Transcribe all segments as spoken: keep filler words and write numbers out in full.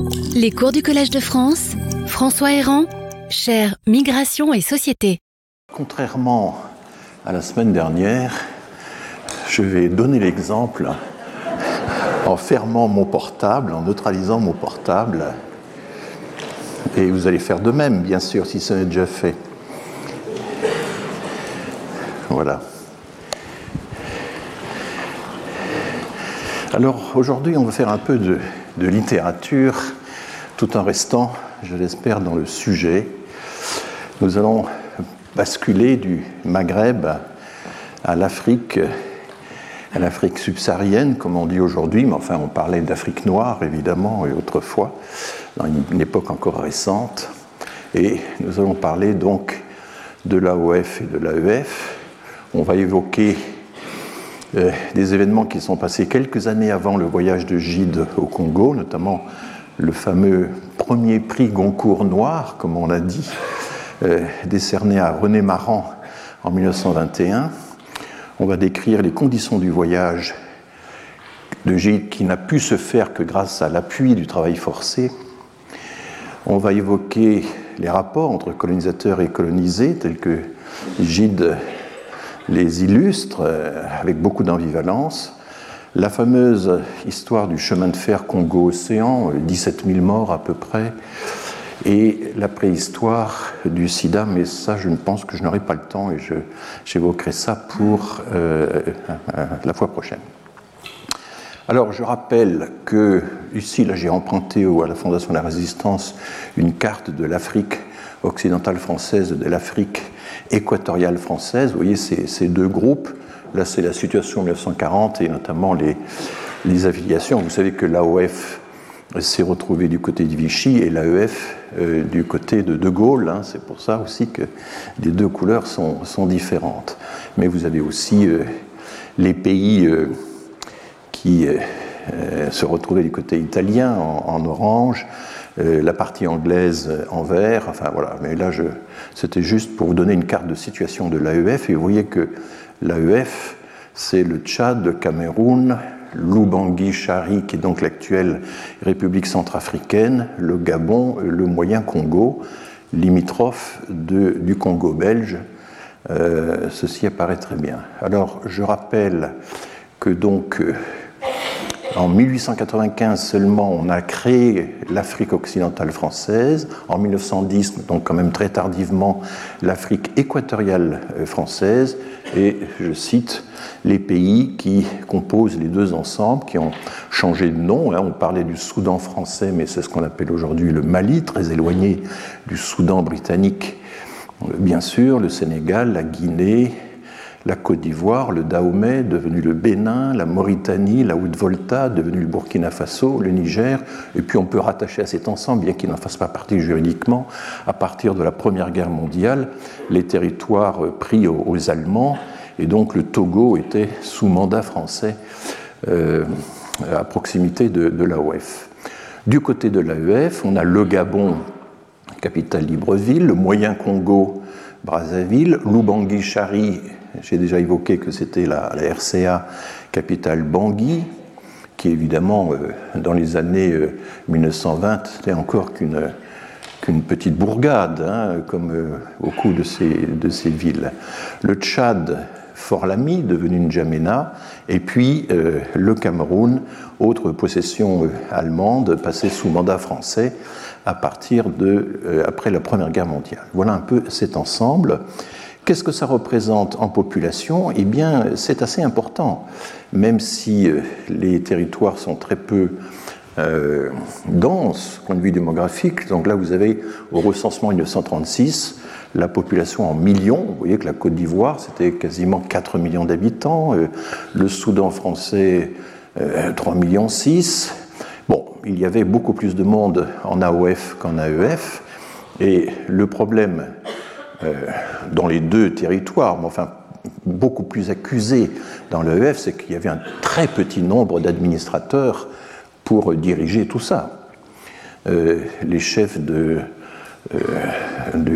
Les cours du Collège de France, François Héran, chaire Migration et Société. Contrairement à la semaine dernière, je vais donner l'exemple en fermant mon portable, en neutralisant mon portable. Et vous allez faire de même, bien sûr, si ce n'est déjà fait. Voilà. Alors, aujourd'hui, on va faire un peu de, de littérature, tout en restant, je l'espère, dans le sujet. Nous allons basculer du Maghreb à l'Afrique, à l'Afrique subsaharienne, comme on dit aujourd'hui, mais enfin, on parlait d'Afrique noire, évidemment, et autrefois, dans une, une époque encore récente. Et nous allons parler donc de l'A O F et de l'A E F. On va évoquer euh, des événements qui sont passés quelques années avant le voyage de Gide au Congo, notamment le fameux premier prix Goncourt noir, comme on l'a dit, euh, décerné à René Maran en mille neuf cent vingt et un. On va décrire les conditions du voyage de Gide qui n'a pu se faire que grâce à l'appui du travail forcé. On va évoquer les rapports entre colonisateurs et colonisés, tels que Gide les illustre, avec beaucoup d'ambivalence. La fameuse histoire du chemin de fer Congo-Océan, dix-sept mille morts à peu près, et la préhistoire du sida, mais ça, je ne pense que je n'aurai pas le temps et je, j'évoquerai ça pour euh, la fois prochaine. Alors, je rappelle que, ici, là, j'ai emprunté à la Fondation de la Résistance une carte de l'Afrique occidentale française, de l'Afrique équatoriale française. Vous voyez ces, ces deux groupes. Là, c'est la situation en mille neuf cent quarante et notamment les, les affiliations. Vous savez que l'A O F s'est retrouvé du côté de Vichy et l'A E F euh, du côté de De Gaulle. Hein. C'est pour ça aussi que les deux couleurs sont, sont différentes. Mais vous avez aussi euh, les pays euh, qui euh, se retrouvaient du côté italien en, en orange, euh, la partie anglaise en vert. Enfin voilà. Mais là, je, c'était juste pour vous donner une carte de situation de l'A E F. Et vous voyez que l'A E F, c'est le Tchad, le Cameroun, l'Ubangui-Chari, qui est donc l'actuelle République centrafricaine, le Gabon, le Moyen Congo, limitrophe de, du Congo belge. Euh, ceci apparaît très bien. Alors, je rappelle que donc, euh, en mille huit cent quatre-vingt-quinze seulement, on a créé l'Afrique occidentale française. En mille neuf cent dix, donc quand même très tardivement, l'Afrique équatoriale française. Et je cite les pays qui composent les deux ensembles, qui ont changé de nom. On parlait du Soudan français, mais c'est ce qu'on appelle aujourd'hui le Mali, très éloigné du Soudan britannique, bien sûr, le Sénégal, la Guinée, la Côte d'Ivoire, le Dahomey, devenu le Bénin, la Mauritanie, la Haute-Volta, devenu le Burkina Faso, le Niger, et puis on peut rattacher à cet ensemble, bien qu'il n'en fasse pas partie juridiquement, à partir de la Première Guerre mondiale, les territoires pris aux, aux Allemands, et donc le Togo était sous mandat français euh, à proximité de, de l'A O F. Du côté de l'A E F, on a le Gabon, capitale Libreville, le Moyen Congo, Brazzaville, l'Ubangui-Chari, j'ai déjà évoqué que c'était la, la R C A, capitale Bangui, qui évidemment, euh, dans les années euh, mille neuf cent vingt, n'était encore qu'une, qu'une petite bourgade, hein, comme euh, beaucoup de ces, de ces villes. Le Tchad, Fort Lamy, devenu N'Djamena, et puis euh, le Cameroun, autre possession euh, allemande, passée sous mandat français à partir de, euh, après la Première Guerre mondiale. Voilà un peu cet ensemble. Qu'est-ce que ça représente en population ? Eh bien, c'est assez important, même si euh, les territoires sont très peu euh, denses, point de vue démographique. Donc là, vous avez, au recensement mille neuf cent trente-six, la population en millions. Vous voyez que la Côte d'Ivoire, c'était quasiment quatre millions d'habitants. Euh, le Soudan français, euh, trois virgule six millions. Bon, il y avait beaucoup plus de monde en A O F qu'en A E F. Et le problème euh, dans les deux territoires, mais enfin beaucoup plus accusé dans l'A E F, c'est qu'il y avait un très petit nombre d'administrateurs pour diriger tout ça. Euh, les chefs de... Euh, de,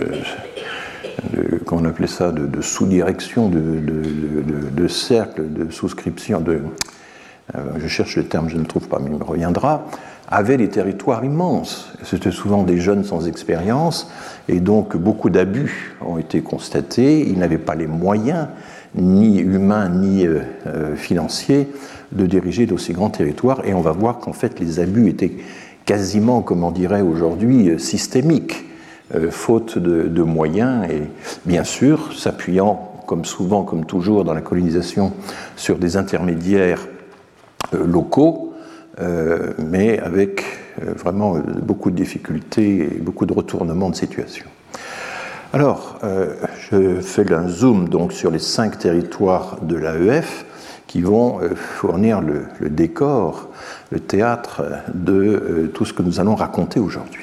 de, comment on appelait ça, de, de sous-direction, de, de, de, de cercle, de souscription, de, euh, je cherche le terme, je ne le trouve pas, mais il me reviendra. avaient des territoires immenses. C'était souvent des jeunes sans expérience, et donc beaucoup d'abus ont été constatés. Ils n'avaient pas les moyens, ni humains, ni euh, euh, financiers, de diriger d'aussi grands territoires, et on va voir qu'en fait les abus étaient quasiment, comme on dirait aujourd'hui, systémiques, euh, faute de, de moyens, et bien sûr s'appuyant, comme souvent, comme toujours dans la colonisation, sur des intermédiaires euh, locaux, euh, mais avec euh, vraiment beaucoup de difficultés et beaucoup de retournements de situation. Alors, euh, je fais un zoom donc sur les cinq territoires de l'A E F qui vont euh, fournir le, le décor, le théâtre de euh, tout ce que nous allons raconter aujourd'hui.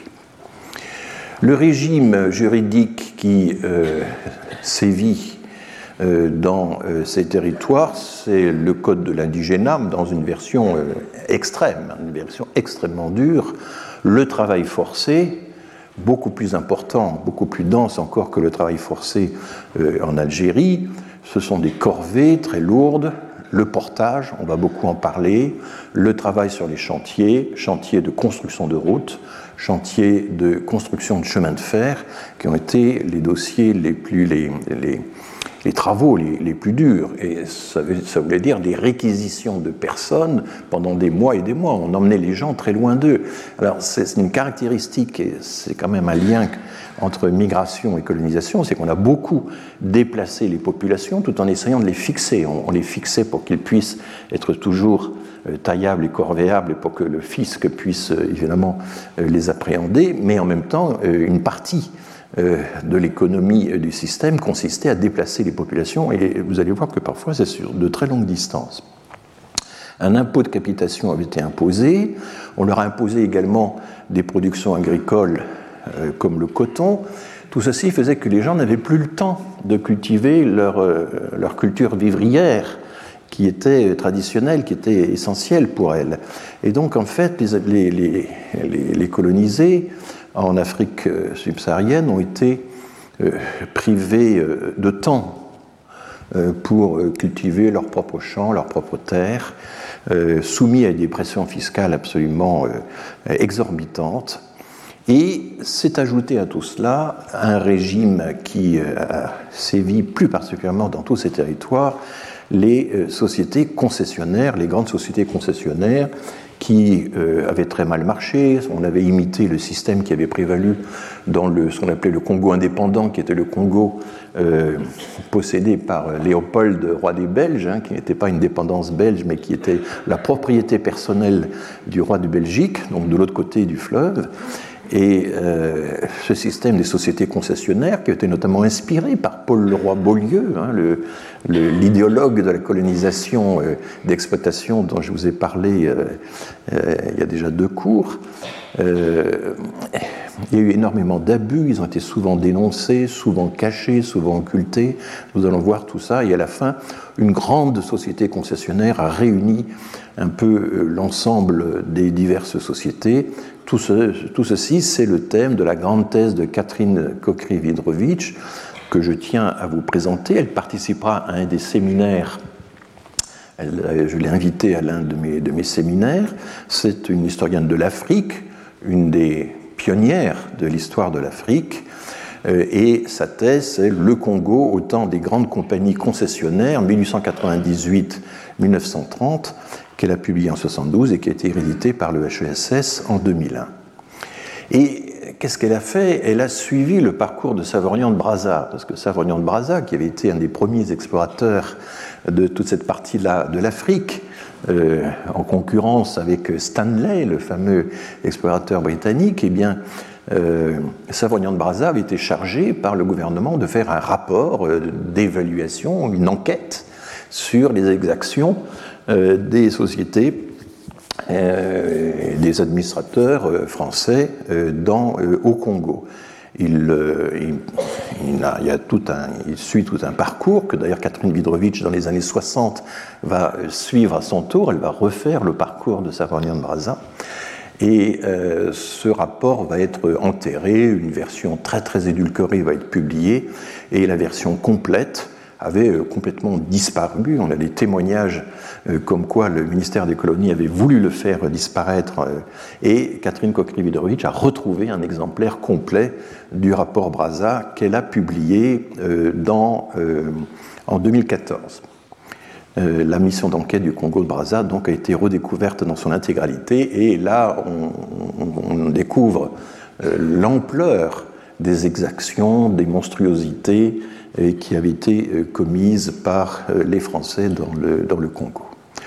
Le régime juridique qui euh, sévit euh, dans euh, ces territoires, c'est le code de l'indigénat, dans une version euh, extrême, une version extrêmement dure, le travail forcé, beaucoup plus important, beaucoup plus dense encore que le travail forcé euh, en Algérie. Ce sont des corvées très lourdes, le portage, on va beaucoup en parler, le travail sur les chantiers, chantiers de construction de routes, chantiers de construction de chemins de fer, qui ont été les dossiers les plus, les, les, les travaux les, les plus durs. Et ça, ça voulait dire des réquisitions de personnes pendant des mois et des mois. On emmenait les gens très loin d'eux. Alors c'est une caractéristique, et c'est quand même un lien entre migration et colonisation, c'est qu'on a beaucoup déplacé les populations tout en essayant de les fixer. On, on les fixait pour qu'ils puissent être toujours euh, taillables et corvéables et pour que le fisc puisse euh, évidemment euh, les appréhender, mais en même temps, euh, une partie euh, de l'économie euh, du système consistait à déplacer les populations, et vous allez voir que parfois c'est sur de très longues distances. Un impôt de capitation avait été imposé, on leur a imposé également des productions agricoles Euh, comme le coton. Tout ceci faisait que les gens n'avaient plus le temps de cultiver leur, euh, leur culture vivrière qui était traditionnelle, qui était essentielle pour elles. Et donc, en fait, les, les, les, les colonisés en Afrique subsaharienne ont été euh, privés euh, de temps euh, pour cultiver leurs propres champs, leurs propres terres, euh, soumis à des pressions fiscales absolument euh, exorbitantes. Et s'est ajouté à tout cela un régime qui a sévi plus particulièrement dans tous ces territoires, les sociétés concessionnaires, les grandes sociétés concessionnaires qui euh, avaient très mal marché. On avait imité le système qui avait prévalu dans le, ce qu'on appelait le Congo indépendant, qui était le Congo euh, possédé par Léopold, roi des Belges, hein, qui n'était pas une dépendance belge, mais qui était la propriété personnelle du roi de Belgique, donc de l'autre côté du fleuve. Et euh, ce système des sociétés concessionnaires, qui a été notamment inspiré par Paul Leroy-Beaulieu, hein, le, le, l'idéologue de la colonisation euh, d'exploitation dont je vous ai parlé euh, euh, il y a déjà deux cours, euh, il y a eu énormément d'abus, ils ont été souvent dénoncés, souvent cachés, souvent occultés. Nous allons voir tout ça, et à la fin, une grande société concessionnaire a réuni un peu l'ensemble des diverses sociétés. Tout, ce, tout ceci, c'est le thème de la grande thèse de Catherine Kokry-Widrowicz que je tiens à vous présenter. Elle participera à un des séminaires. Elle, je l'ai invitée à l'un de mes, de mes séminaires. C'est une historienne de l'Afrique, une des pionnières de l'histoire de l'Afrique. Et sa thèse, c'est le Congo au temps des grandes compagnies concessionnaires, dix-huit cent quatre-vingt-dix-huit à mille neuf cent trente, qu'elle a publié en soixante-douze et qui a été héréditée par le H E S S en deux mille un. Et qu'est-ce qu'elle a fait? Elle a suivi le parcours de Savorgnan de Brazza, parce que Savorgnan de Brazza, qui avait été un des premiers explorateurs de toute cette partie-là de l'Afrique, euh, en concurrence avec Stanley, le fameux explorateur britannique, eh bien, Euh, Savorgnan de Brazza avait été chargé par le gouvernement de faire un rapport euh, d'évaluation, une enquête sur les exactions euh, des sociétés euh, et des administrateurs euh, français euh, dans, euh, au Congo. Il, euh, il, il, a, il, a tout un, il suit tout un parcours que d'ailleurs Catherine Widrowicz, dans les années soixante, va suivre à son tour. Elle va refaire le parcours de Savorgnan de Brazza. Et euh, ce rapport va être enterré, une version très très édulcorée va être publiée, et la version complète, avait complètement disparu. On a des témoignages comme quoi le ministère des colonies avait voulu le faire disparaître, et Catherine Kokrividrovich a retrouvé un exemplaire complet du rapport Brazza qu'elle a publié dans, en deux mille quatorze. La mission d'enquête du Congo de Brazza donc, a été redécouverte dans son intégralité, et là on, on, on découvre l'ampleur des exactions, des monstruosités qui avaient été commises par les Français dans le, dans le Congo.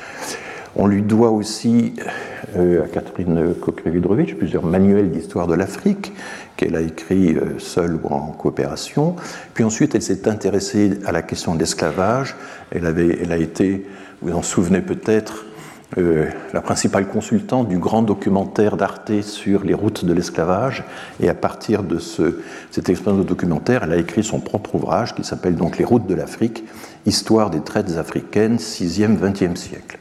On lui doit aussi, euh, à Catherine Kokrividrovich, plusieurs manuels d'histoire de l'Afrique qu'elle a écrits euh, seule ou en coopération. Puis ensuite, elle s'est intéressée à la question de l'esclavage. Elle, avait, elle a été, vous vous en souvenez peut-être, euh, la principale consultante du grand documentaire d'Arte sur les routes de l'esclavage. Et à partir de ce, cette expérience de documentaire, elle a écrit son propre ouvrage qui s'appelle donc Les routes de l'Afrique, Histoire des traites africaines, sixième vingtième siècle.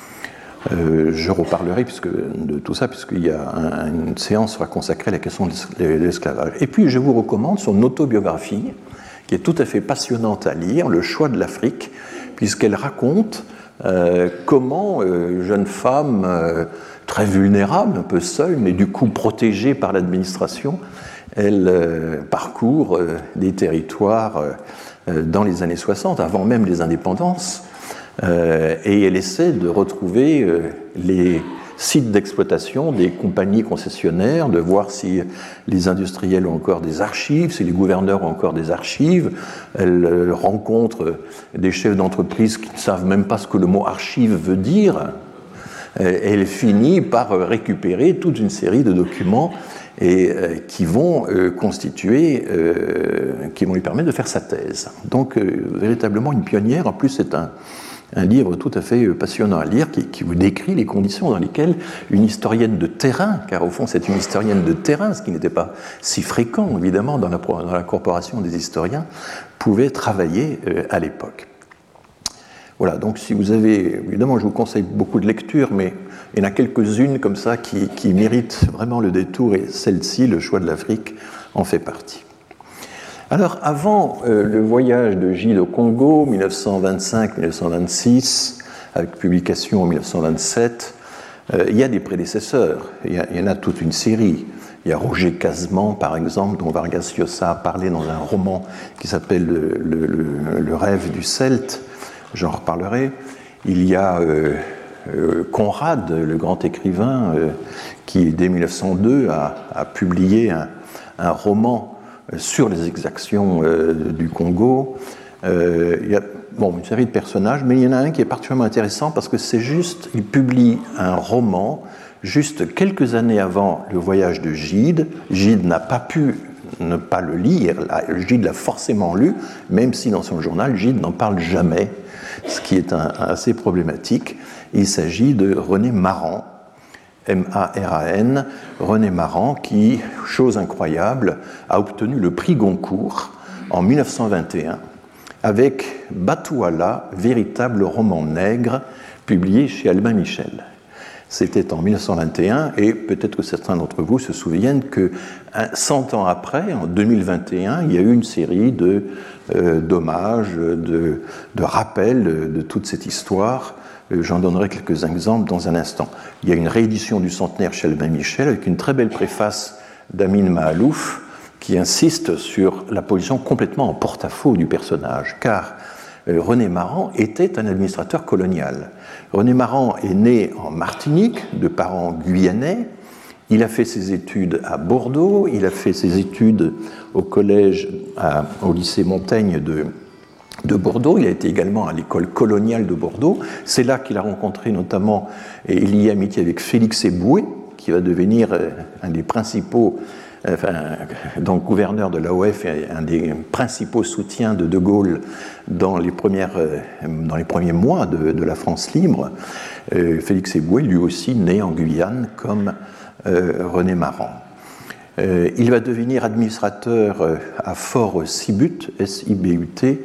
Euh, je reparlerai puisque, de tout ça, puisqu'il y a un, une séance sera consacrée à la question de l'esclavage. Et puis, je vous recommande son autobiographie, qui est tout à fait passionnante à lire, Le choix de l'Afrique, puisqu'elle raconte euh, comment, euh, jeune femme euh, très vulnérable, un peu seule, mais du coup protégée par l'administration, elle euh, parcourt euh, des territoires euh, dans les années soixante, avant même les indépendances. Euh, et elle essaie de retrouver euh, les sites d'exploitation des compagnies concessionnaires, de voir si les industriels ont encore des archives, si les gouverneurs ont encore des archives. Elle euh, rencontre des chefs d'entreprise qui ne savent même pas ce que le mot archive veut dire. Euh, et elle finit par récupérer toute une série de documents et euh, qui vont euh, constituer, euh, qui vont lui permettre de faire sa thèse. Donc, euh, véritablement une pionnière. En plus, c'est un Un livre tout à fait passionnant à lire qui, qui vous décrit les conditions dans lesquelles une historienne de terrain, car au fond c'est une historienne de terrain, ce qui n'était pas si fréquent évidemment dans la, dans la corporation des historiens, pouvait travailler euh, à l'époque. Voilà, donc si vous avez, évidemment je vous conseille beaucoup de lectures, mais il y en a quelques-unes comme ça qui, qui méritent vraiment le détour, et celle-ci, Le choix de l'Afrique, en fait partie. Alors, avant euh, le voyage de Gide au Congo, mille neuf cent vingt-cinq mille neuf cent vingt-six, avec publication en mille neuf cent vingt-sept, euh, il y a des prédécesseurs, il y, a, il y en a toute une série. Il y a Roger Casement, par exemple, dont Vargas Llosa a parlé dans un roman qui s'appelle le, le, le, le rêve du Celte, j'en reparlerai. Il y a euh, euh, Conrad, le grand écrivain, euh, qui, dès mille neuf cent deux, a, a publié un, un roman sur les exactions euh, du Congo. Euh, il y a bon, une série de personnages, mais il y en a un qui est particulièrement intéressant parce que c'est juste, il publie un roman juste quelques années avant le voyage de Gide. Gide n'a pas pu ne pas le lire, Gide l'a forcément lu, même si dans son journal, Gide n'en parle jamais, ce qui est un, un assez problématique. Il s'agit de René Maran, M A R A N, René Maran, qui, chose incroyable, a obtenu le prix Goncourt en mille neuf cent vingt et un avec Batouala, véritable roman nègre, publié chez Albin Michel. C'était en mille neuf cent vingt et un, et peut-être que certains d'entre vous se souviennent que cent ans après, en deux mille vingt et un, il y a eu une série de, euh, d'hommages, de, de rappels de, de toute cette histoire. J'en donnerai quelques exemples dans un instant. Il y a une réédition du centenaire chez Albin Michel avec une très belle préface d'Amin Mahalouf qui insiste sur la position complètement en porte-à-faux du personnage, car René Maran était un administrateur colonial. René Maran est né en Martinique, de parents guyanais. Il a fait ses études à Bordeaux, il a fait ses études au collège, à, au lycée Montaigne de de Bordeaux, il a été également à l'école coloniale de Bordeaux. C'est là qu'il a rencontré notamment et lié amitié avec Félix Eboué, qui va devenir un des principaux, enfin, donc gouverneur de l'A O F et un des principaux soutiens de De Gaulle dans les, premières, dans les premiers mois de, de la France libre. Félix Eboué, lui aussi né en Guyane comme euh, René Maran. Euh, il va devenir administrateur à Fort Sibut, S I B U T,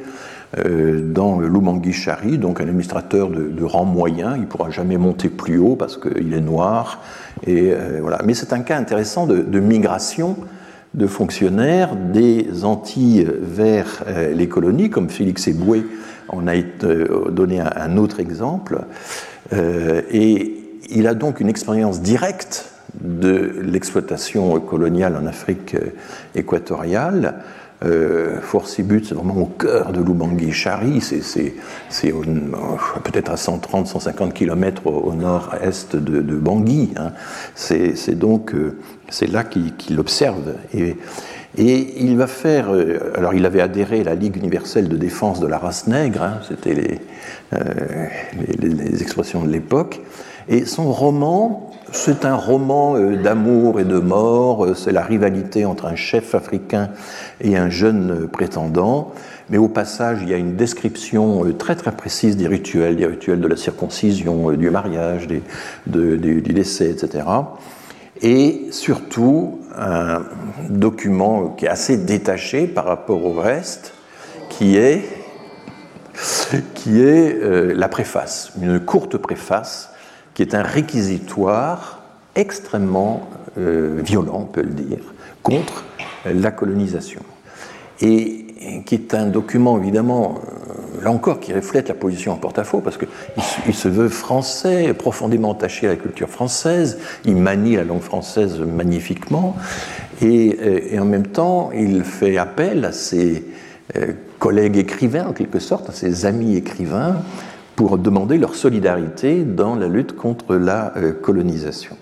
dans le Lubangui-Chari, donc un administrateur de, de rang moyen. Il ne pourra jamais monter plus haut parce qu'il est noir. Et, euh, voilà. Mais c'est un cas intéressant de, de migration de fonctionnaires des Antilles vers euh, les colonies, comme Félix Éboué en a été, euh, donné un, un autre exemple. Euh, et il a donc une expérience directe de l'exploitation coloniale en Afrique équatoriale. Euh, Fort Sibut, c'est vraiment au cœur de l'Oubangui-Chari, c'est peut-être à cent trente à cent cinquante kilomètres au, au nord-est de, de Bangui. Hein. C'est donc euh, c'est là qu'il qu'il observe. Et, et il va faire. Euh, alors, il avait adhéré à la Ligue universelle de défense de la race nègre, hein, c'était les, euh, les, les expressions de l'époque. Et son roman, c'est un roman d'amour et de mort, c'est la rivalité entre un chef africain et un jeune prétendant, mais au passage, il y a une description très très précise des rituels, des rituels de la circoncision, du mariage, des, de, du, du décès, et cetera. Et surtout, un document qui est assez détaché par rapport au reste, qui est, qui est euh, la préface, une courte préface, qui est un réquisitoire extrêmement euh, violent, on peut le dire, contre la colonisation. Et, et qui est un document, évidemment, euh, là encore, qui reflète la position en porte-à-faux, parce qu'il il se veut français, profondément attaché à la culture française, il manie la langue française magnifiquement, et, et en même temps, il fait appel à ses euh, collègues écrivains, en quelque sorte, à ses amis écrivains, pour demander leur solidarité dans la lutte contre la euh, colonisation.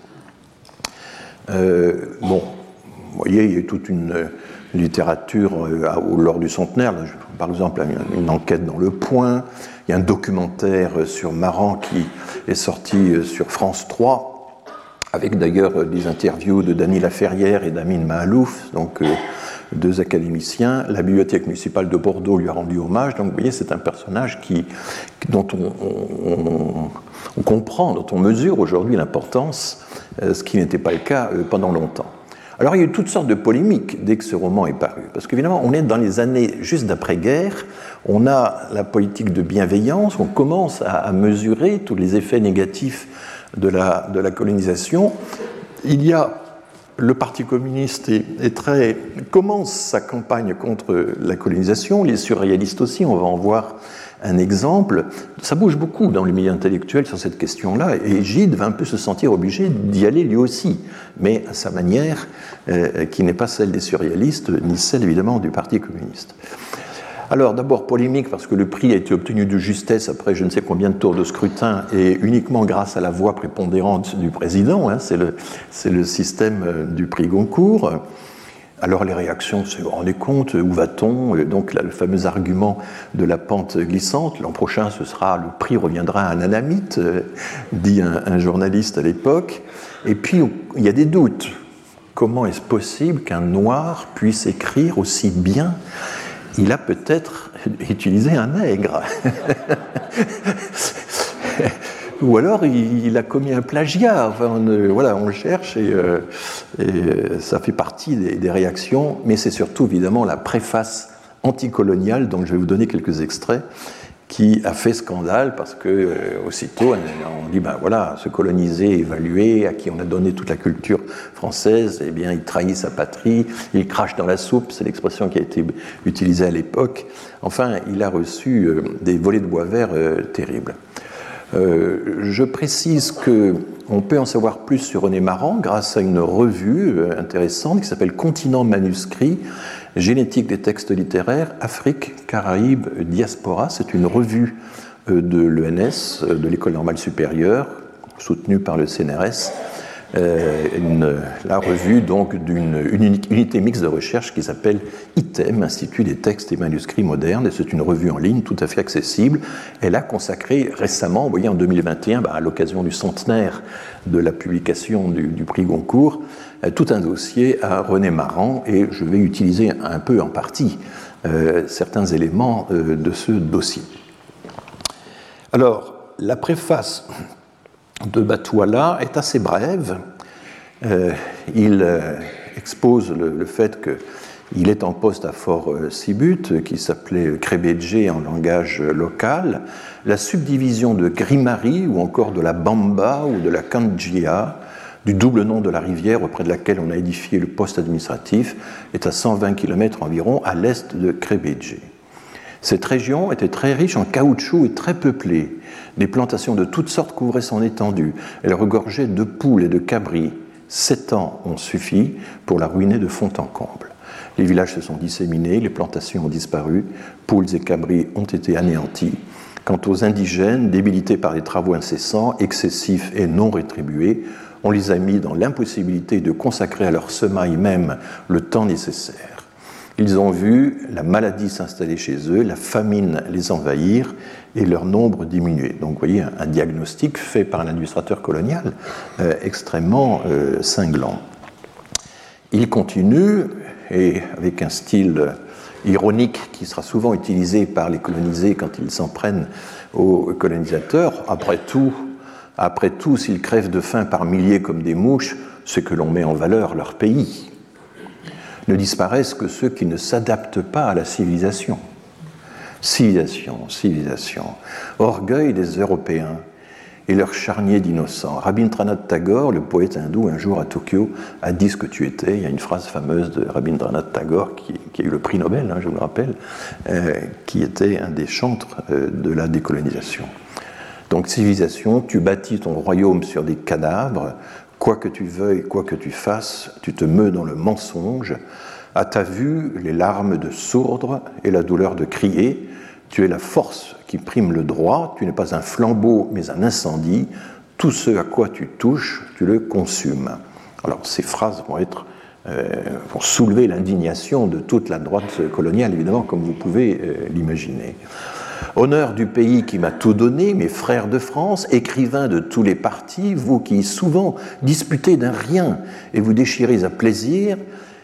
Euh, bon, vous voyez, il y a toute une euh, littérature euh, lors du centenaire. Là, je, par exemple, une, une enquête dans Le Point. Il y a un documentaire sur Maran qui est sorti sur France trois, avec d'ailleurs des interviews de Dany Laferrière et d'Amin Mahalouf, donc euh, deux académiciens. La bibliothèque municipale de Bordeaux lui a rendu hommage. Donc, vous voyez, c'est un personnage qui, dont on, on, on comprend, dont on mesure aujourd'hui l'importance, euh, ce qui n'était pas le cas euh, pendant longtemps. Alors, il y a eu toutes sortes de polémiques dès que ce roman est paru. Parce qu'évidemment, on est dans les années juste d'après-guerre. On a la politique de bienveillance. On commence à, à mesurer tous les effets négatifs de la, de la colonisation. Il y a le Parti communiste est, est très, commence sa campagne contre la colonisation, les surréalistes aussi, on va en voir un exemple. Ça bouge beaucoup dans les milieux intellectuels sur cette question-là, et Gide va un peu se sentir obligé d'y aller lui aussi, mais à sa manière, euh, qui n'est pas celle des surréalistes, ni celle évidemment du Parti communiste. Alors d'abord polémique parce que le prix a été obtenu de justesse après je ne sais combien de tours de scrutin et uniquement grâce à la voix prépondérante du président, hein, c'est le, c'est le système du prix Goncourt. Alors les réactions, vous vous rendez compte, où va-t-on? Donc là, le fameux argument de la pente glissante, l'an prochain ce sera, le prix reviendra à un anamite, dit un, un journaliste à l'époque. Et puis il y a des doutes. Comment est-ce possible qu'un noir puisse écrire aussi bien? Il a peut-être utilisé un nègre. Ou alors il, il a commis un plagiat. Enfin, on, voilà, on le cherche et, euh, et ça fait partie des, des réactions, mais c'est surtout évidemment la préface anticoloniale, dont je vais vous donner quelques extraits, qui a fait scandale parce que euh, aussitôt on dit ben voilà, ce colonisé, évalué, à qui on a donné toute la culture française, eh bien il trahit sa patrie, il crache dans la soupe, c'est l'expression qui a été utilisée à l'époque. Enfin, il a reçu euh, des volées de bois vert euh, terribles. Euh, je précise qu'on peut en savoir plus sur René Maran grâce à une revue euh, intéressante qui s'appelle Continent manuscrit, Génétique des textes littéraires, Afrique, Caraïbes, Diaspora. C'est une revue de l'E N S, de l'École normale supérieure, soutenue par le C N R S. Euh, une, la revue donc d'une une unité mixte de recherche qui s'appelle I T E M, Institut des textes et manuscrits modernes, et c'est une revue en ligne tout à fait accessible. Elle a consacré récemment, vous voyez, en deux mille vingt et un, bah, à l'occasion du centenaire de la publication du, du prix Goncourt, euh, tout un dossier à René Maran, et je vais utiliser un peu en partie euh, certains éléments euh, de ce dossier. Alors, la préface de Batouala est assez brève. Euh, il euh, expose le, le fait qu'il est en poste à Fort euh, Sibut, qui s'appelait Krébédjé en langage local, la subdivision de Grimari ou encore de la Bamba ou de la Kandjia du double nom de la rivière auprès de laquelle on a édifié le poste administratif, est à cent vingt kilomètres environ à l'est de Krebege. Cette région était très riche en caoutchouc et très peuplée. Des plantations de toutes sortes couvraient son étendue. Elle regorgeait de poules et de cabris. Sept ans ont suffi pour la ruiner de fond en comble. Les villages se sont disséminés, les plantations ont disparu, poules et cabris ont été anéantis. Quant aux indigènes, débilités par des travaux incessants, excessifs et non rétribués, on les a mis dans l'impossibilité de consacrer à leur semaille même le temps nécessaire. Ils ont vu la maladie s'installer chez eux, la famine les envahir et leur nombre diminuer. Donc vous voyez un, un diagnostic fait par un administrateur colonial euh, extrêmement euh, cinglant. Il continue, et avec un style ironique qui sera souvent utilisé par les colonisés quand ils s'en prennent aux colonisateurs, après tout, après tout, s'ils crèvent de faim par milliers comme des mouches, c'est que l'on met en valeur leur pays. Ne disparaissent que ceux qui ne s'adaptent pas à la civilisation. Civilisation, civilisation, orgueil des Européens et leur charnier d'innocents. Rabindranath Tagore, le poète hindou, un jour à Tokyo, a dit ce que tu étais. Il y a une phrase fameuse de Rabindranath Tagore, qui, qui a eu le prix Nobel, hein, je vous le rappelle, euh, qui était un des chantres euh, de la décolonisation. Donc, civilisation, tu bâtis ton royaume sur des cadavres. Quoi que tu veuilles, quoi que tu fasses, tu te meus dans le mensonge. À ta vue, les larmes de sourdre et la douleur de crier. Tu es la force qui prime le droit. Tu n'es pas un flambeau, mais un incendie. Tout ce à quoi tu touches, tu le consumes. Alors, ces phrases vont être euh, vont soulever l'indignation de toute la droite coloniale, évidemment, comme vous pouvez euh, l'imaginer. Honneur du pays qui m'a tout donné, mes frères de France, écrivains de tous les partis, vous qui souvent disputez d'un rien et vous déchirez à plaisir,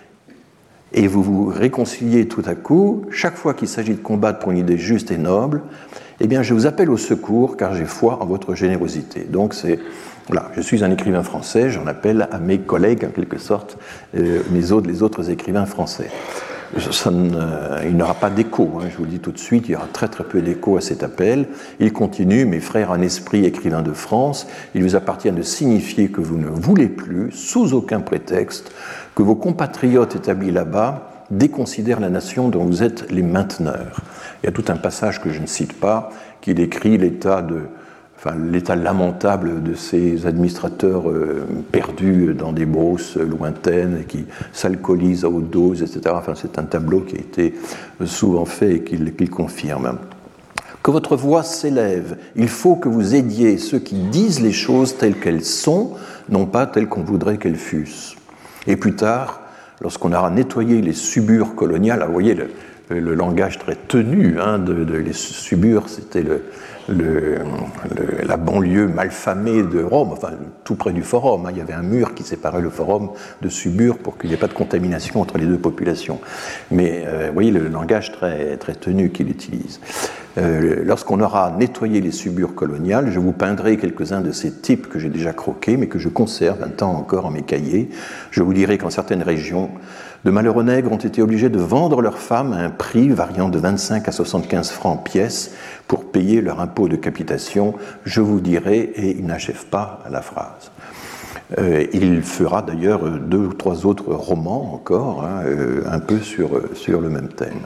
et vous vous réconciliez tout à coup, chaque fois qu'il s'agit de combattre pour une idée juste et noble, eh bien je vous appelle au secours car j'ai foi en votre générosité. Donc c'est, voilà, je suis un écrivain français, j'en appelle à mes collègues en quelque sorte, euh, mes autres, les autres écrivains français. Ça ne, il n'y aura pas d'écho, hein, je vous le dis tout de suite, il y aura très très peu d'écho à cet appel. Il continue, mes frères en esprit écrivains de France, il vous appartient de signifier que vous ne voulez plus, sous aucun prétexte, que vos compatriotes établis là-bas déconsidèrent la nation dont vous êtes les mainteneurs. Il y a tout un passage que je ne cite pas, qui décrit l'état de... Enfin, l'état lamentable de ces administrateurs euh, perdus dans des brousses lointaines et qui s'alcoolisent à haute dose, et cetera. Enfin, c'est un tableau qui a été souvent fait et qu'il qu'il confirme. Que votre voix s'élève. Il faut que vous aidiez ceux qui disent les choses telles qu'elles sont, non pas telles qu'on voudrait qu'elles fussent. Et plus tard, lorsqu'on aura nettoyé les subures coloniales, alors vous voyez le, le langage très tenu, hein, de, de, les subures, c'était le... Le, le, la banlieue malfamée de Rome, enfin tout près du forum, hein, il y avait un mur qui séparait le forum de Subur pour qu'il n'y ait pas de contamination entre les deux populations. Mais euh, vous voyez le langage très, très tenu qu'il utilise. Euh, lorsqu'on aura nettoyé les subures coloniales, je vous peindrai quelques-uns de ces types que j'ai déjà croqués, mais que je conserve un temps encore en mes cahiers. Je vous dirai qu'en certaines régions, de malheureux nègres ont été obligés de vendre leurs femmes à un prix variant de vingt-cinq à soixante-quinze francs pièce pour payer leur impôt de capitation. Je vous dirai, et il n'achève pas la phrase. Euh, il fera d'ailleurs deux ou trois autres romans encore, hein, euh, un peu sur, sur le même thème.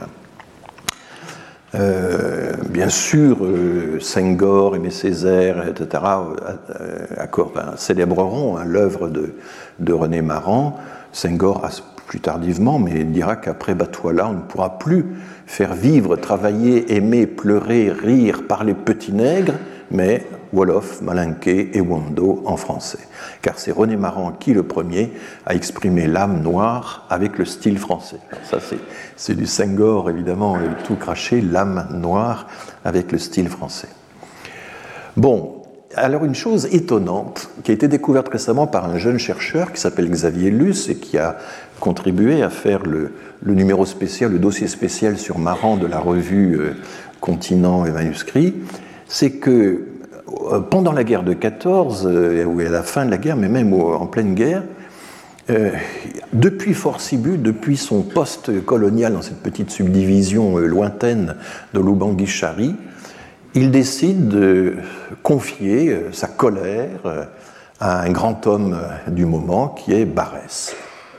Euh, bien sûr, euh, Senghor, Aimé Césaire, et cetera, euh, accord, ben, célébreront hein, l'œuvre de, de René Maran. Senghor a plus tardivement, mais dira qu'après Batoila, on ne pourra plus faire vivre, travailler, aimer, pleurer, rire, parler petits nègres, mais Wolof, Malinké et Wando en français. Car c'est René Maran qui, le premier, a exprimé l'âme noire avec le style français. Alors ça, c'est, c'est du Senghor, évidemment, tout craché, l'âme noire avec le style français. Bon, alors une chose étonnante qui a été découverte récemment par un jeune chercheur qui s'appelle Xavier Luce et qui a contribué à faire le, le numéro spécial, le dossier spécial sur Maran de la revue euh, Continent et Manuscrits, c'est que euh, pendant la guerre de quatorze, euh, ou à la fin de la guerre, mais même au, en pleine guerre, euh, depuis Fort Sibu, depuis son poste colonial dans cette petite subdivision euh, lointaine de Lubangui-Chari, il décide de confier sa colère à un grand homme du moment qui est Barrès.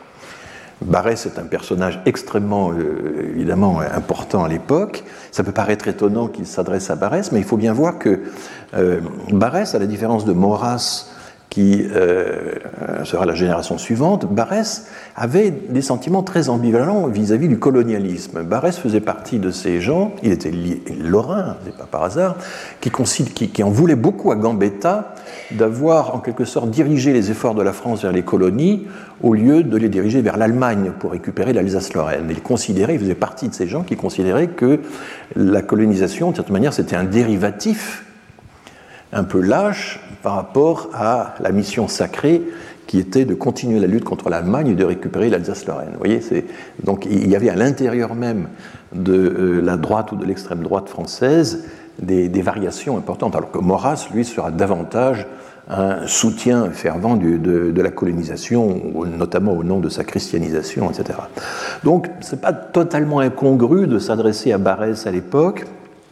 Barrès est un personnage extrêmement, euh, évidemment, important à l'époque. Ça peut paraître étonnant qu'il s'adresse à Barrès, mais il faut bien voir que euh, Barrès, à la différence de Maurras, qui euh, sera la génération suivante, Barrès avait des sentiments très ambivalents vis-à-vis du colonialisme. Barrès faisait partie de ces gens, il était lorrain, c'est pas par hasard, qui, qui, qui en voulait beaucoup à Gambetta d'avoir en quelque sorte dirigé les efforts de la France vers les colonies au lieu de les diriger vers l'Allemagne pour récupérer l'Alsace-Lorraine. Il considérait, il faisait partie de ces gens qui considéraient que la colonisation, de certaine manière, c'était un dérivatif un peu lâche par rapport à la mission sacrée qui était de continuer la lutte contre l'Allemagne et de récupérer l'Alsace-Lorraine. Vous voyez, c'est... Donc il y avait à l'intérieur même de euh, la droite ou de l'extrême droite française des, des variations importantes, alors que Maurras, lui, sera davantage un soutien fervent du, de, de la colonisation, notamment au nom de sa christianisation, et cetera. Donc ce n'est pas totalement incongru de s'adresser à Barrès à l'époque,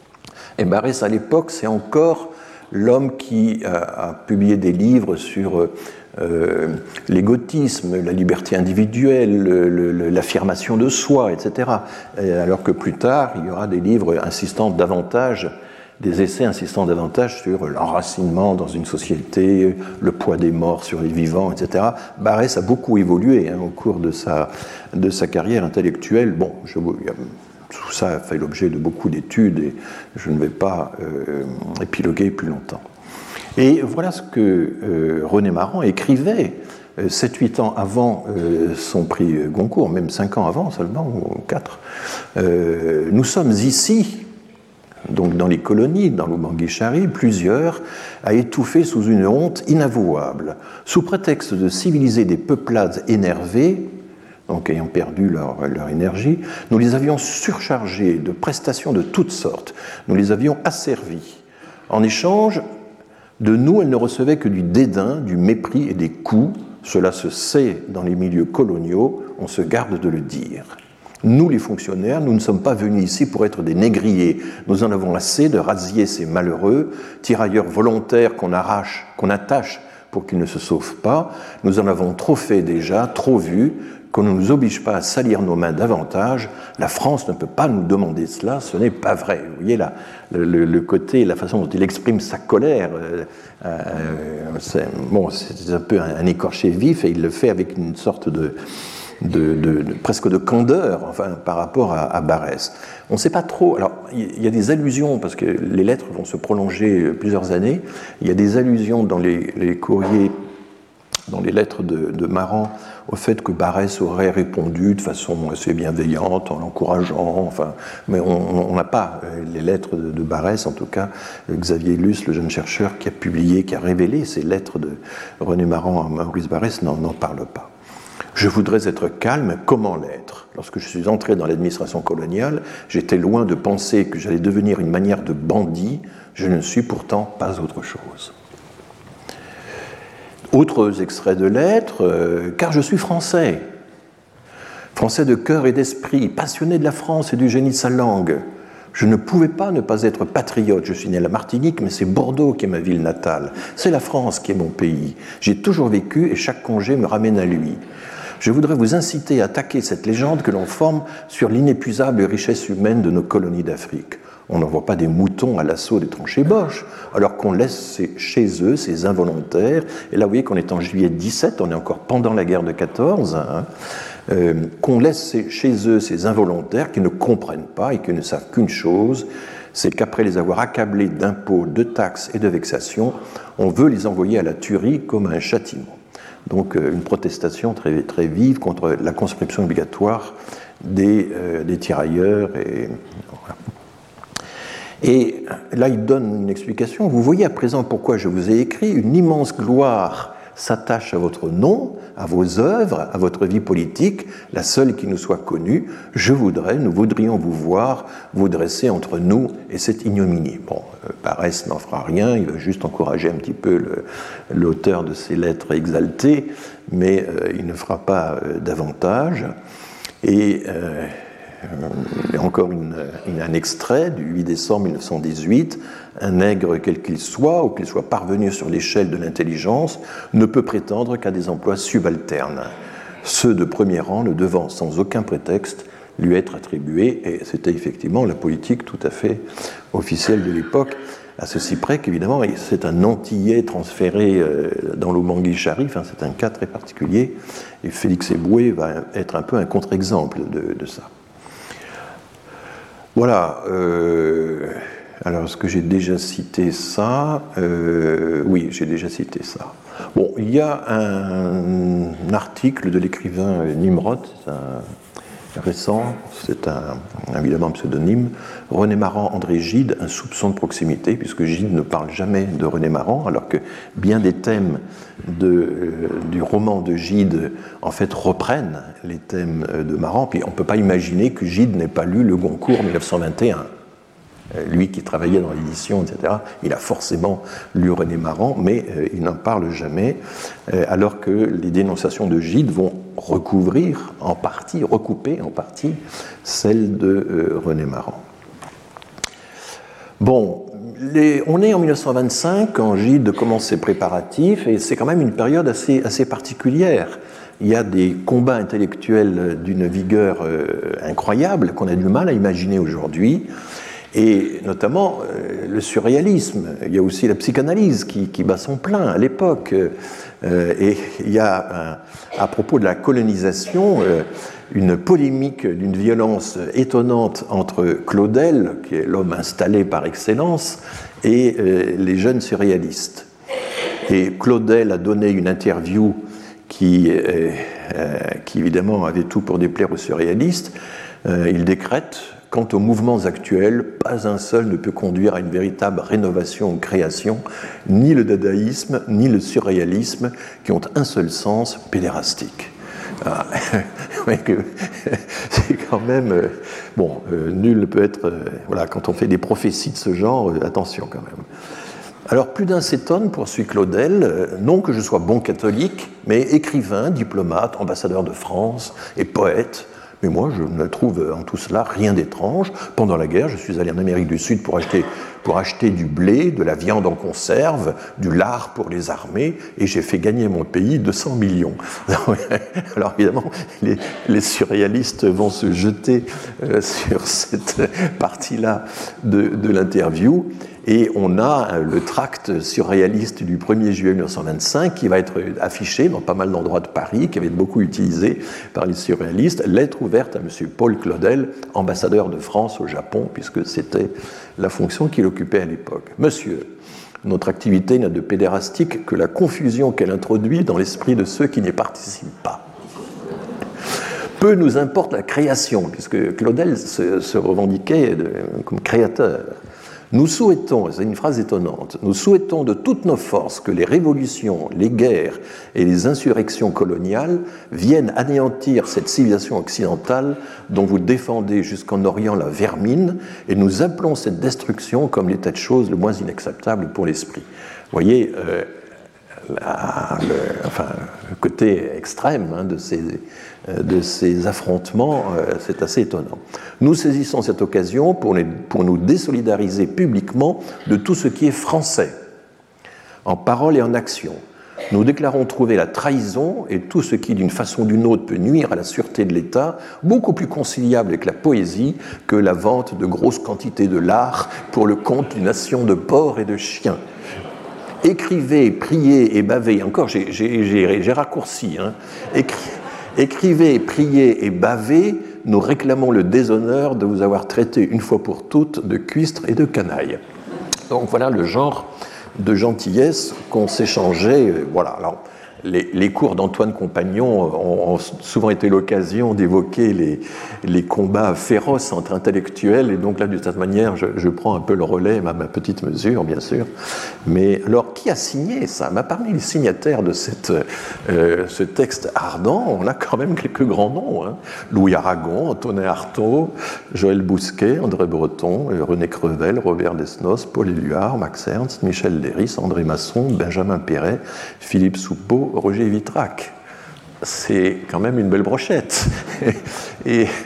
et Barrès à l'époque, c'est encore l'homme qui a, a publié des livres sur euh, l'égotisme, la liberté individuelle, le, le, l'affirmation de soi, et cetera. Et alors que plus tard, il y aura des livres insistant davantage, des essais insistant davantage sur l'enracinement dans une société, le poids des morts sur les vivants, et cetera. Barrès a beaucoup évolué hein, au cours de sa, de sa carrière intellectuelle. Bon, je vous... Tout ça a fait l'objet de beaucoup d'études et je ne vais pas euh, épiloguer plus longtemps. Et voilà ce que euh, René Maran écrivait euh, sept huit ans avant euh, son prix Goncourt, même cinq ans avant seulement, ou quatre. Euh, nous sommes ici, donc dans les colonies, dans l'Obanguichari, plusieurs, à étouffer sous une honte inavouable, sous prétexte de civiliser des peuplades énervées, donc ayant perdu leur, leur énergie, nous les avions surchargés de prestations de toutes sortes, nous les avions asservis. En échange, de nous, elles ne recevaient que du dédain, du mépris et des coups. Cela se sait dans les milieux coloniaux, on se garde de le dire. Nous, les fonctionnaires, nous ne sommes pas venus ici pour être des négriers. Nous en avons assez de rasier ces malheureux, tirailleurs volontaires qu'on arrache, qu'on attache pour qu'ils ne se sauvent pas. Nous en avons trop fait déjà, trop vu, qu'on ne nous oblige pas à salir nos mains davantage. La France ne peut pas nous demander cela, ce n'est pas vrai. Vous voyez là, le, le, le côté, la façon dont il exprime sa colère, euh, euh, c'est, bon, c'est un peu un, un écorché vif, et il le fait avec une sorte de, de, de, de presque de candeur, enfin, par rapport à, à Barrès. On ne sait pas trop. Alors, il y a des allusions, parce que les lettres vont se prolonger plusieurs années. Il y a des allusions dans les, les courriers, dans les lettres de, de Maran, au fait que Barrès aurait répondu de façon assez bienveillante, en l'encourageant, enfin, mais on n'a pas les lettres de, de Barrès, en tout cas, Xavier Luce, le jeune chercheur qui a publié, qui a révélé ces lettres de René Maran à Maurice Barrès, n'en, n'en parle pas. Je voudrais être calme, comment l'être ? Lorsque je suis entré dans l'administration coloniale, j'étais loin de penser que j'allais devenir une manière de bandit, je ne suis pourtant pas autre chose. Autres extraits de lettres, euh, car je suis français, français de cœur et d'esprit, passionné de la France et du génie de sa langue. Je ne pouvais pas ne pas être patriote. Je suis né à la Martinique, mais c'est Bordeaux qui est ma ville natale. C'est la France qui est mon pays. J'ai toujours vécu et chaque congé me ramène à lui. Je voudrais vous inciter à attaquer cette légende que l'on forme sur l'inépuisable richesse humaine de nos colonies d'Afrique. On n'envoie pas des moutons à l'assaut des tranchées Boches, alors qu'on laisse chez eux ces involontaires. Et là, vous voyez qu'on est en juillet dix-sept, on est encore pendant la guerre de quatorze, hein, euh, qu'on laisse chez eux ces involontaires qui ne comprennent pas et qui ne savent qu'une chose, c'est qu'après les avoir accablés d'impôts, de taxes et de vexations, on veut les envoyer à la tuerie comme un châtiment. Donc euh, une protestation très, très vive contre la conscription obligatoire des, euh, des tirailleurs et... Voilà. Et là, il donne une explication. Vous voyez à présent pourquoi je vous ai écrit. Une immense gloire s'attache à votre nom, à vos œuvres, à votre vie politique, la seule qui nous soit connue. Je voudrais, nous voudrions vous voir, vous dresser entre nous et cette ignominie. Bon, Barrès n'en fera rien, il va juste encourager un petit peu le, l'auteur de ces lettres exaltées, mais euh, il ne fera pas euh, davantage. Et... Euh, euh, encore une, une, un extrait du huit décembre mille neuf cent dix-huit. Un nègre, quel qu'il soit, ou qu'il soit parvenu sur l'échelle de l'intelligence, ne peut prétendre qu'à des emplois subalternes, ceux de premier rang ne devant sans aucun prétexte lui être attribués, et c'était effectivement la politique tout à fait officielle de l'époque, à ceci près qu'évidemment c'est un Antillais transféré dans l'Omangué-Chari, enfin, c'est un cas très particulier, et Félix Eboué va être un peu un contre-exemple de, de ça. Voilà, euh, alors est-ce que j'ai déjà cité ça? euh, Oui, j'ai déjà cité ça. Bon, il y a un, un article de l'écrivain Nimrod, c'est un récent, c'est un, évidemment un pseudonyme, René Maran, André Gide, un soupçon de proximité, puisque Gide ne parle jamais de René Maran, alors que bien des thèmes de, euh, du roman de Gide, en fait, reprennent les thèmes de Maran, puis on ne peut pas imaginer que Gide n'ait pas lu le Goncourt mille neuf cent vingt et un. Lui qui travaillait dans l'édition, et cetera, il a forcément lu René Maran, mais euh, il n'en parle jamais, euh, alors que les dénonciations de Gide vont recouvrir en partie, recouper en partie celles de euh, René Maran. Bon, les, on est en mille neuf cent vingt-cinq quand Gide commence ses préparatifs, et c'est quand même une période assez, assez particulière. Il y a des combats intellectuels d'une vigueur euh, incroyable qu'on a du mal à imaginer aujourd'hui. Et notamment euh, le surréalisme. Il y a aussi la psychanalyse qui, qui bat son plein à l'époque. Euh, et il y a, un, à propos de la colonisation, euh, une polémique d'une violence étonnante entre Claudel, qui est l'homme installé par excellence, et euh, les jeunes surréalistes. Et Claudel a donné une interview qui, euh, euh, qui évidemment avait tout pour déplaire aux surréalistes. Euh, il décrète: quant aux mouvements actuels, pas un seul ne peut conduire à une véritable rénovation ou création, ni le dadaïsme, ni le surréalisme, qui ont un seul sens, pédérastique. Ah, c'est quand même... Euh, bon, euh, nul ne peut être... Euh, voilà, quand on fait des prophéties de ce genre, euh, attention quand même. Alors, plus d'un s'étonne, poursuit Claudel, euh, non que je sois bon catholique, mais écrivain, diplomate, ambassadeur de France et poète. Mais moi, je ne trouve en tout cela rien d'étrange. Pendant la guerre, je suis allé en Amérique du Sud pour acheter, pour acheter du blé, de la viande en conserve, du lard pour les armées, et j'ai fait gagner mon pays deux cents millions. Alors évidemment, les, les surréalistes vont se jeter euh, sur cette partie-là de, de l'interview. Et on a le tract surréaliste du premier juillet mille neuf cent vingt-cinq qui va être affiché dans pas mal d'endroits de Paris, qui va être beaucoup utilisé par les surréalistes. Lettre ouverte à M. Paul Claudel, ambassadeur de France au Japon, puisque c'était la fonction qu'il occupait à l'époque. Monsieur, notre activité n'a de pédérastique que la confusion qu'elle introduit dans l'esprit de ceux qui n'y participent pas. Peu nous importe la création, puisque Claudel se, se revendiquait de, comme créateur. Nous souhaitons, c'est une phrase étonnante, nous souhaitons de toutes nos forces que les révolutions, les guerres et les insurrections coloniales viennent anéantir cette civilisation occidentale dont vous défendez jusqu'en Orient la vermine, et nous appelons cette destruction comme l'état de choses le moins inacceptable pour l'esprit. Vous voyez, euh, la, le, enfin, le côté extrême hein, de ces... de ces affrontements, euh, c'est assez étonnant. Nous saisissons cette occasion pour, les, pour nous désolidariser publiquement de tout ce qui est français, en parole et en action. Nous déclarons trouver la trahison et tout ce qui, d'une façon ou d'une autre, peut nuire à la sûreté de l'État, beaucoup plus conciliable avec la poésie que la vente de grosses quantités de lard pour le compte d'une nation de porcs et de chiens. Écrivez, priez et bavez, encore j'ai, j'ai, j'ai, j'ai raccourci, hein. Écri- Écrivez, priez et bavez, nous réclamons le déshonneur de vous avoir traité une fois pour toutes de cuistre et de canaille. Donc voilà le genre de gentillesse qu'on s'échangeait. Voilà. Alors, les, les cours d'Antoine Compagnon ont, ont souvent été l'occasion d'évoquer les, les combats féroces entre intellectuels, et donc là, d'une certaine manière, je, je prends un peu le relais, à ma petite mesure, bien sûr. Mais alors, qui a signé ça? bah, Parmi les signataires de cette, euh, ce texte ardent, on a quand même quelques grands noms. Hein. Louis Aragon, Antonin Artaud, Joël Bousquet, André Breton, René Crevel, Robert Desnos, Paul Éluard, Max Ernst, Michel Léris, André Masson, Benjamin Perret, Philippe Soupeau, Roger Vitrac. C'est quand même une belle brochette. Et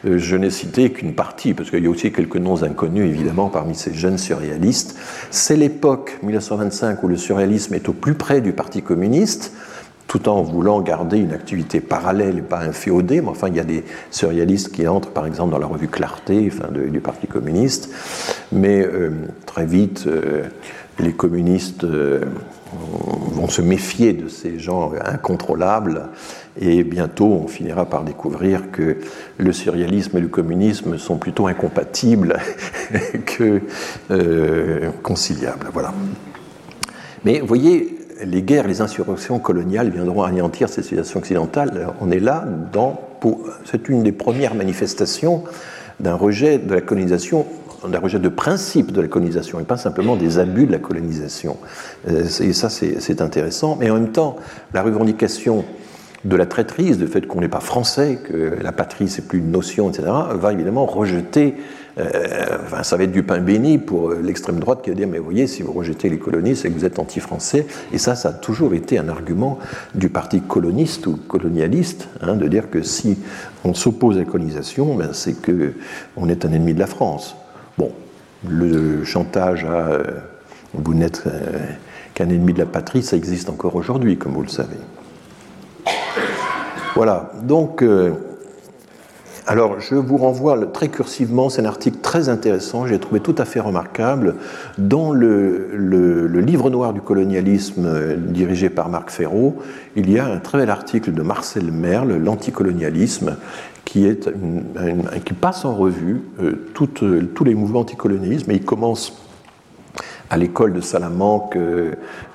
Euh, je n'ai cité qu'une partie, parce qu'il y a aussi quelques noms inconnus, évidemment, parmi ces jeunes surréalistes. C'est l'époque, mille neuf cent vingt-cinq, où le surréalisme est au plus près du Parti communiste, tout en voulant garder une activité parallèle et pas inféodée. Mais enfin, il y a des surréalistes qui entrent, par exemple, dans la revue Clarté, enfin, de, du Parti communiste. Mais euh, très vite, euh, les communistes euh, vont se méfier de ces gens incontrôlables. Et bientôt, on finira par découvrir que le surréalisme et le communisme sont plutôt incompatibles que euh, conciliables. Voilà. Mais vous voyez, les guerres, les insurrections coloniales viendront anéantir ces civilisations occidentales. On est là dans... Pour, c'est une des premières manifestations d'un rejet de la colonisation, d'un rejet de principe de la colonisation, et pas simplement des abus de la colonisation. Et ça, c'est, c'est intéressant. Mais en même temps, la revendication de la traîtrise, du fait qu'on n'est pas français, que la patrie, c'est plus une notion, et cetera, va évidemment rejeter... Euh, enfin, ça va être du pain béni pour l'extrême droite qui va dire mais vous voyez, si vous rejetez les colonies, c'est que vous êtes anti-français. Et ça, ça a toujours été un argument du parti coloniste ou colonialiste, hein, de dire que si on s'oppose à la colonisation, ben, c'est qu'on est un ennemi de la France. Bon, le chantage à euh, vous n'êtes euh, qu'un ennemi de la patrie, ça existe encore aujourd'hui, comme vous le savez. Voilà, donc... Euh, Alors, je vous renvoie très cursivement, c'est un article très intéressant, j'ai trouvé tout à fait remarquable, dans le, le, le livre noir du colonialisme dirigé par Marc Ferraud, il y a un très bel article de Marcel Merle, l'anticolonialisme, qui, est une, une, qui passe en revue euh, tout, euh, tous les mouvements anticolonialisme, et il commence à l'école de Salamanque euh,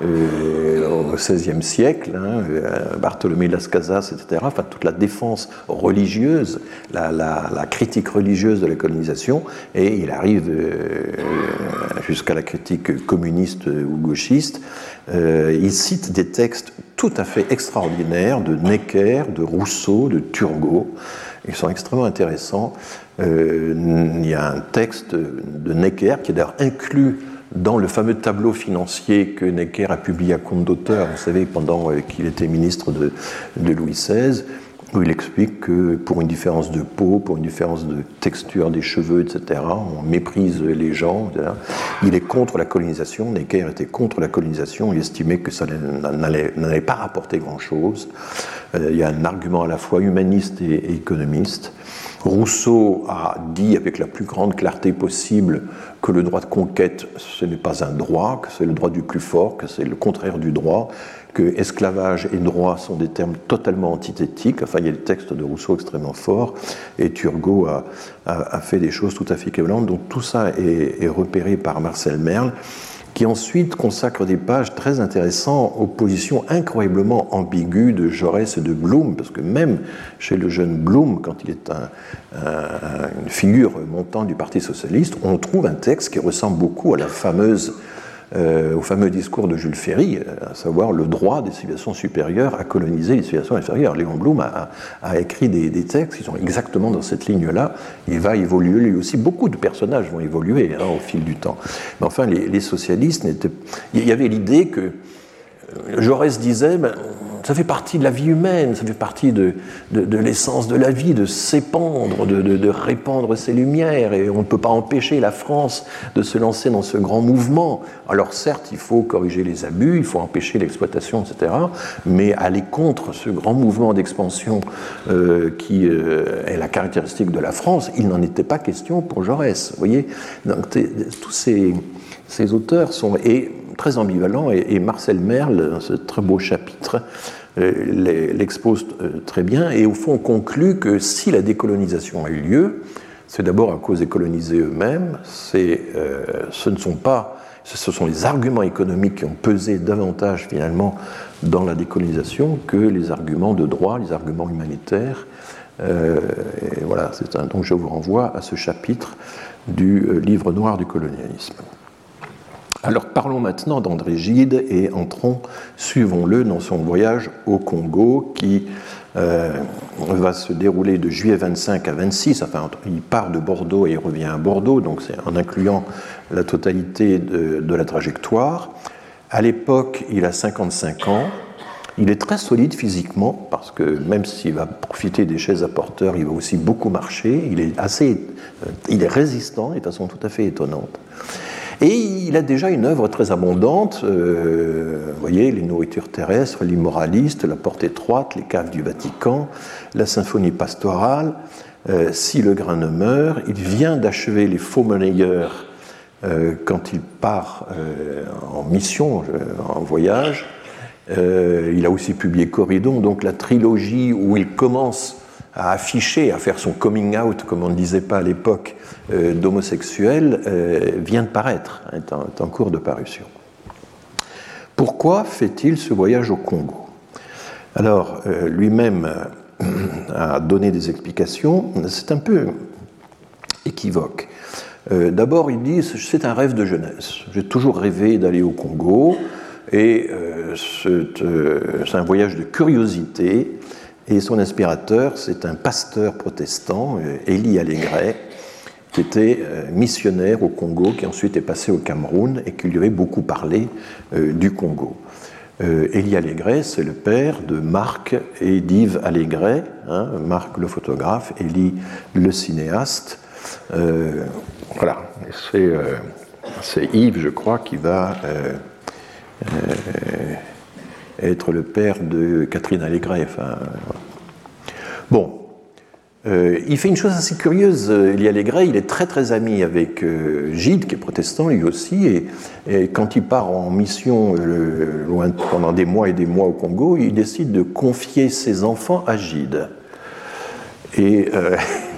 euh, au seizième siècle, hein, euh, Bartholomé de Las Casas, et cetera, enfin toute la défense religieuse, la, la, la critique religieuse de la colonisation, et il arrive euh, jusqu'à la critique communiste ou gauchiste. Euh, il cite des textes tout à fait extraordinaires de Necker, de Rousseau, de Turgot. Ils sont extrêmement intéressants. Euh, il y a un texte de Necker qui est d'ailleurs inclus dans le fameux tableau financier que Necker a publié à compte d'auteur, vous savez, pendant qu'il était ministre de, de Louis seize, où il explique que pour une différence de peau, pour une différence de texture des cheveux, et cetera, on méprise les gens, et cetera. Il est contre la colonisation, Necker était contre la colonisation, il estimait que ça n'allait, n'allait pas rapporter grand-chose. Euh, il y a un argument à la fois humaniste et, et économiste. Rousseau a dit avec la plus grande clarté possible que le droit de conquête, ce n'est pas un droit, que c'est le droit du plus fort, que c'est le contraire du droit, que esclavage et droit sont des termes totalement antithétiques. Enfin, il y a des textes de Rousseau extrêmement forts, et Turgot a, a, a fait des choses tout à fait équivalentes. Donc tout ça est, est repéré par Marcel Merle, qui ensuite consacre des pages très intéressantes aux positions incroyablement ambiguës de Jaurès et de Blum, parce que même chez le jeune Blum, quand il est un, un, une figure montant du Parti socialiste, on trouve un texte qui ressemble beaucoup à la fameuse, euh, au fameux discours de Jules Ferry, à savoir le droit des civilisations supérieures à coloniser les civilisations inférieures. Léon Blum a, a écrit des, des textes qui sont exactement dans cette ligne-là. Il va évoluer, lui aussi, beaucoup de personnages vont évoluer hein, au fil du temps. Mais enfin, les, les socialistes n'étaient... Il y avait l'idée que Jaurès disait... Ben, ça fait partie de la vie humaine, ça fait partie de, de, de l'essence de la vie, de s'épandre, de, de, de répandre ses lumières, et on ne peut pas empêcher la France de se lancer dans ce grand mouvement. Alors certes, il faut corriger les abus, il faut empêcher l'exploitation, et cetera, mais aller contre ce grand mouvement d'expansion euh, qui euh, est la caractéristique de la France, il n'en était pas question pour Jaurès. Vous voyez, donc tous ces, ces auteurs sont... Et, très ambivalent, et, et Marcel Merle, dans ce très beau chapitre, euh, l'expose euh, très bien, et au fond conclut que si la décolonisation a eu lieu, c'est d'abord à cause des colonisés eux-mêmes, c'est, euh, ce ne sont pas, ce sont les arguments économiques qui ont pesé davantage finalement dans la décolonisation que les arguments de droit, les arguments humanitaires. Euh, et voilà, c'est un, donc je vous renvoie à ce chapitre du euh, livre noir du colonialisme. Alors parlons maintenant d'André Gide et entrons, suivons-le dans son voyage au Congo qui euh, va se dérouler de juillet vingt-cinq à vingt-six, enfin il part de Bordeaux et il revient à Bordeaux, donc c'est en incluant la totalité de, de la trajectoire. À l'époque, il a cinquante-cinq ans, Il est très solide physiquement, parce que même s'il va profiter des chaises à porteurs, il va aussi beaucoup marcher. Il est, assez, il est résistant, et de façon tout à fait étonnante. Et il a déjà une œuvre très abondante, euh, vous voyez, les nourritures terrestres, l'immoraliste, la porte étroite, les caves du Vatican, la symphonie pastorale, euh, Si le grain ne meurt. Il vient d'achever Les faux monnayeurs euh, quand il part euh, en mission, euh, en voyage. Euh, il a aussi publié Corridon, donc la trilogie où il commence à afficher, à faire son coming out, comme on ne disait pas à l'époque, euh, d'homosexuel, euh, vient de paraître, est en, est en cours de parution. Pourquoi fait-il ce voyage au Congo? Alors, euh, lui-même euh, a donné des explications, c'est un peu équivoque. Euh, d'abord, il dit, c'est un rêve de jeunesse. J'ai toujours rêvé d'aller au Congo, et euh, c'est, euh, c'est un voyage de curiosité. Et son inspirateur, c'est un pasteur protestant, Élie Allégret, qui était missionnaire au Congo, qui ensuite est passé au Cameroun et qui lui avait beaucoup parlé euh, du Congo. Euh, Élie Allégret, c'est le père de Marc et d'Yves Allégret, hein, Marc le photographe, Élie le cinéaste. Euh, voilà, c'est, euh, c'est Yves, je crois, qui va euh, euh, être le père de Catherine Allégret. Enfin, bon, euh, il fait une chose assez curieuse, Élie Allégret, il est très très ami avec euh, Gide, qui est protestant lui aussi, et, et quand il part en mission euh, loin, pendant des mois et des mois au Congo, il décide de confier ses enfants à Gide. Et, euh,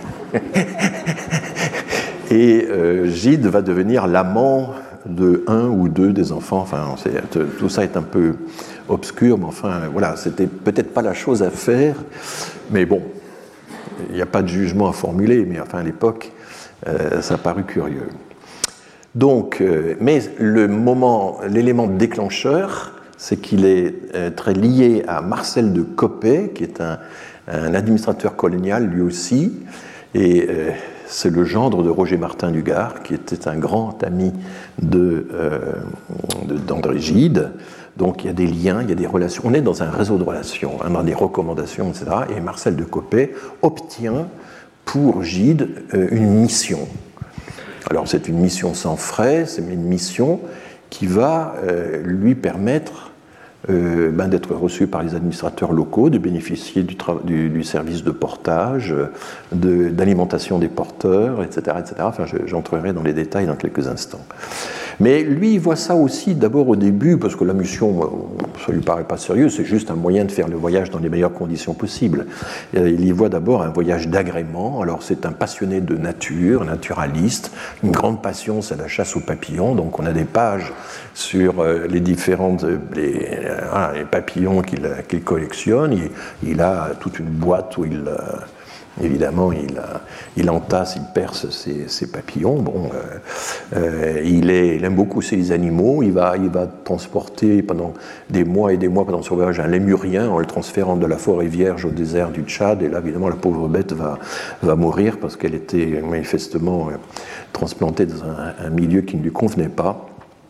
et euh, Gide va devenir l'amant de un ou deux des enfants, enfin, c'est, tout ça est un peu obscur, mais enfin, voilà, c'était peut-être pas la chose à faire, mais bon, il n'y a pas de jugement à formuler, mais enfin, à l'époque, euh, ça a paru curieux. Donc, euh, mais le moment, l'élément déclencheur, c'est qu'il est euh, très lié à Marcel de Coppet, qui est un, un administrateur colonial lui aussi, et euh, c'est le gendre de Roger Martin du Gard, qui était un grand ami de, euh, de, d'André Gide. Donc il y a des liens, il y a des relations. On est dans un réseau de relations, hein, dans des recommandations, et cetera. Et Marcel de Coppet obtient pour Gide euh, une mission. Alors c'est une mission sans frais, c'est une mission qui va euh, lui permettre Euh, ben, d'être reçu par les administrateurs locaux, de bénéficier du, tra- du, du service de portage, de, d'alimentation des porteurs, et cetera, et cetera. Enfin, je, j'entrerai dans les détails dans quelques instants. Mais lui, il voit ça aussi d'abord au début, parce que la mission, ça lui paraît pas sérieux, c'est juste un moyen de faire le voyage dans les meilleures conditions possibles. Il y voit d'abord un voyage d'agrément. Alors c'est un passionné de nature, naturaliste. Une grande passion, c'est la chasse aux papillons. Donc on a des pages sur les différentes les, voilà, les papillons qu'il, qu'il collectionne. Il, il a toute une boîte où il évidemment, il, il entasse, il perce ses, ses papillons. Bon, euh, euh, il, est, il aime beaucoup ces animaux. Il va, il va transporter pendant des mois et des mois pendant son voyage un lémurien en le transférant de la forêt vierge au désert du Tchad. Et là, évidemment, la pauvre bête va, va mourir parce qu'elle était manifestement euh, transplantée dans un, un milieu qui ne lui convenait pas.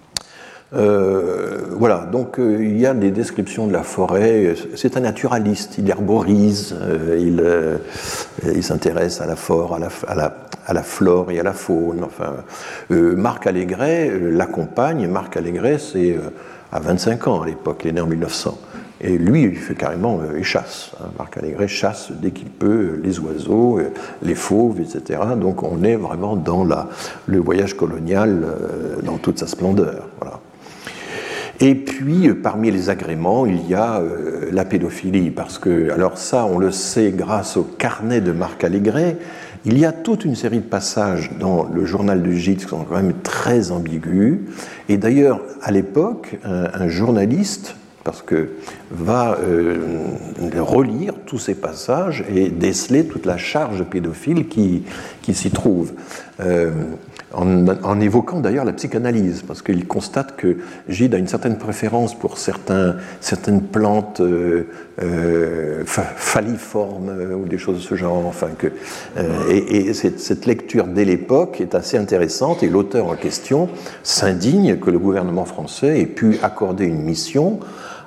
Euh, voilà, donc euh, il y a des descriptions de la forêt. C'est un naturaliste, il herborise, euh, il, euh, il s'intéresse à la, flore, à, la, à, la, à la flore et à la faune. Enfin, euh, Marc Allégret euh, l'accompagne. Marc Allégret, c'est euh, à vingt-cinq ans à l'époque, il est né en mille neuf cents. Et lui, il fait carrément, euh, il chasse. Hein. Marc Allégret chasse dès qu'il peut les oiseaux, euh, les fauves, et cetera. Donc on est vraiment dans la, le voyage colonial euh, dans toute sa splendeur. Voilà. Et puis, parmi les agréments, il y a euh, la pédophilie, parce que, alors ça, on le sait grâce au carnet de Marc Allégret, il y a toute une série de passages dans le journal de Gide qui sont quand même très ambigus, et d'ailleurs, à l'époque, un, un journaliste, parce que va euh, relire tous ces passages et déceler toute la charge pédophile qui, qui s'y trouve. Euh, En, en évoquant d'ailleurs la psychanalyse, parce qu'il constate que Gide a une certaine préférence pour certains, certaines plantes euh, euh, falliformes euh, ou des choses de ce genre. Enfin, que, euh, et et cette, cette lecture dès l'époque est assez intéressante, et l'auteur en question s'indigne que le gouvernement français ait pu accorder une mission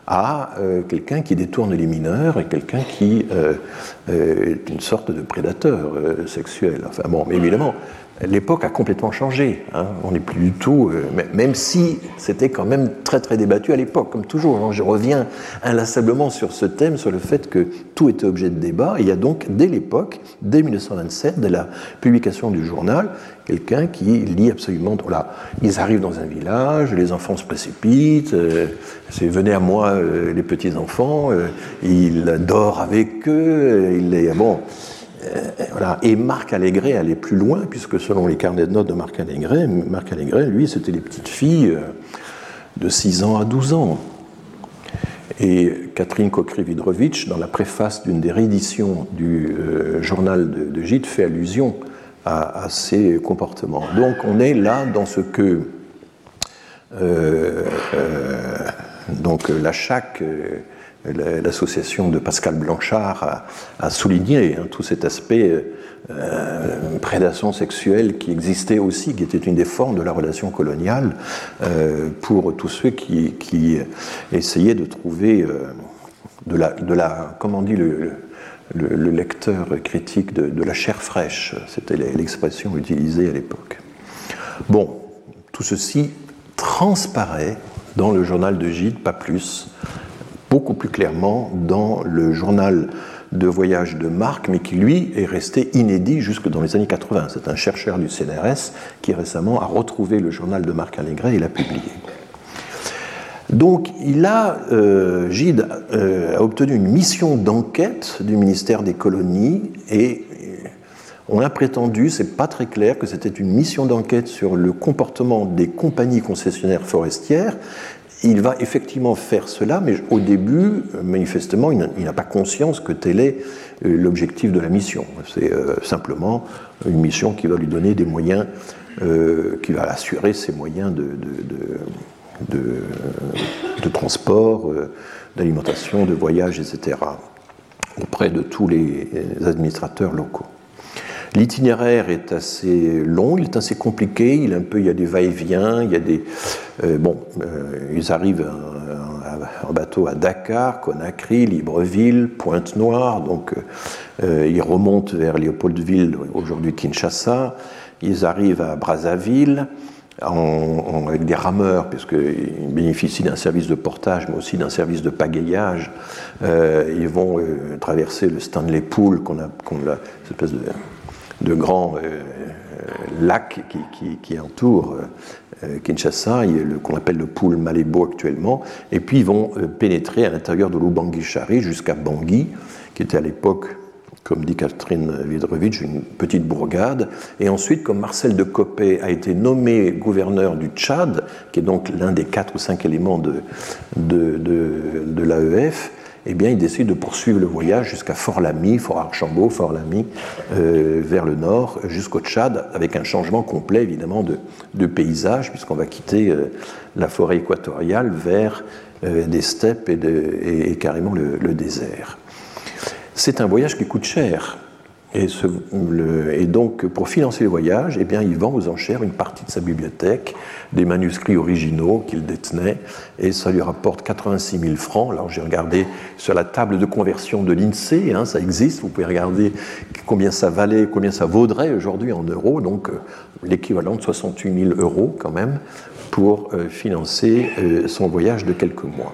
à euh, quelqu'un qui détourne les mineurs et quelqu'un qui euh, euh, est une sorte de prédateur euh, sexuel. Enfin bon, mais évidemment, l'époque a complètement changé. Hein. On n'est plus du tout, euh, même si c'était quand même très très débattu à l'époque, comme toujours. Hein. Je reviens inlassablement sur ce thème, sur le fait que tout était objet de débat. Et il y a donc, dès l'époque, dès mille neuf cent vingt-sept, dès la publication du journal, quelqu'un qui lit absolument. Voilà, ils arrivent dans un village, les enfants se précipitent, euh, c'est venez à moi euh, les petits enfants, euh, il dort avec eux, il est bon. Euh, voilà. Et Marc Allégret allait plus loin, puisque selon les carnets de notes de Marc Allégret, Marc Allégret, lui, c'était les petites filles euh, de six ans à douze ans. Et Catherine Kokrividrovitch, dans la préface d'une des rééditions du euh, journal de, de Gide, fait allusion à, à ces comportements. Donc on est là dans ce que euh, euh, donc la C H A C, euh, l'association de Pascal Blanchard, a, a souligné hein, tout cet aspect euh, prédation sexuelle qui existait aussi, qui était une des formes de la relation coloniale euh, pour tous ceux qui, qui essayaient de trouver euh, de, la, de la, comment on dit le, le, le lecteur critique de, de la chair fraîche, c'était l'expression utilisée à l'époque. Bon, tout ceci transparaît dans le journal de Gide, pas plus, beaucoup plus clairement dans le journal de voyage de Marc, mais qui lui est resté inédit jusque dans les années quatre-vingts. C'est un chercheur du C N R S qui récemment a retrouvé le journal de Marc Allégret et l'a publié. Donc, il a, euh, Gide euh, a obtenu une mission d'enquête du ministère des Colonies et on a prétendu, c'est pas très clair, que c'était une mission d'enquête sur le comportement des compagnies concessionnaires forestières. Il va effectivement faire cela, mais au début, manifestement, il n'a pas conscience que tel est l'objectif de la mission. C'est euh, simplement une mission qui va lui donner des moyens, euh, qui va assurer ses moyens de, de, de, de, de transport, euh, d'alimentation, de voyage, et cetera, auprès de tous les administrateurs locaux. L'itinéraire est assez long, il est assez compliqué, il, un peu, il y a des va-et-vient, il y a des... Euh, bon, euh, ils arrivent en bateau à Dakar, Conakry, Libreville, Pointe-Noire, donc euh, ils remontent vers Léopoldville, aujourd'hui Kinshasa, ils arrivent à Brazzaville, en, en, avec des rameurs, puisqu'ils bénéficient d'un service de portage, mais aussi d'un service de pagayage. Euh, ils vont euh, traverser le Stanley Pool, qu'on a, qu'on a cette espèce de... de grands euh, lacs qui, qui, qui entourent euh, Kinshasa, qu'on appelle le Pool Malébo actuellement, et puis ils vont euh, pénétrer à l'intérieur de l'Oubangui-Chari jusqu'à Bangui, qui était à l'époque, comme dit Catherine Vidrovitch, une petite bourgade, et ensuite, comme Marcel de Coppet a été nommé gouverneur du Tchad, qui est donc l'un des quatre ou cinq éléments de, de, de, de l'A E F, eh bien, il décide de poursuivre le voyage jusqu'à Fort-Lamy, Fort-Archambault, Fort-Lamy, euh, vers le nord, jusqu'au Tchad, avec un changement complet, évidemment, de, de paysage, puisqu'on va quitter euh, la forêt équatoriale vers euh, des steppes et, de, et, et carrément le, le désert. C'est un voyage qui coûte cher. Et, ce, le, et donc, pour financer le voyage, eh bien, il vend aux enchères une partie de sa bibliothèque, des manuscrits originaux qu'il détenait, et ça lui rapporte quatre-vingt-six mille francs. Alors, j'ai regardé sur la table de conversion de l'INSEE, hein, ça existe, vous pouvez regarder combien ça valait, combien ça vaudrait aujourd'hui en euros, donc euh, l'équivalent de soixante-huit mille euros quand même, pour euh, financer euh, son voyage de quelques mois.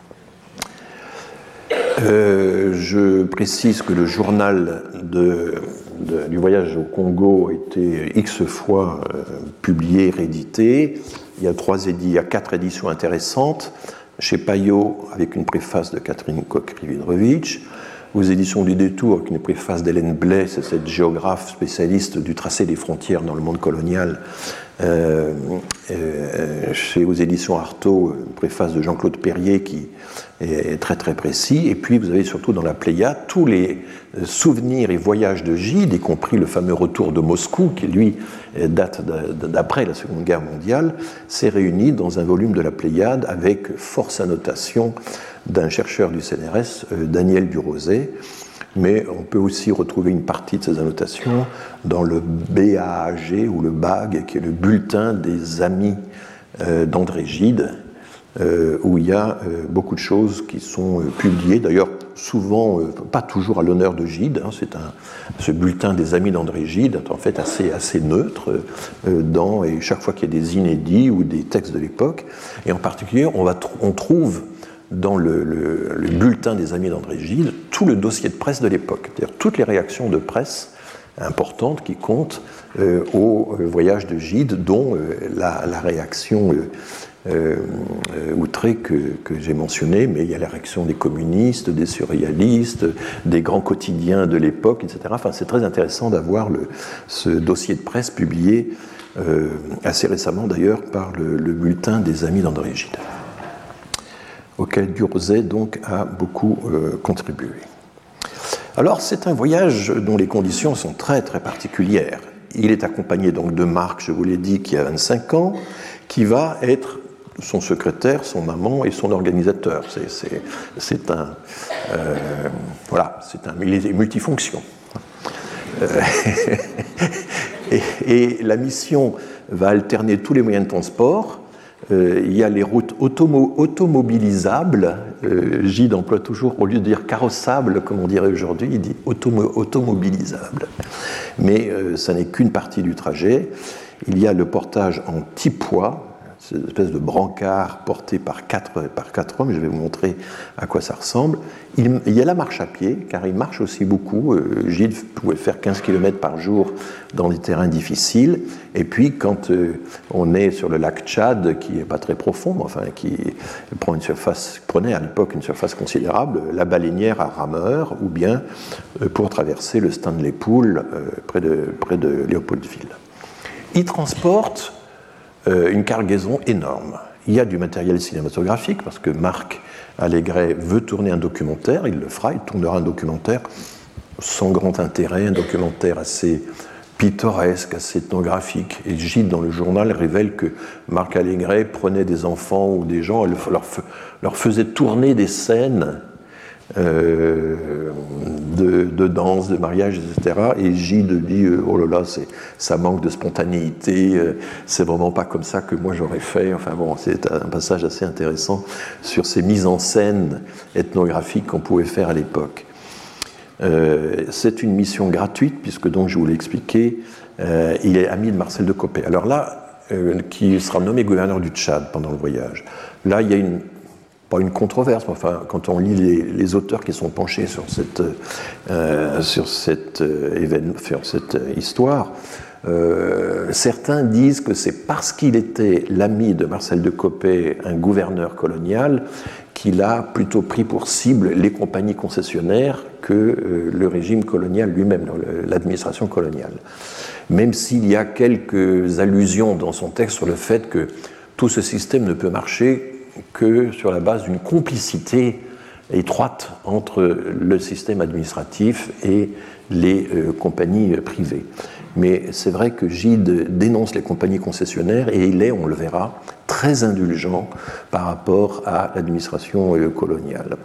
Euh, je précise que le journal de, de, du voyage au Congo a été X fois euh, publié, réédité. Il y a, trois édits, il y a quatre éditions intéressantes. Chez Payot, avec une préface de Catherine Kokrividrovitch. Aux éditions du Détour, avec une préface d'Hélène Blais, c'est cette géographe spécialiste du tracé des frontières dans le monde colonial. Euh, euh, chez aux éditions Artaud, une préface de Jean-Claude Perrier qui est très très précis. Et puis vous avez surtout dans la Pléiade tous les souvenirs et voyages de Gide, y compris le fameux retour de Moscou, qui lui date d'après la Seconde Guerre mondiale, s'est réuni dans un volume de la Pléiade avec force annotation d'un chercheur du C N R S, Daniel Burozet. Mais on peut aussi retrouver une partie de ces annotations dans le B A A G ou le B A G, qui est le bulletin des amis d'André Gide, euh, où il y a euh, beaucoup de choses qui sont euh, publiées, d'ailleurs souvent, euh, pas toujours à l'honneur de Gide, hein, c'est un, ce bulletin des amis d'André Gide est en fait assez, assez neutre, euh, dans, et chaque fois qu'il y a des inédits ou des textes de l'époque, et en particulier on, va, on trouve dans le, le, le bulletin des amis d'André Gide tout le dossier de presse de l'époque, c'est-à-dire toutes les réactions de presse importantes qui comptent euh, au voyage de Gide, dont euh, la, la réaction euh, euh, outrée que, que j'ai mentionnée, mais il y a la réaction des communistes, des surréalistes, des grands quotidiens de l'époque, et cetera. Enfin, c'est très intéressant d'avoir le, ce dossier de presse publié euh, assez récemment d'ailleurs par le, le bulletin des amis d'André Gide, auquel Durosay donc a beaucoup euh, contribué. Alors c'est un voyage dont les conditions sont très très particulières. Il est accompagné donc de Marc, je vous l'ai dit, qui a vingt-cinq ans, qui va être son secrétaire, son amant et son organisateur. C'est, c'est, c'est un euh, voilà, c'est un multifonction. Euh, et, et la mission va alterner tous les moyens de transport. Euh, il y a les routes automo- automobilisables. Euh, Gide emploie toujours, au lieu de dire carrossables, comme on dirait aujourd'hui, il dit automo- automobilisables. Mais euh, ça n'est qu'une partie du trajet. Il y a le portage en tipois, cette espèce de brancard porté par quatre, par quatre hommes. Je vais vous montrer à quoi ça ressemble. Il, il y a la marche à pied, car il marche aussi beaucoup. Euh, Gide pouvait faire quinze kilomètres par jour dans des terrains difficiles. Et puis, quand euh, on est sur le lac Tchad, qui n'est pas très profond, mais enfin, qui prend une surface, prenait à l'époque une surface considérable, la baleinière à rameur, ou bien euh, pour traverser le Stanley Pool euh, près de, près de Léopoldville. Il transporte euh, une cargaison énorme. Il y a du matériel cinématographique, parce que Marc Allégret veut tourner un documentaire, il le fera, il tournera un documentaire sans grand intérêt, un documentaire assez pittoresque, assez ethnographique. Et Gide, dans le journal, révèle que Marc Allégret prenait des enfants ou des gens, leur, leur faisait tourner des scènes euh, de, de danse, de mariage, et cetera. Et Gide dit euh, oh là là, c'est, ça manque de spontanéité, euh, c'est vraiment pas comme ça que moi j'aurais fait. Enfin bon, c'est un passage assez intéressant sur ces mises en scène ethnographiques qu'on pouvait faire à l'époque. Euh, c'est une mission gratuite, puisque donc je vous l'ai expliqué, euh, il est ami de Marcel de Coppet. Alors là, euh, qui sera nommé gouverneur du Tchad pendant le voyage. Là, il y a une, pas une controverse, mais enfin, quand on lit les, les auteurs qui sont penchés sur cette, euh, sur cette, euh, événement, sur cette histoire, euh, certains disent que c'est parce qu'il était l'ami de Marcel de Coppet, un gouverneur colonial, qu'il a plutôt pris pour cible les compagnies concessionnaires que euh, le régime colonial lui-même, l'administration coloniale. Même s'il y a quelques allusions dans son texte sur le fait que tout ce système ne peut marcher que sur la base d'une complicité étroite entre le système administratif et les euh, compagnies privées. Mais c'est vrai que Gide dénonce les compagnies concessionnaires et il est, on le verra, très indulgent par rapport à l'administration euh, coloniale.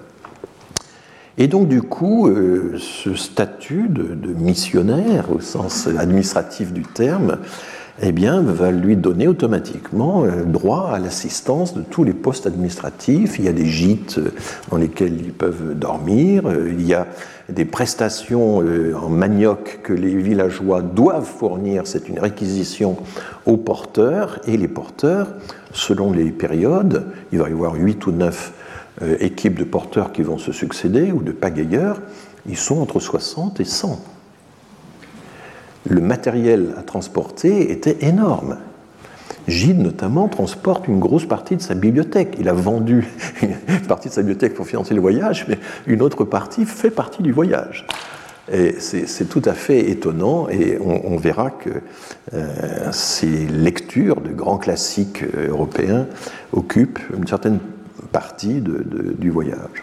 Et donc du coup, euh, ce statut de, de missionnaire au sens administratif du terme, eh bien, va lui donner automatiquement euh, droit à l'assistance de tous les postes administratifs. Il y a des gîtes dans lesquels ils peuvent dormir, euh, il y a des prestations euh, en manioc que les villageois doivent fournir, c'est une réquisition aux porteurs, et les porteurs, selon les périodes, il va y avoir huit ou neuf euh, équipes de porteurs qui vont se succéder, ou de pagayeurs, ils sont entre soixante et cent. Le matériel à transporter était énorme. Gide, notamment, transporte une grosse partie de sa bibliothèque. Il a vendu une partie de sa bibliothèque pour financer le voyage, mais une autre partie fait partie du voyage. Et c'est, c'est tout à fait étonnant, et on, on verra que euh, ces lectures de grands classiques européens occupent une certaine partie de, de, du voyage.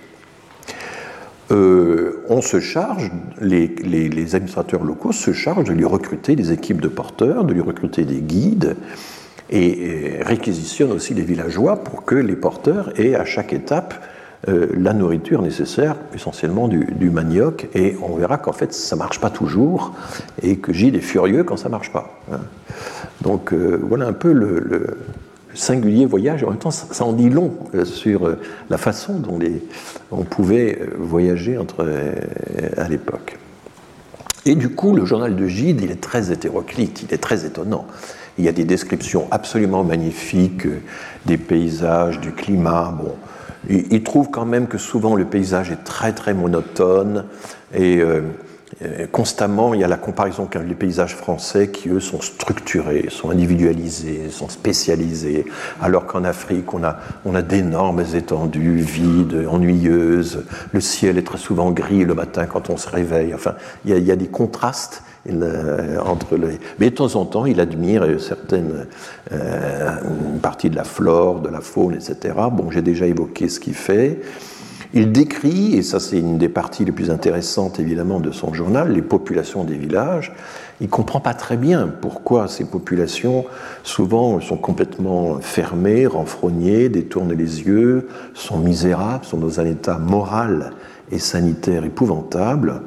Euh, on se charge, les, les, les administrateurs locaux se chargent de lui recruter des équipes de porteurs, de lui recruter des guides, et, et réquisitionnent aussi les villageois pour que les porteurs aient à chaque étape euh, la nourriture nécessaire, essentiellement du, du manioc, et on verra qu'en fait ça ne marche pas toujours, et que Gide est furieux quand ça ne marche pas. Hein. Donc euh, voilà un peu le, le, singulier voyage. En même temps, ça, ça en dit long sur la façon dont les, on pouvait voyager entre, à l'époque. Et du coup, le journal de Gide, il est très hétéroclite, il est très étonnant. Il y a des descriptions absolument magnifiques des paysages, du climat. Bon, il, il trouve quand même que souvent le paysage est très très monotone et euh, constamment il y a la comparaison avec les paysages français qui eux sont structurés, sont individualisés, sont spécialisés, alors qu'en Afrique on a, on a d'énormes étendues vides, ennuyeuses, le ciel est très souvent gris le matin quand on se réveille, enfin il y a, il y a des contrastes entre les... Mais de temps en temps il admire certaines euh, parties de la flore, de la faune, et cetera. Bon, j'ai déjà évoqué ce qu'il fait. Il décrit, et ça c'est une des parties les plus intéressantes évidemment de son journal, les populations des villages. Il ne comprend pas très bien pourquoi ces populations souvent sont complètement fermées, renfrognées, détournent les yeux, sont misérables, sont dans un état moral et sanitaire épouvantable.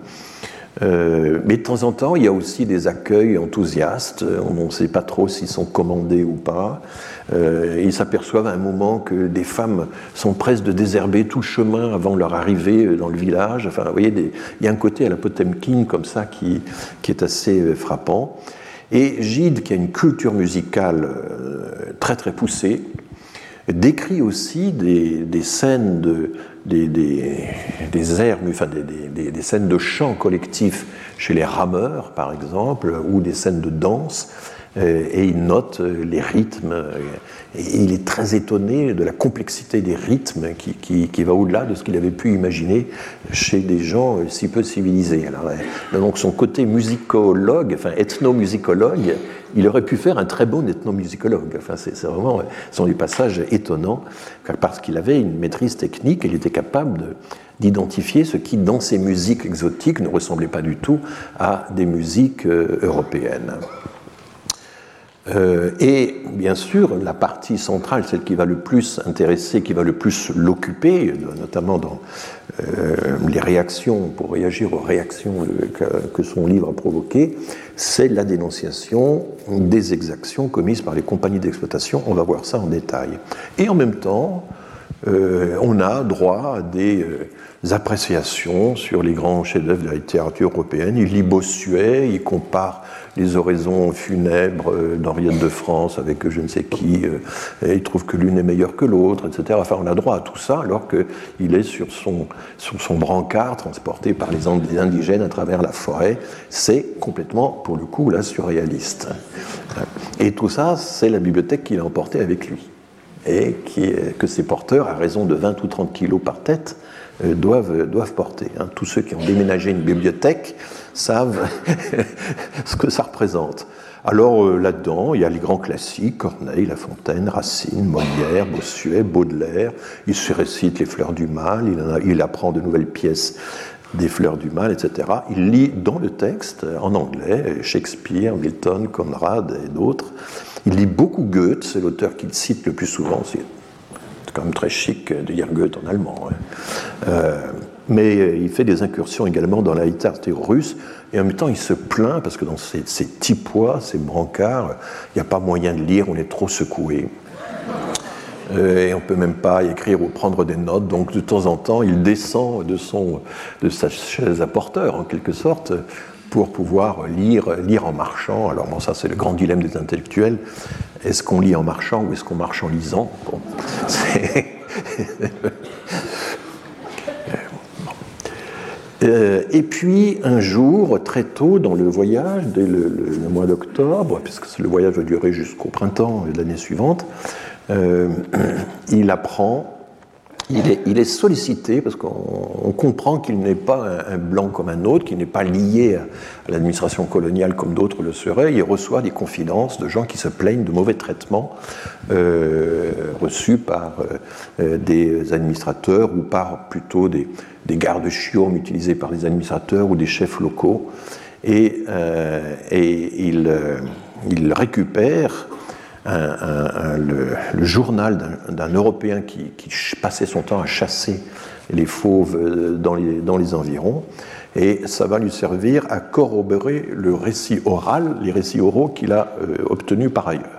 Euh, mais de temps en temps, il y a aussi des accueils enthousiastes, on ne sait pas trop s'ils sont commandés ou pas. Euh, ils s'aperçoivent à un moment que des femmes sont presque de désherber tout le chemin avant leur arrivée dans le village. Enfin, vous voyez, des, il y a un côté à la Potemkin comme ça qui, qui est assez frappant. Et Gide, qui a une culture musicale euh, très très poussée, décrit aussi des, des scènes de, des, des, des airs, enfin des, des, des scènes de chant collectif chez les rameurs, par exemple, ou des scènes de danse, et il note les rythmes, et il est très étonné de la complexité des rythmes qui, qui, qui va au-delà de ce qu'il avait pu imaginer chez des gens si peu civilisés. Alors, donc son côté musicologue, enfin ethnomusicologue, il aurait pu faire un très bon ethnomusicologue. Enfin, c'est, c'est vraiment, ce sont des passages étonnants, parce qu'il avait une maîtrise technique, il était capable de, d'identifier ce qui, dans ces musiques exotiques, ne ressemblait pas du tout à des musiques euh, européennes. Euh, et bien sûr, la partie centrale, celle qui va le plus intéresser, qui va le plus l'occuper, notamment dans euh, les réactions, pour réagir aux réactions que, que son livre a provoquées, c'est la dénonciation des exactions commises par les compagnies d'exploitation. On va voir ça en détail. Et en même temps, euh, on a droit à des euh, appréciations sur les grands chefs-d'œuvre de la littérature européenne. Il lit Bossuet, il compare les oraisons funèbres d'Henriette de France avec je ne sais qui, et il trouve que l'une est meilleure que l'autre, et cetera. Enfin, on a droit à tout ça alors qu'il est sur son, sur son brancard, transporté par les indigènes à travers la forêt. C'est complètement, pour le coup, là, surréaliste. Et tout ça, c'est la bibliothèque qu'il a emportée avec lui. Et qui, que ses porteurs, à raison de vingt ou trente kilos par tête, doivent, doivent porter. Hein. Tous ceux qui ont déménagé une bibliothèque savent ce que ça représente. Alors euh, là-dedans, il y a les grands classiques, Corneille, La Fontaine, Racine, Molière, Bossuet, Baudelaire. Il se récite les Fleurs du Mal, il, en a, il apprend de nouvelles pièces des Fleurs du Mal, et cetera. Il lit dans le texte, en anglais, Shakespeare, Milton, Conrad et d'autres. Il lit beaucoup Goethe, c'est l'auteur qu'il cite le plus souvent. C'est quand même très chic de lire Goethe en allemand. Hein. Euh, mais il fait des incursions également dans la littérature russe, et en même temps il se plaint parce que dans ces, ces petits poids, ces brancards, il n'y a pas moyen de lire, on est trop secoué. Euh, et on ne peut même pas écrire ou prendre des notes, donc de temps en temps il descend de, son, de sa chaise à porteur en quelque sorte, pour pouvoir lire, lire en marchant. Alors bon, ça c'est le grand dilemme des intellectuels. Est-ce qu'on lit en marchant ou est-ce qu'on marche en lisant? Bon, c'est... euh, et puis un jour, très tôt dans le voyage, dès le, le, le mois d'octobre, puisque le voyage va durer jusqu'au printemps de l'année suivante, euh, il apprend... Il est, il est sollicité parce qu'on comprend qu'il n'est pas un, un blanc comme un autre, qu'il n'est pas lié à, à l'administration coloniale comme d'autres le seraient. Il reçoit des confidences de gens qui se plaignent de mauvais traitements euh, reçus par euh, des administrateurs ou par plutôt des, des gardes-chiourmes utilisés par les administrateurs ou des chefs locaux. Et, euh, et il, euh, il récupère Un, un, un, le, le journal d'un, d'un Européen qui, qui passait son temps à chasser les fauves dans les, dans les environs, et ça va lui servir à corroborer le récit oral, les récits oraux qu'il a euh, obtenus par ailleurs.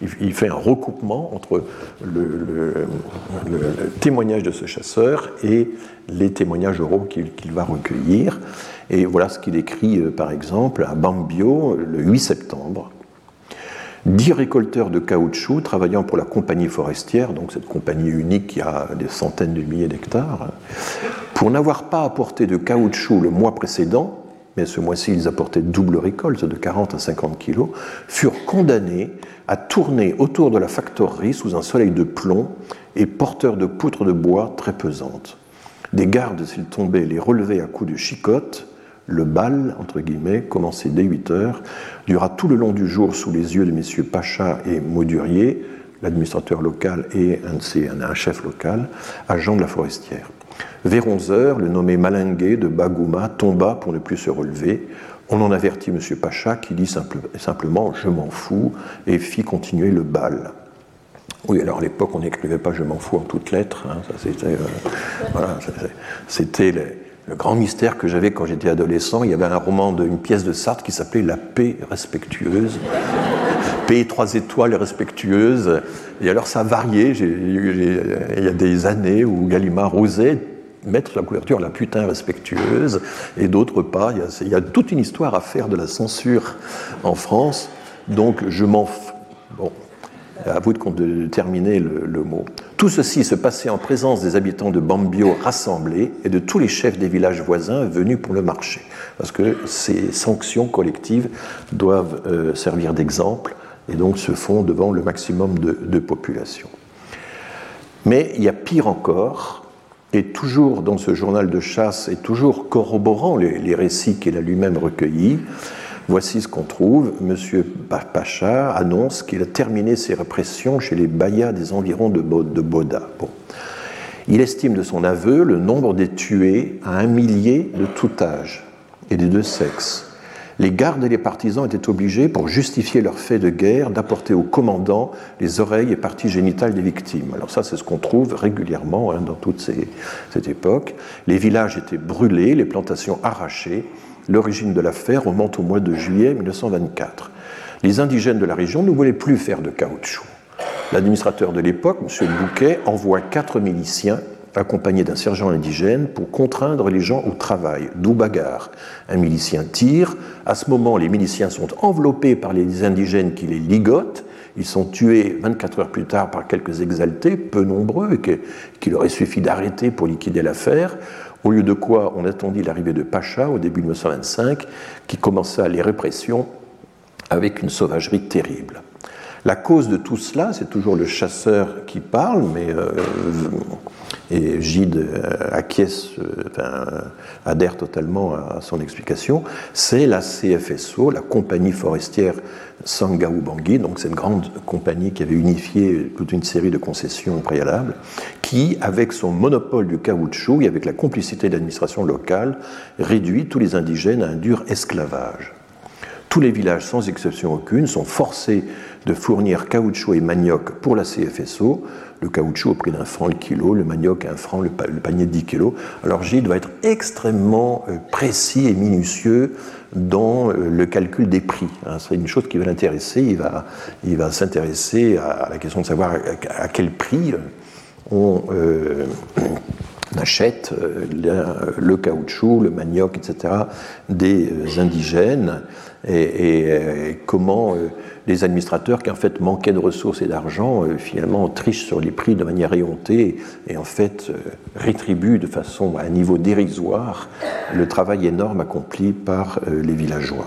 il fait un recoupement entre le, le, le, le témoignage de ce chasseur et les témoignages oraux qu'il qu'il va recueillir. Et voilà ce qu'il écrit, par exemple, à Bambio, le huit septembre. Dix récolteurs de caoutchouc travaillant pour la compagnie forestière, donc cette compagnie unique qui a des centaines de milliers d'hectares, pour n'avoir pas apporté de caoutchouc le mois précédent, mais ce mois-ci ils apportaient double récolte de quarante à cinquante kilos, furent condamnés à tourner autour de la factorerie sous un soleil de plomb et porteurs de poutres de bois très pesantes. Des gardes, s'ils tombaient, les relevaient à coups de chicotte. Le bal, entre guillemets, commencé dès huit heures, dura tout le long du jour sous les yeux de messieurs Pacha et Maudurier, l'administrateur local et un, de ses, un chef local, agent de la forestière. Vers onze heures, le nommé Malingué de Bagouma tomba pour ne plus se relever. On en avertit M. Pacha qui dit simple, simplement « je m'en fous » et fit continuer le bal. Oui, alors à l'époque, on n'écrivait pas « je m'en fous » en toutes lettres. Hein, ça, c'était euh, voilà, c'était les, le grand mystère que j'avais quand j'étais adolescent. Il y avait un roman, de, une pièce de Sartre qui s'appelait « La paix respectueuse ». Paix trois étoiles respectueuse. Et alors ça a varié. J'ai, j'ai, il y a des années où Gallimard osait mettre la couverture la putain respectueuse et d'autres pas. Il y, a, il y a toute une histoire à faire de la censure en France. Donc je m'en fous. Bon, à vous de, de terminer le, le mot. Tout ceci se passait en présence des habitants de Bambio rassemblés et de tous les chefs des villages voisins venus pour le marché. Parce que ces sanctions collectives doivent euh, servir d'exemple et donc se font devant le maximum de, de population. Mais il y a pire encore. Et toujours dans ce journal de chasse, et toujours corroborant les, les récits qu'il a lui-même recueillis, voici ce qu'on trouve. M. Pacha annonce qu'il a terminé ses répressions chez les Bayas des environs de, de Boda. Bon. Il estime de son aveu le nombre des tués à un millier de tout âge et des deux sexes. Les gardes et les partisans étaient obligés, pour justifier leur fait de guerre, d'apporter au commandant les oreilles et parties génitales des victimes. Alors ça, c'est ce qu'on trouve régulièrement hein, dans toute ces, cette époque. Les villages étaient brûlés, les plantations arrachées. L'origine de l'affaire remonte au mois de juillet mille neuf cent vingt-quatre. Les indigènes de la région ne voulaient plus faire de caoutchouc. L'administrateur de l'époque, M. Bouquet, envoie quatre miliciens accompagné d'un sergent indigène pour contraindre les gens au travail, d'où bagarre. Un milicien tire, à ce moment les miliciens sont enveloppés par les indigènes qui les ligotent, ils sont tués vingt-quatre heures plus tard par quelques exaltés, peu nombreux, qu'il aurait suffi d'arrêter pour liquider l'affaire, au lieu de quoi on attendit l'arrivée de Pacha au début de mille neuf cent vingt-cinq, qui commença les répressions avec une sauvagerie terrible. La cause de tout cela, c'est toujours le chasseur qui parle, mais euh, et Gide euh, acquiesce, euh, enfin, adhère totalement à son explication, c'est la C F S O, la compagnie forestière Sangaou Bangui, donc cette grande compagnie qui avait unifié toute une série de concessions préalables, qui, avec son monopole du caoutchouc et avec la complicité de l'administration locale, réduit tous les indigènes à un dur esclavage. Tous les villages, sans exception aucune, sont forcés de fournir caoutchouc et manioc pour la C F S O, le caoutchouc au prix d'un franc le kilo, le manioc à un franc le, pa- le panier de dix kilos. Alors Gide va être extrêmement euh, précis et minutieux dans euh, le calcul des prix. Hein. C'est une chose qui va l'intéresser, il va, il va s'intéresser à, à la question de savoir à, à quel prix on euh, achète euh, le, le caoutchouc, le manioc, et cetera des euh, indigènes. Et, et, et comment euh, les administrateurs qui en fait manquaient de ressources et d'argent euh, finalement trichent sur les prix de manière éhontée et en fait euh, rétribuent de façon à un niveau dérisoire le travail énorme accompli par euh, les villageois.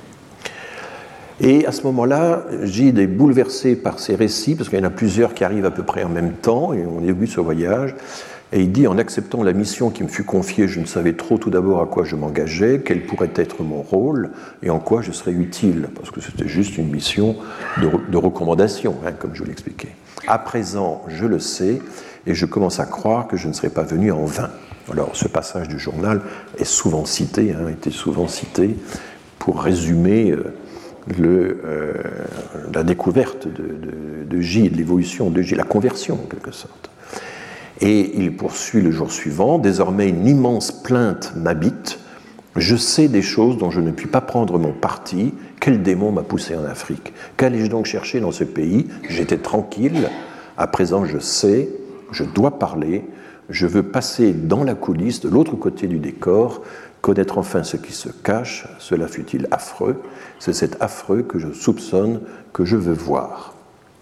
Et à ce moment-là, Gide est bouleversé par ces récits, parce qu'il y en a plusieurs qui arrivent à peu près en même temps, et on a vu ce voyage. Et il dit, en acceptant la mission qui me fut confiée, je ne savais trop tout d'abord à quoi je m'engageais, quel pourrait être mon rôle et en quoi je serais utile, parce que c'était juste une mission de, de recommandation, hein, comme je vous l'expliquais. À présent, je le sais, et je commence à croire que je ne serai pas venu en vain. Alors, ce passage du journal est souvent cité, hein, était souvent cité pour résumer euh, le, euh, la découverte de, de, de Gide, l'évolution de Gide, la conversion en quelque sorte. Et il poursuit le jour suivant. Désormais, une immense plainte m'habite. Je sais des choses dont je ne puis pas prendre mon parti. Quel démon m'a poussé en Afrique? Qu'allais-je donc chercher dans ce pays? J'étais tranquille. À présent, je sais, je dois parler. Je veux passer dans la coulisse, de l'autre côté du décor, connaître enfin ce qui se cache. Cela fut-il affreux? C'est cet affreux que je soupçonne, que je veux voir.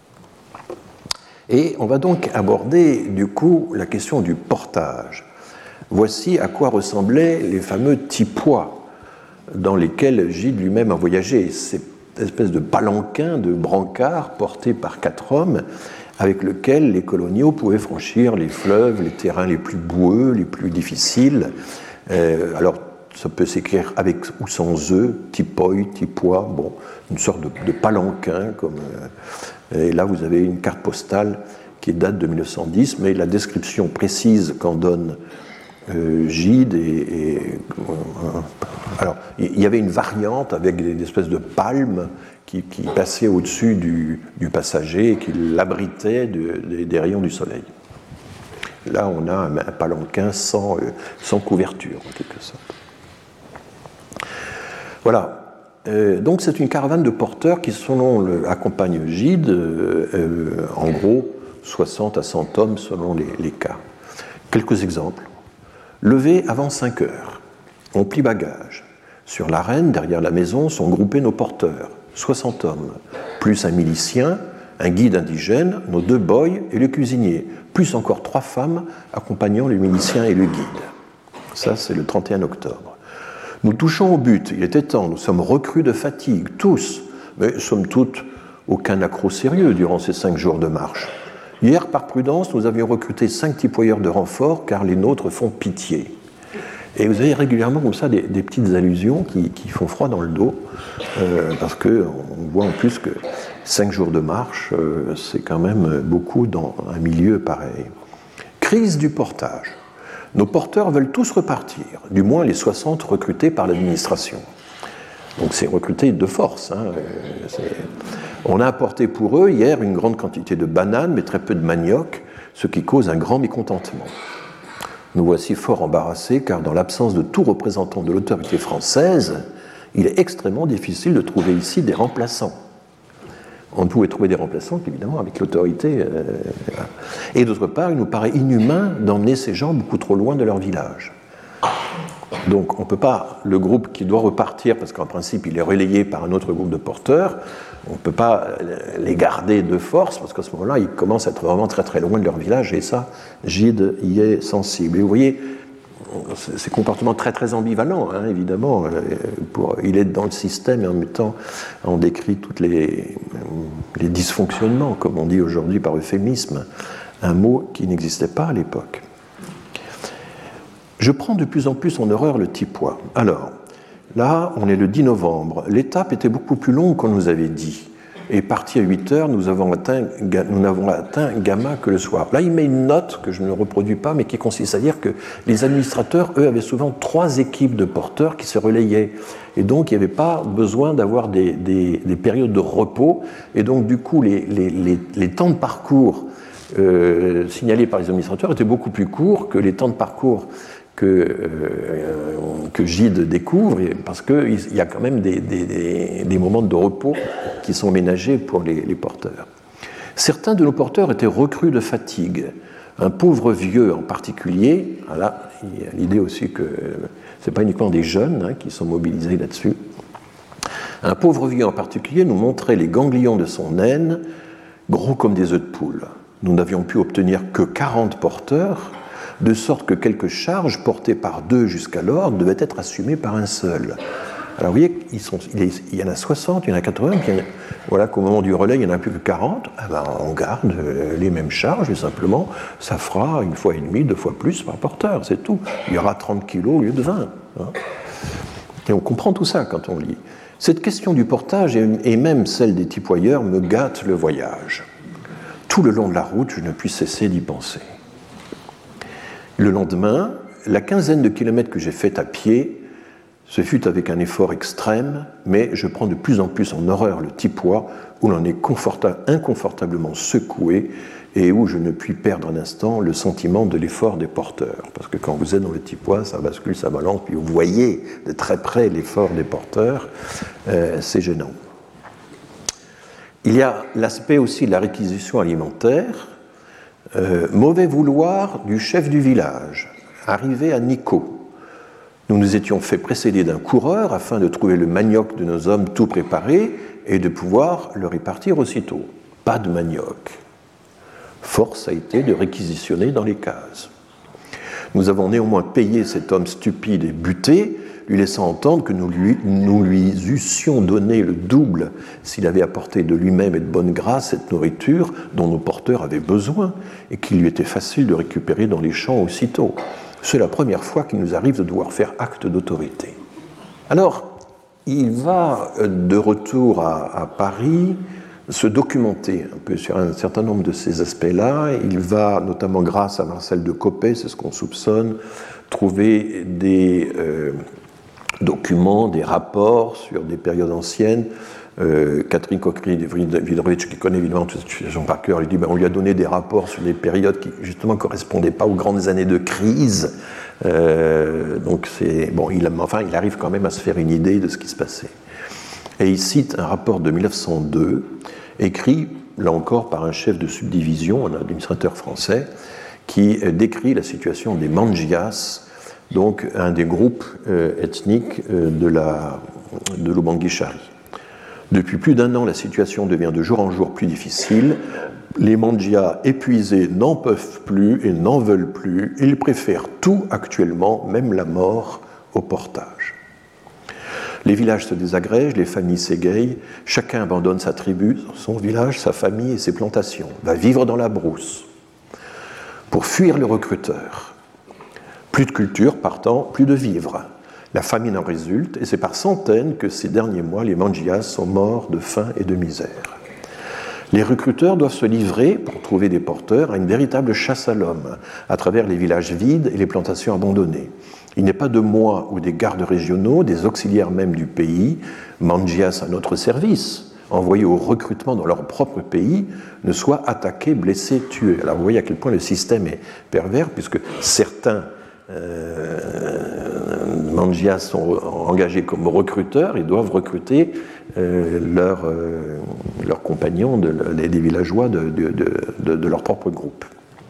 Et on va donc aborder, du coup, la question du portage. Voici à quoi ressemblaient les fameux tipois dans lesquels Gide lui-même a voyagé. Cette espèce de palanquin, de brancard porté par quatre hommes avec lequel les coloniaux pouvaient franchir les fleuves, les terrains les plus boueux, les plus difficiles. Euh, alors, ça peut s'écrire avec ou sans eux, tipoi, tipois, bon, une sorte de, de palanquin. Comme, euh, et là, vous avez une carte postale qui date de mille neuf cent dix, mais la description précise qu'en donne Euh, Gide et, et euh, alors il y avait une variante avec des, des espèces de palmes qui, qui passaient au-dessus du, du passager et qui l'abritaient de, de, des rayons du soleil. Là, on a un, un palanquin sans, euh, sans couverture, en quelque sorte. Voilà. Euh, donc, c'est une caravane de porteurs qui, selon le, accompagne Gide, euh, euh, en gros, soixante à cent hommes selon les, les cas. Quelques exemples. Levé avant cinq heures, on plie bagage. Sur l'arène, derrière la maison, sont groupés nos porteurs, soixante hommes, plus un milicien, un guide indigène, nos deux boys et le cuisinier, plus encore trois femmes accompagnant le milicien et le guide. Ça, c'est le trente et un octobre. Nous touchons au but, il était temps, nous sommes recrus de fatigue, tous, mais somme toute, aucun accroc sérieux durant ces cinq jours de marche. Hier, par prudence, nous avions recruté cinq tipoyeurs de renfort, car les nôtres font pitié. Et vous avez régulièrement comme ça des, des petites allusions qui, qui font froid dans le dos, euh, parce qu'on voit en plus que cinq jours de marche, euh, c'est quand même beaucoup dans un milieu pareil. Crise du portage. Nos porteurs veulent tous repartir, du moins les soixante recrutés par l'administration. Donc c'est recruté de force. Hein, c'est... On a apporté pour eux hier une grande quantité de bananes, mais très peu de manioc, ce qui cause un grand mécontentement. Nous voici fort embarrassés, car dans l'absence de tout représentant de l'autorité française, il est extrêmement difficile de trouver ici des remplaçants. On ne pouvait trouver des remplaçants qu'évidemment avec l'autorité. Euh, et d'autre part, il nous paraît inhumain d'emmener ces gens beaucoup trop loin de leur village. Donc on ne peut pas, le groupe qui doit repartir, parce qu'en principe il est relayé par un autre groupe de porteurs, on ne peut pas les garder de force, parce qu'à ce moment-là, ils commencent à être vraiment très très loin de leur village, et ça, Gide y est sensible. Et vous voyez, ces comportements très très ambivalents, hein, évidemment. Pour, il est dans le système, et en même temps, on décrit tous les, les dysfonctionnements, comme on dit aujourd'hui par euphémisme, un mot qui n'existait pas à l'époque. Je prends de plus en plus en horreur le tipois. Alors, là, on est le dix novembre. L'étape était beaucoup plus longue qu'on nous avait dit. Et parti à huit heures, nous avons atteint, nous n'avons atteint Gama que le soir. Là, il met une note que je ne reproduis pas, mais qui consiste à dire que les administrateurs, eux, avaient souvent trois équipes de porteurs qui se relayaient. Et donc, il n'y avait pas besoin d'avoir des, des, des périodes de repos. Et donc, du coup, les, les, les, les temps de parcours euh, signalés par les administrateurs étaient beaucoup plus courts que les temps de parcours que, euh, que Gide découvre, parce qu'il y a quand même des, des, des moments de repos qui sont ménagés pour les, les porteurs. Certains de nos porteurs étaient recrus de fatigue. Un pauvre vieux en particulier, voilà, il y a l'idée aussi que ce n'est pas uniquement des jeunes hein, qui sont mobilisés là-dessus. Un pauvre vieux en particulier nous montrait les ganglions de son aine, gros comme des œufs de poule. Nous n'avions pu obtenir que quarante porteurs, de sorte que quelques charges portées par deux jusqu'alors devaient être assumées par un seul. Alors vous voyez, ils sont, il y en a soixante, il y en a quatre-vingts, puis il y en a, voilà qu'au moment du relais, il n'y en a plus que quarante, eh ben, on garde les mêmes charges, et simplement, ça fera une fois et demie, deux fois plus par porteur, c'est tout. Il y aura trente kilos au lieu de vingt. Hein. Et on comprend tout ça quand on lit. Cette question du portage, et même celle des tipoyeurs, me gâte le voyage. Tout le long de la route, je ne puis cesser d'y penser. Le lendemain, la quinzaine de kilomètres que j'ai faite à pied, ce fut avec un effort extrême, mais je prends de plus en plus en horreur le tipois où l'on est conforta- inconfortablement secoué, et où je ne puis perdre un instant le sentiment de l'effort des porteurs. Parce que quand vous êtes dans le Tipois, ça bascule, ça balance, puis vous voyez de très près l'effort des porteurs, euh, c'est gênant. Il y a l'aspect aussi de la réquisition alimentaire, euh, mauvais vouloir du chef du village, arrivé à Nikko. Nous nous étions fait précéder d'un coureur afin de trouver le manioc de nos hommes tout préparé et de pouvoir le répartir aussitôt. Pas de manioc. Force a été de réquisitionner dans les cases. Nous avons néanmoins payé cet homme stupide et buté, lui laissant entendre que nous lui, nous lui eussions donné le double s'il avait apporté de lui-même et de bonne grâce cette nourriture dont nos porteurs avaient besoin et qu'il lui était facile de récupérer dans les champs aussitôt. C'est la première fois qu'il nous arrive de devoir faire acte d'autorité. Alors, il va de retour à, à Paris se documenter un peu sur un certain nombre de ces aspects-là. Il va, notamment grâce à Marcel de Coppet, c'est ce qu'on soupçonne, trouver des euh, documents, des rapports sur des périodes anciennes. Euh, Catherine Coquery-Villerovitch, qui connaît évidemment toute cette situation par cœur, lui dit ben, on lui a donné des rapports sur des périodes qui justement ne correspondaient pas aux grandes années de crise. Euh, donc c'est bon, il, enfin, il arrive quand même à se faire une idée de ce qui se passait. Et il cite un rapport de mille neuf cent deux, écrit, là encore, par un chef de subdivision, un administrateur français, qui décrit la situation des Mandjias, donc un des groupes euh, ethniques euh, de, la, de l'Obanguichari. Depuis plus d'un an, la situation devient de jour en jour plus difficile. Les Mandjias épuisés n'en peuvent plus et n'en veulent plus. Ils préfèrent tout actuellement, même la mort, au portage. Les villages se désagrègent, les familles s'égayent, chacun abandonne sa tribu, son village, sa famille et ses plantations, va vivre dans la brousse pour fuir le recruteur. Plus de culture, partant, plus de vivres. La famine en résulte, et c'est par centaines que ces derniers mois, les Mandjias sont morts de faim et de misère. Les recruteurs doivent se livrer, pour trouver des porteurs, à une véritable chasse à l'homme, à travers les villages vides et les plantations abandonnées. Il n'est pas de moi ou des gardes régionaux, des auxiliaires même du pays, Mandjias à notre service, envoyés au recrutement dans leur propre pays, ne soient attaqués, blessés, tués. Alors vous voyez à quel point le système est pervers, puisque certains euh, Mandjias sont engagés comme recruteurs et doivent recruter euh, leurs euh, leur compagnons, de, les, des villageois de, de, de, de leur propre groupe.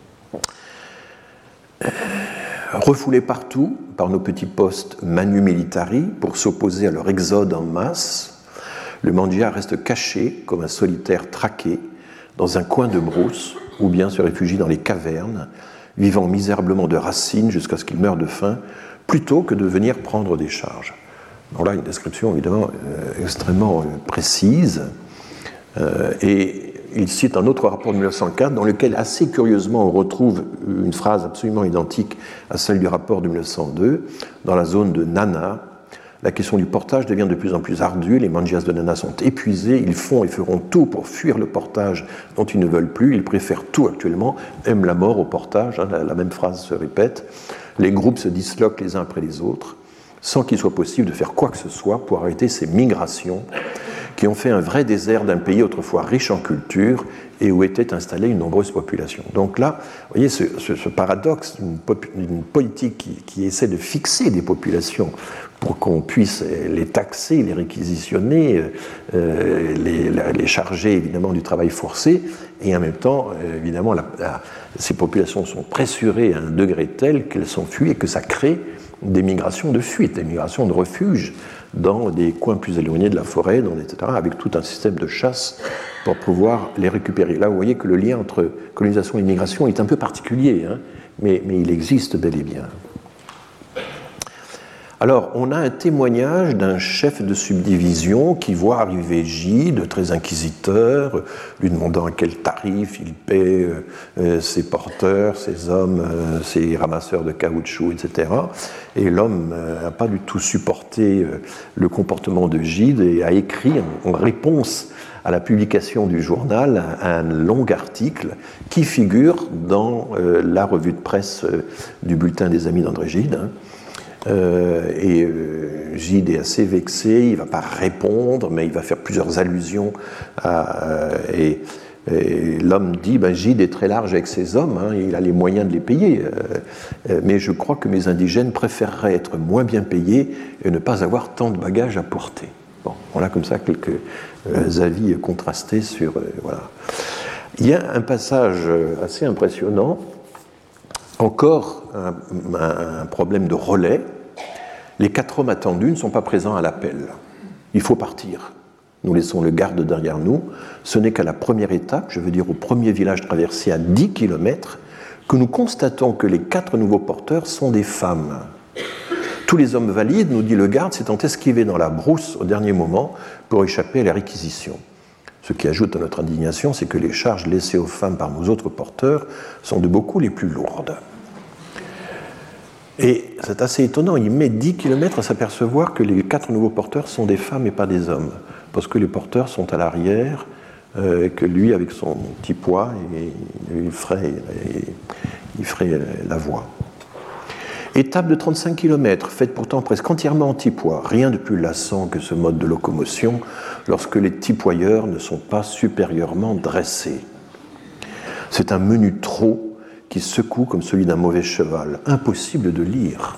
Refoulés partout par nos petits postes manu militari pour s'opposer à leur exode en masse, le Mandjia reste caché comme un solitaire traqué dans un coin de brousse ou bien se réfugie dans les cavernes, vivant misérablement de racines jusqu'à ce qu'il meure de faim, plutôt que de venir prendre des charges. Alors là, une description évidemment euh, extrêmement euh, précise, euh, et il cite un autre rapport de mille neuf cent quatre dans lequel, assez curieusement, on retrouve une phrase absolument identique à celle du rapport de mille neuf cent deux. Dans la zone de Nana, la question du portage devient de plus en plus ardue. Les Mandjias de Nana sont épuisés. Ils font et feront tout pour fuir le portage dont ils ne veulent plus. Ils préfèrent tout actuellement, aiment la mort au portage. Hein, la, la même phrase se répète. Les groupes se disloquent les uns après les autres, sans qu'il soit possible de faire quoi que ce soit pour arrêter ces migrations qui ont fait un vrai désert d'un pays autrefois riche en culture et où était installée une nombreuse population. Donc là, vous voyez ce, ce, ce paradoxe d'une une politique qui, qui essaie de fixer des populations pour qu'on puisse les taxer, les réquisitionner, euh, les, les charger évidemment du travail forcé, et en même temps, évidemment, la, la, ces populations sont pressurées à un degré tel qu'elles s'enfuient et que ça crée des migrations de fuite, des migrations de refuge dans des coins plus éloignés de la forêt, dans, et cetera, avec tout un système de chasse pour pouvoir les récupérer. Là, vous voyez que le lien entre colonisation et migration est un peu particulier, hein, mais, mais il existe bel et bien. Alors, on a un témoignage d'un chef de subdivision qui voit arriver Gide, très inquisiteur, lui demandant à quel tarif il paie euh, ses porteurs, ses hommes, euh, ses ramasseurs de caoutchouc, et cetera. Et l'homme n'a euh, pas du tout supporté euh, le comportement de Gide et a écrit en, en réponse à la publication du journal un, un long article qui figure dans euh, la revue de presse euh, du bulletin des Amis d'André Gide, hein. Euh, et euh, Gide est assez vexé, il ne va pas répondre, mais il va faire plusieurs allusions à, euh, et Et l'homme dit, ben, Gide est très large avec ses hommes, hein, il a les moyens de les payer, euh, mais je crois que mes indigènes préféreraient être moins bien payés et ne pas avoir tant de bagages à porter. Bon, voilà comme ça quelques euh, avis contrastés sur... Euh, voilà. Il y a un passage assez impressionnant, encore un, un, un problème de relais. Les quatre hommes attendus ne sont pas présents à l'appel. Il faut partir. Nous laissons le garde derrière nous. Ce n'est qu'à la première étape, je veux dire au premier village traversé à dix kilomètres, que nous constatons que les quatre nouveaux porteurs sont des femmes. Tous les hommes valides, nous dit le garde, s'étant esquivés dans la brousse au dernier moment pour échapper à la réquisition. Ce qui ajoute à notre indignation, c'est que les charges laissées aux femmes par nos autres porteurs sont de beaucoup les plus lourdes. Et c'est assez étonnant, il met dix kilomètres à s'apercevoir que les quatre nouveaux porteurs sont des femmes et pas des hommes, parce que les porteurs sont à l'arrière, euh, et que lui, avec son petit poids, il, il, ferait, il, il ferait la voie. Étape de trente-cinq kilomètres, faite pourtant presque entièrement en tipois, rien de plus lassant que ce mode de locomotion lorsque les tipoyeurs ne sont pas supérieurement dressés. C'est un menu trot qui secoue comme celui d'un mauvais cheval, impossible de lire.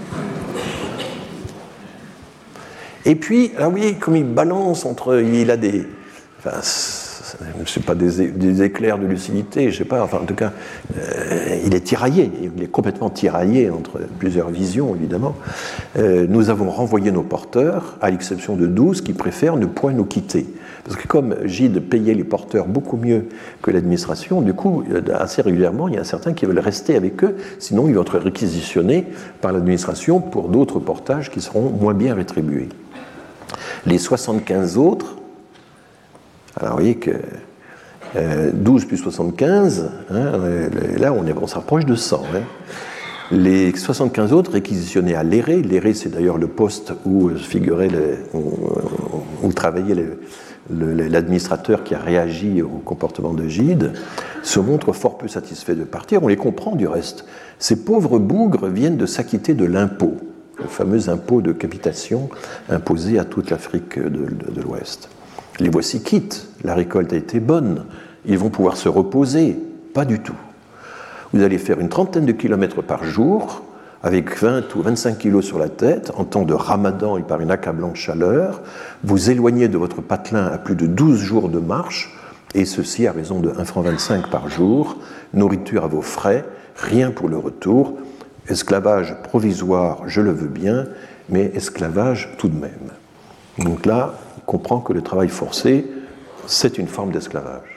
Et puis, ah oui, comme il balance entre, il a des, enfin, je sais pas, des, des éclairs de lucidité, je sais pas, enfin en tout cas, euh, il est tiraillé, il est complètement tiraillé entre plusieurs visions, évidemment. Euh, nous avons renvoyé nos porteurs, à l'exception de douze qui préfèrent ne point nous quitter. Parce que comme Gide payait les porteurs beaucoup mieux que l'administration, du coup, assez régulièrement, il y en a certains qui veulent rester avec eux, sinon ils vont être réquisitionnés par l'administration pour d'autres portages qui seront moins bien rétribués. Les soixante-quinze autres, alors vous voyez que euh, douze plus soixante-quinze, hein, là on, est, on s'approche de cent. Hein. Les soixante-quinze autres réquisitionnés à Léré, Léré c'est d'ailleurs le poste où figurait, le, où, où travaillait le, le, l'administrateur qui a réagi au comportement de Gide, se montrent fort peu satisfaits de partir. On les comprend du reste. Ces pauvres bougres viennent de s'acquitter de l'impôt, le fameux impôt de capitation imposé à toute l'Afrique de, de, de l'Ouest. Les voici quittes, la récolte a été bonne, ils vont pouvoir se reposer. Pas du tout. Vous allez faire une trentaine de kilomètres par jour, avec vingt ou vingt-cinq kilos sur la tête, en temps de ramadan et par une accablante chaleur, vous éloignez de votre patelin à plus de douze jours de marche, et ceci à raison de un franc vingt-cinq par jour, nourriture à vos frais, rien pour le retour, esclavage provisoire, je le veux bien, mais esclavage tout de même. Donc là, on comprend que le travail forcé, c'est une forme d'esclavage.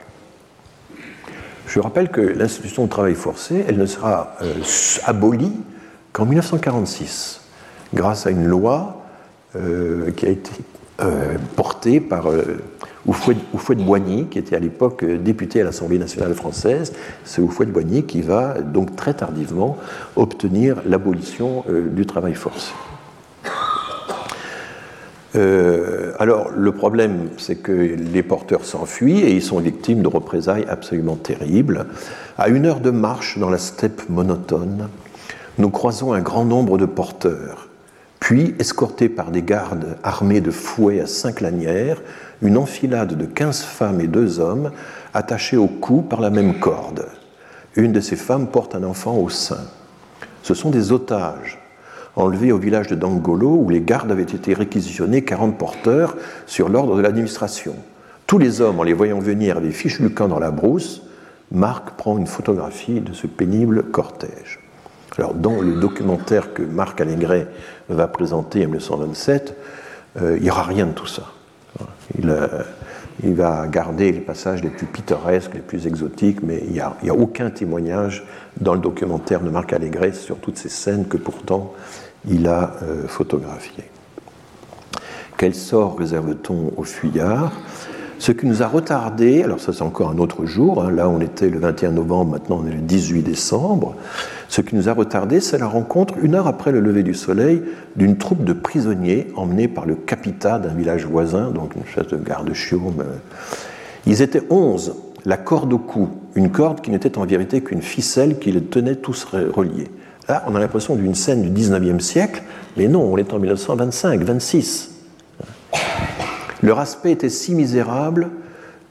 Je rappelle que l'institution de travail forcé, elle ne sera euh, abolie qu'en mille neuf cent quarante-six, grâce à une loi euh, qui a été euh, portée par euh, Houphouët-Boigny, qui était à l'époque député à l'Assemblée nationale française. C'est Houphouët-Boigny qui va donc très tardivement obtenir l'abolition euh, du travail forcé. Euh, alors, le problème, c'est que les porteurs s'enfuient et ils sont victimes de représailles absolument terribles. À une heure de marche dans la steppe monotone, nous croisons un grand nombre de porteurs. Puis, escortés par des gardes armés de fouets à cinq lanières, une enfilade de quinze femmes et deux hommes attachés au cou par la même corde. Une de ces femmes porte un enfant au sein. Ce sont des otages, enlevés au village de Dangolo, où les gardes avaient été réquisitionnés quarante porteurs sur l'ordre de l'administration. Tous les hommes, en les voyant venir, avaient fichu le camp dans la brousse. Marc prend une photographie de ce pénible cortège. Alors, dans le documentaire que Marc Allégret va présenter en mille neuf cent vingt-sept, euh, il n'y aura rien de tout ça. Il, euh, il va garder les passages les plus pittoresques, les plus exotiques, mais il n'y a, a aucun témoignage dans le documentaire de Marc Allégret sur toutes ces scènes que pourtant il a euh, photographiées. Quel sort réserve-t-on aux fuyards ? Ce qui nous a retardé, alors ça c'est encore un autre jour, hein, là on était le vingt et un novembre, maintenant on est le dix-huit décembre, ce qui nous a retardé, c'est la rencontre, une heure après le lever du soleil, d'une troupe de prisonniers emmenés par le capita d'un village voisin, donc une espèce de garde-chiourme. Ils étaient onze, la corde au cou, une corde qui n'était en vérité qu'une ficelle qui les tenait tous reliés. Là, on a l'impression d'une scène du dix-neuvième siècle, mais non, on est en mille neuf cent vingt-cinq vingt-six. Leur aspect était si misérable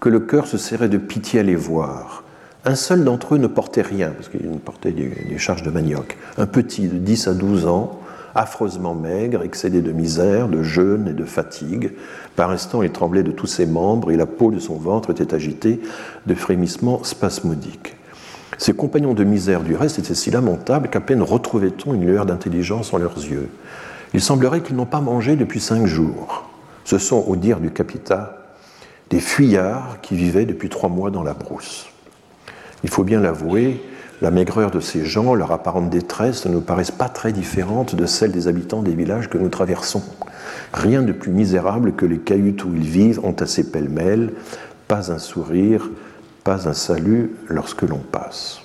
que le cœur se serrait de pitié à les voir. Un seul d'entre eux ne portait rien, parce qu'il portait des, des charges de manioc. Un petit de dix à douze ans, affreusement maigre, excédé de misère, de jeûne et de fatigue. Par instants, il tremblait de tous ses membres et la peau de son ventre était agitée de frémissements spasmodiques. Ses compagnons de misère, du reste, étaient si lamentables qu'à peine retrouvait-on une lueur d'intelligence en leurs yeux. Il semblerait qu'ils n'ont pas mangé depuis cinq jours. Ce sont, au dire du capita, des fuyards qui vivaient depuis trois mois dans la brousse. Il faut bien l'avouer, la maigreur de ces gens, leur apparente détresse, ne nous paraissent pas très différentes de celle des habitants des villages que nous traversons. Rien de plus misérable que les cahutes où ils vivent, entassés pêle-mêle, pas un sourire, pas un salut lorsque l'on passe.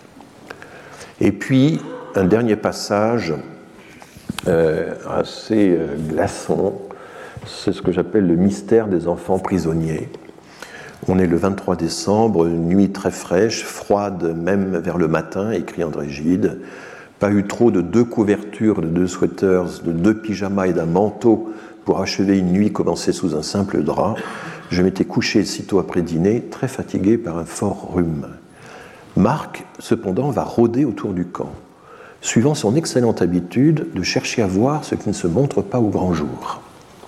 Et puis, un dernier passage euh, assez euh, glaçant, c'est ce que j'appelle le mystère des enfants prisonniers. On est le vingt-trois décembre, une nuit très fraîche, froide même vers le matin, écrit André Gide. Pas eu trop de deux couvertures, de deux sweaters, de deux pyjamas et d'un manteau pour achever une nuit commencée sous un simple drap. Je m'étais couché sitôt après dîner, très fatigué par un fort rhume. Marc, cependant, va rôder autour du camp, suivant son excellente habitude de chercher à voir ce qui ne se montre pas au grand jour.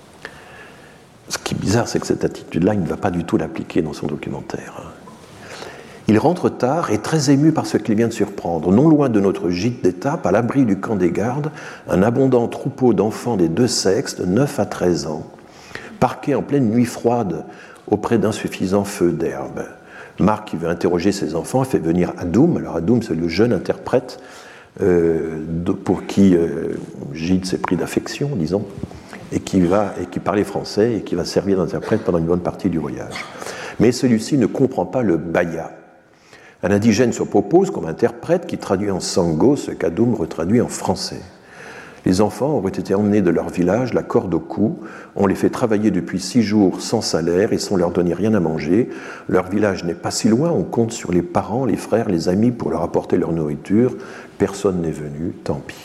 Ce qui est bizarre, c'est que cette attitude-là, il ne va pas du tout l'appliquer dans son documentaire. Il rentre tard et très ému par ce qu'il vient de surprendre. Non loin de notre gîte d'étape, à l'abri du camp des gardes, un abondant troupeau d'enfants des deux sexes, de neuf à treize ans, parqués en pleine nuit froide auprès d'insuffisants feux d'herbe. Marc, qui veut interroger ses enfants, fait venir Adoum. Alors Adoum, c'est le jeune interprète euh, pour qui euh, Gide s'est pris d'affection, disons, et qui, va, et qui parlait français et qui va servir d'interprète pendant une bonne partie du voyage. Mais celui-ci ne comprend pas le baya. Un indigène se propose comme interprète qui traduit en sango ce qu'Adoum retraduit en français. Les enfants auraient été emmenés de leur village, la corde au cou. On les fait travailler depuis six jours sans salaire et sans leur donner rien à manger. Leur village n'est pas si loin, on compte sur les parents, les frères, les amis pour leur apporter leur nourriture. Personne n'est venu, tant pis.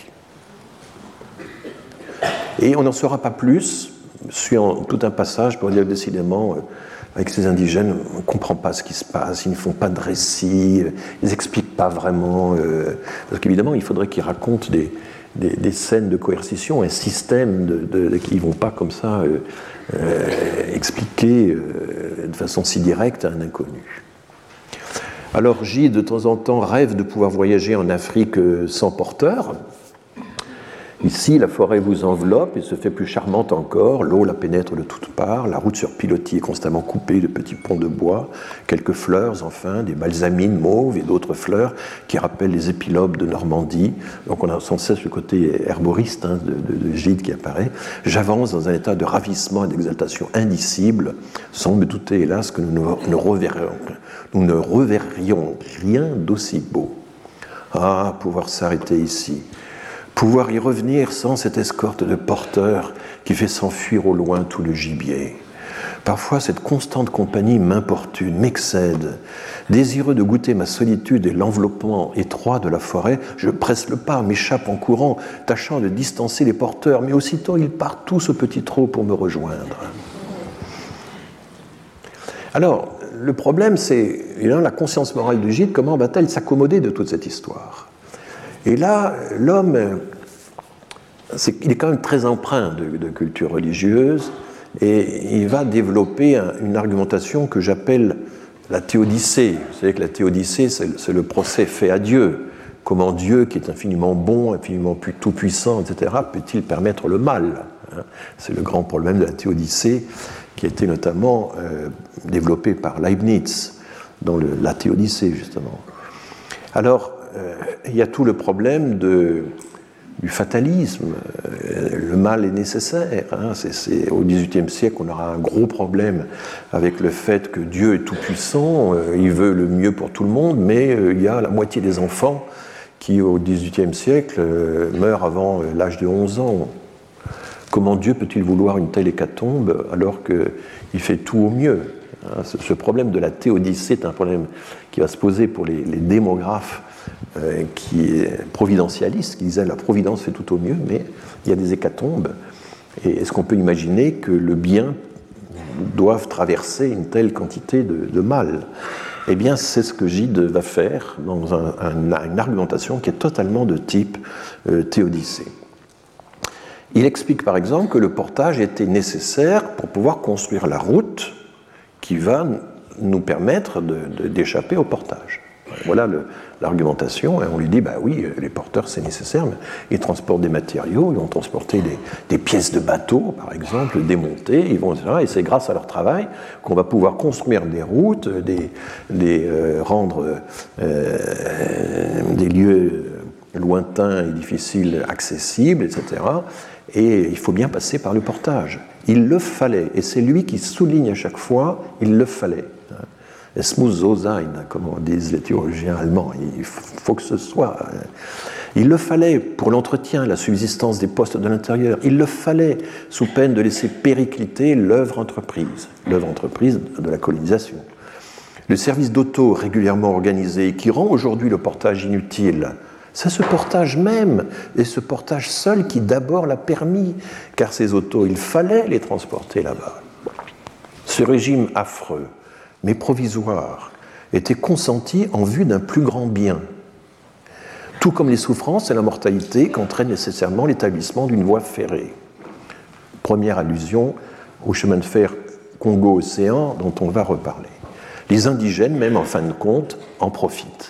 Et on n'en saura pas plus, suivant tout un passage pour dire que décidément, euh, avec ces indigènes, on ne comprend pas ce qui se passe, ils ne font pas de récit, ils n'expliquent pas vraiment. Euh, parce qu'évidemment, il faudrait qu'ils racontent des, des, des scènes de coercition, un système de, de, de, qui ne vont pas comme ça euh, euh, expliquer euh, de façon si directe à un inconnu. Alors Gide, de temps en temps, rêve de pouvoir voyager en Afrique sans porteur. Ici, la forêt vous enveloppe et se fait plus charmante encore. L'eau la pénètre de toutes parts. La route sur pilotis est constamment coupée de petits ponts de bois. Quelques fleurs, enfin, des balsamines mauves et d'autres fleurs qui rappellent les épilobes de Normandie. Donc on a sans cesse le côté herboriste hein, de, de, de Gide qui apparaît. J'avance dans un état de ravissement et d'exaltation indicible, sans me douter, hélas, que nous ne, ne reverrions, nous ne reverrions rien d'aussi beau. Ah, pouvoir s'arrêter ici. Pouvoir y revenir sans cette escorte de porteurs qui fait s'enfuir au loin tout le gibier. Parfois, cette constante compagnie m'importune, m'excède. Désireux de goûter ma solitude et l'enveloppement étroit de la forêt, je presse le pas, m'échappe en courant, tâchant de distancer les porteurs, mais aussitôt ils partent tous au petit trot pour me rejoindre. Alors, le problème, c'est la conscience morale de Gide, comment va-t-elle s'accommoder de toute cette histoire ? Et là, l'homme, c'est, il est quand même très empreint de, de culture religieuse et il va développer un, une argumentation que j'appelle la théodicée. Vous savez que la théodicée, c'est, c'est le procès fait à Dieu. Comment Dieu, qui est infiniment bon, infiniment tout-puissant, et cetera, peut-il permettre le mal ? C'est le grand problème de la théodicée qui a été notamment euh, développé par Leibniz dans le, la théodicée, justement. Alors, Euh, il y a tout le problème de, du fatalisme. Euh, le mal est nécessaire. Hein. C'est, c'est, au dix-huitième siècle, on aura un gros problème avec le fait que Dieu est tout-puissant, euh, il veut le mieux pour tout le monde, mais euh, il y a la moitié des enfants qui, au dix-huitième siècle, euh, meurent avant euh, l'âge de onze ans. Comment Dieu peut-il vouloir une telle hécatombe alors qu'il fait tout au mieux ? Hein. Ce, ce problème de la théodicée est un problème qui va se poser pour les, les démographes Euh, qui est providentialiste, qui disait la providence fait tout au mieux, mais il y a des hécatombes. Et est-ce qu'on peut imaginer que le bien doivent traverser une telle quantité de, de mal. Eh bien, c'est ce que Gide va faire dans un, un, une argumentation qui est totalement de type euh, théodicée. Il explique par exemple que le portage était nécessaire pour pouvoir construire la route qui va nous permettre de, de, d'échapper au portage. Voilà le, l'argumentation, et on lui dit, bah oui, les porteurs c'est nécessaire, mais ils transportent des matériaux, ils vont transporter des, des pièces de bateaux, par exemple, démontées, ils vont, et cetera. Et c'est grâce à leur travail qu'on va pouvoir construire des routes, des, des, euh, rendre euh, des lieux lointains et difficiles accessibles, et cetera. Et il faut bien passer par le portage. Il le fallait, et c'est lui qui souligne à chaque fois, il le fallait. Es muss so sein, comme disent les théologiens allemands, il faut que ce soit. Il le fallait pour l'entretien, la subsistance des postes de l'intérieur, il le fallait sous peine de laisser péricliter l'œuvre entreprise, l'œuvre entreprise de la colonisation. Le service d'auto régulièrement organisé qui rend aujourd'hui le portage inutile, c'est ce portage même, et ce portage seul qui d'abord l'a permis, car ces autos, il fallait les transporter là-bas. Ce régime affreux, mais provisoire, était consenti en vue d'un plus grand bien, tout comme les souffrances et la mortalité qu'entraîne nécessairement l'établissement d'une voie ferrée. Première allusion au chemin de fer Congo-Océan dont on va reparler. Les indigènes, même en fin de compte, en profitent.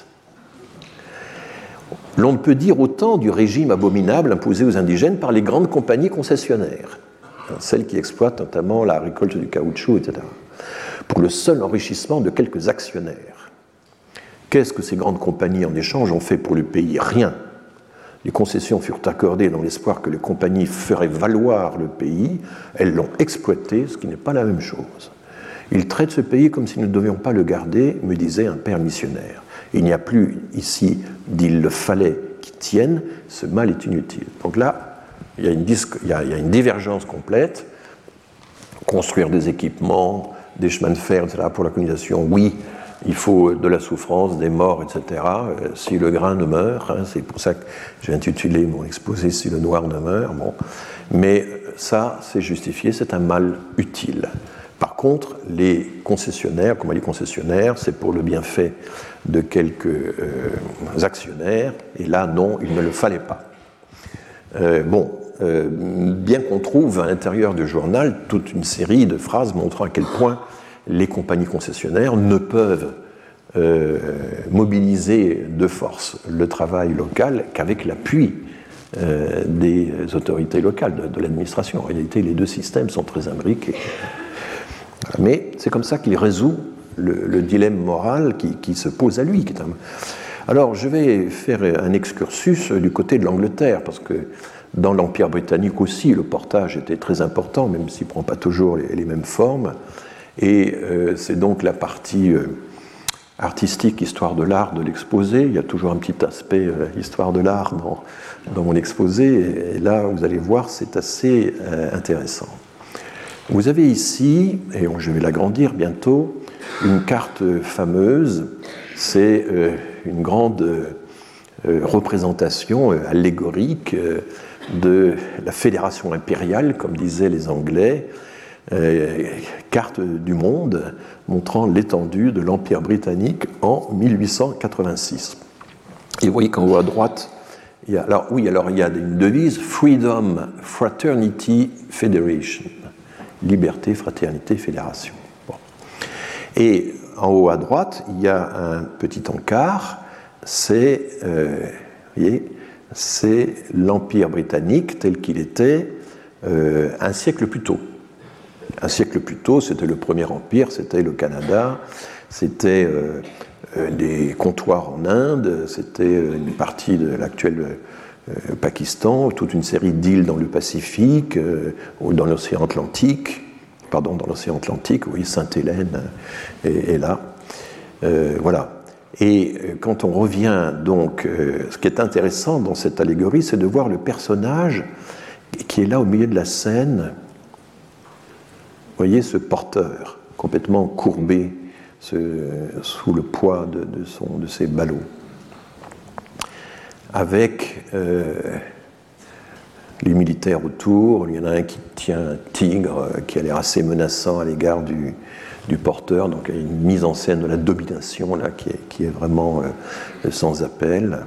L'on ne peut dire autant du régime abominable imposé aux indigènes par les grandes compagnies concessionnaires, celles qui exploitent notamment la récolte du caoutchouc, et cetera, pour le seul enrichissement de quelques actionnaires. Qu'est-ce que ces grandes compagnies en échange ont fait pour le pays? Rien. Les concessions furent accordées dans l'espoir que les compagnies feraient valoir le pays. Elles l'ont exploité, ce qui n'est pas la même chose. Ils traitent ce pays comme si nous ne devions pas le garder, me disait un père missionnaire. Il n'y a plus ici d'il le fallait qui tienne, ce mal est inutile. Donc là, il y a une, disque, il y a, il y a une divergence complète. Construire des équipements, des chemins de fer, et cetera pour la colonisation, oui, il faut de la souffrance, des morts, et cetera. Euh, si le grain ne meurt, hein, c'est pour ça que j'ai intitulé mon exposé « Si le noir ne meurt ». Bon. Mais ça, c'est justifié, c'est un mal utile. Par contre, les concessionnaires, comment les concessionnaires, c'est pour le bienfait de quelques euh, actionnaires, et là, non, il ne le fallait pas. Euh, bon, euh, bien qu'on trouve à l'intérieur du journal toute une série de phrases montrant à quel point les compagnies concessionnaires ne peuvent euh, mobiliser de force le travail local qu'avec l'appui euh, des autorités locales, de, de l'administration. En réalité, les deux systèmes sont très imbriqués. Mais c'est comme ça qu'il résout le, le dilemme moral qui, qui se pose à lui. Alors, je vais faire un excursus du côté de l'Angleterre, parce que dans l'Empire britannique aussi, le portage était très important, même s'il ne prend pas toujours les, les mêmes formes. Et euh, c'est donc la partie euh, artistique, histoire de l'art de l'exposé. Il y a toujours un petit aspect euh, histoire de l'art dans, dans mon exposé. Et, et là, vous allez voir, c'est assez euh, intéressant. Vous avez ici, et je vais l'agrandir bientôt, une carte fameuse. C'est euh, une grande euh, représentation euh, allégorique euh, de la fédération impériale, comme disaient les Anglais, euh, carte du monde montrant l'étendue de l'Empire britannique en mille huit cent quatre-vingt-six. Et vous voyez qu'en haut à droite, il y a, alors oui, alors il y a une devise, Freedom, Fraternity, Federation. Liberté, fraternité, fédération. Bon. Et en haut à droite, il y a un petit encart, c'est, euh, vous voyez, c'est l'Empire britannique tel qu'il était euh, un siècle plus tôt. Un siècle plus tôt, c'était le premier empire, c'était le Canada, c'était euh, euh, des comptoirs en Inde, c'était une partie de l'actuel Euh, Pakistan, toute une série d'îles dans le Pacifique, euh, ou dans l'océan Atlantique, pardon, dans l'océan Atlantique, oui, Sainte-Hélène est, est là. Euh, voilà. Et quand on revient donc, euh, ce qui est intéressant dans cette allégorie, c'est de voir le personnage qui est là au milieu de la scène. Vous voyez ce porteur complètement courbé ce, sous le poids de, de, son, de ses ballots. Avec euh, les militaires autour. Il y en a un qui tient un tigre qui a l'air assez menaçant à l'égard du, du porteur. Donc il y a une mise en scène de la domination là, qui, est, qui est vraiment euh, sans appel.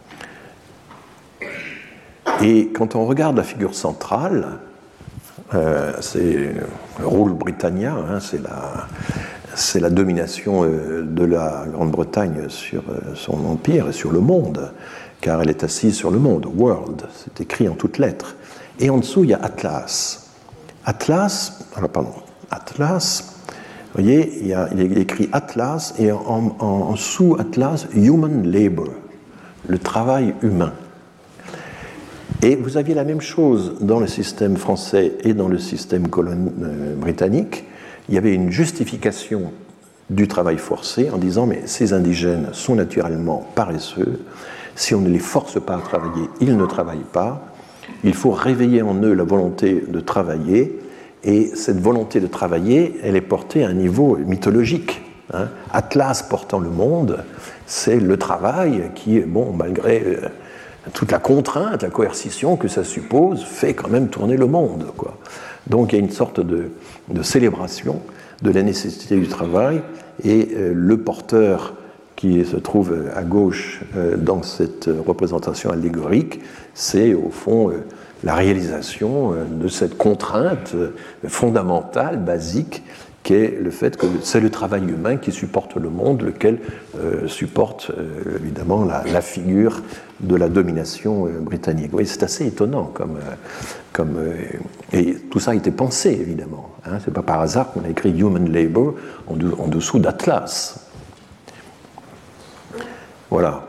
Et quand on regarde la figure centrale, euh, c'est le rôle Britannia, hein, c'est la, c'est la domination euh, de la Grande-Bretagne sur euh, son empire et sur le monde, car elle est assise sur le monde, world, c'est écrit en toutes lettres. Et en dessous, il y a Atlas. Atlas, alors pardon, Atlas, vous voyez, il, y a, il est écrit Atlas et en, en, en sous Atlas, Human Labor, le travail humain. Et vous aviez la même chose dans le système français et dans le système colon... euh, britannique. Il y avait une justification du travail forcé en disant mais ces indigènes sont naturellement paresseux, si on ne les force pas à travailler, ils ne travaillent pas, il faut réveiller en eux la volonté de travailler, et cette volonté de travailler, elle est portée à un niveau mythologique. Hein. Atlas portant le monde, c'est le travail qui, bon, malgré euh, toute la contrainte, la coercition que ça suppose, fait quand même tourner le monde, quoi. Donc il y a une sorte de, de célébration de la nécessité du travail, et euh, le porteur qui se trouve à gauche euh, dans cette représentation allégorique, c'est au fond euh, la réalisation euh, de cette contrainte euh, fondamentale, basique, qui est le fait que c'est le travail humain qui supporte le monde, lequel euh, supporte euh, évidemment la, la figure de la domination euh, britannique. Oui, c'est assez étonnant comme, euh, comme euh, et tout ça a été pensé évidemment. Hein, c'est pas par hasard qu'on a écrit Human Labor en, de, en dessous d'Atlas. Voilà.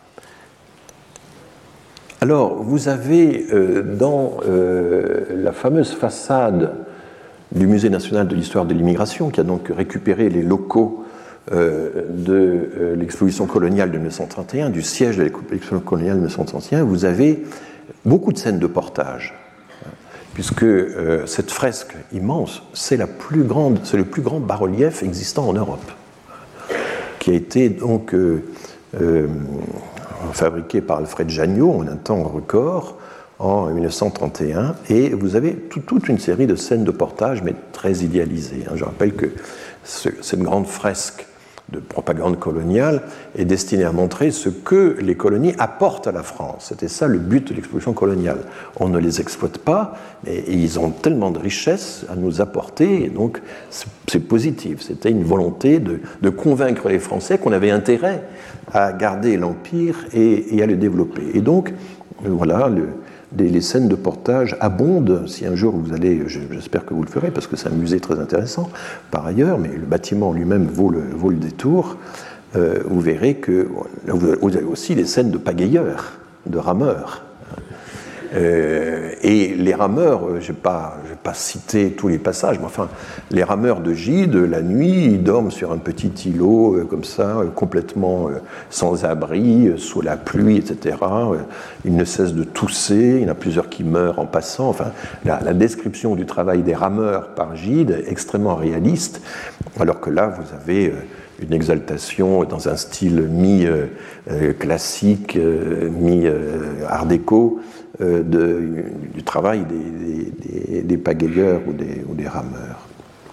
Alors, vous avez euh, dans euh, la fameuse façade du Musée national de l'histoire de l'immigration, qui a donc récupéré les locaux euh, de euh, l'exposition coloniale de mille neuf cent trente et un, du siège de l'exposition coloniale de mille neuf cent trente et un, vous avez beaucoup de scènes de portage, puisque euh, cette fresque immense, c'est la plus grande, c'est le plus grand bas-relief existant en Europe, qui a été donc euh, euh, fabriqué par Alfred Janniot en un temps record, en mille neuf cent trente et un, et vous avez tout, toute une série de scènes de portage, mais très idéalisées. Je rappelle que ce, cette grande fresque de propagande coloniale est destinée à montrer ce que les colonies apportent à la France. C'était ça le but de l'exposition coloniale. On ne les exploite pas, mais ils ont tellement de richesses à nous apporter, et donc c'est positif. C'était une volonté de, de convaincre les Français qu'on avait intérêt à garder l'Empire et, et à le développer. Et donc, voilà, le, les scènes de portage abondent. Si un jour vous allez, j'espère que vous le ferez, parce que c'est un musée très intéressant par ailleurs, mais le bâtiment lui-même vaut le, vaut le détour, euh, vous verrez que vous avez aussi les scènes de pagayeurs, de rameurs. Euh, et les rameurs, je ne vais pas, je vais pas citer tous les passages, mais enfin, les rameurs de Gide, la nuit, ils dorment sur un petit îlot, euh, comme ça, euh, complètement euh, sans abri, euh, sous la pluie, et cetera. Euh, ils ne cessent de tousser, il y en a plusieurs qui meurent en passant. Enfin, la, la description du travail des rameurs par Gide est extrêmement réaliste, alors que là, vous avez euh, une exaltation dans un style mi-classique, euh, euh, mi-art déco, euh, de, du travail des, des, des pagayeurs ou des, ou des rameurs.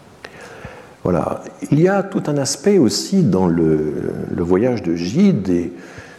Voilà. Il y a tout un aspect aussi dans le, le voyage de Gide et,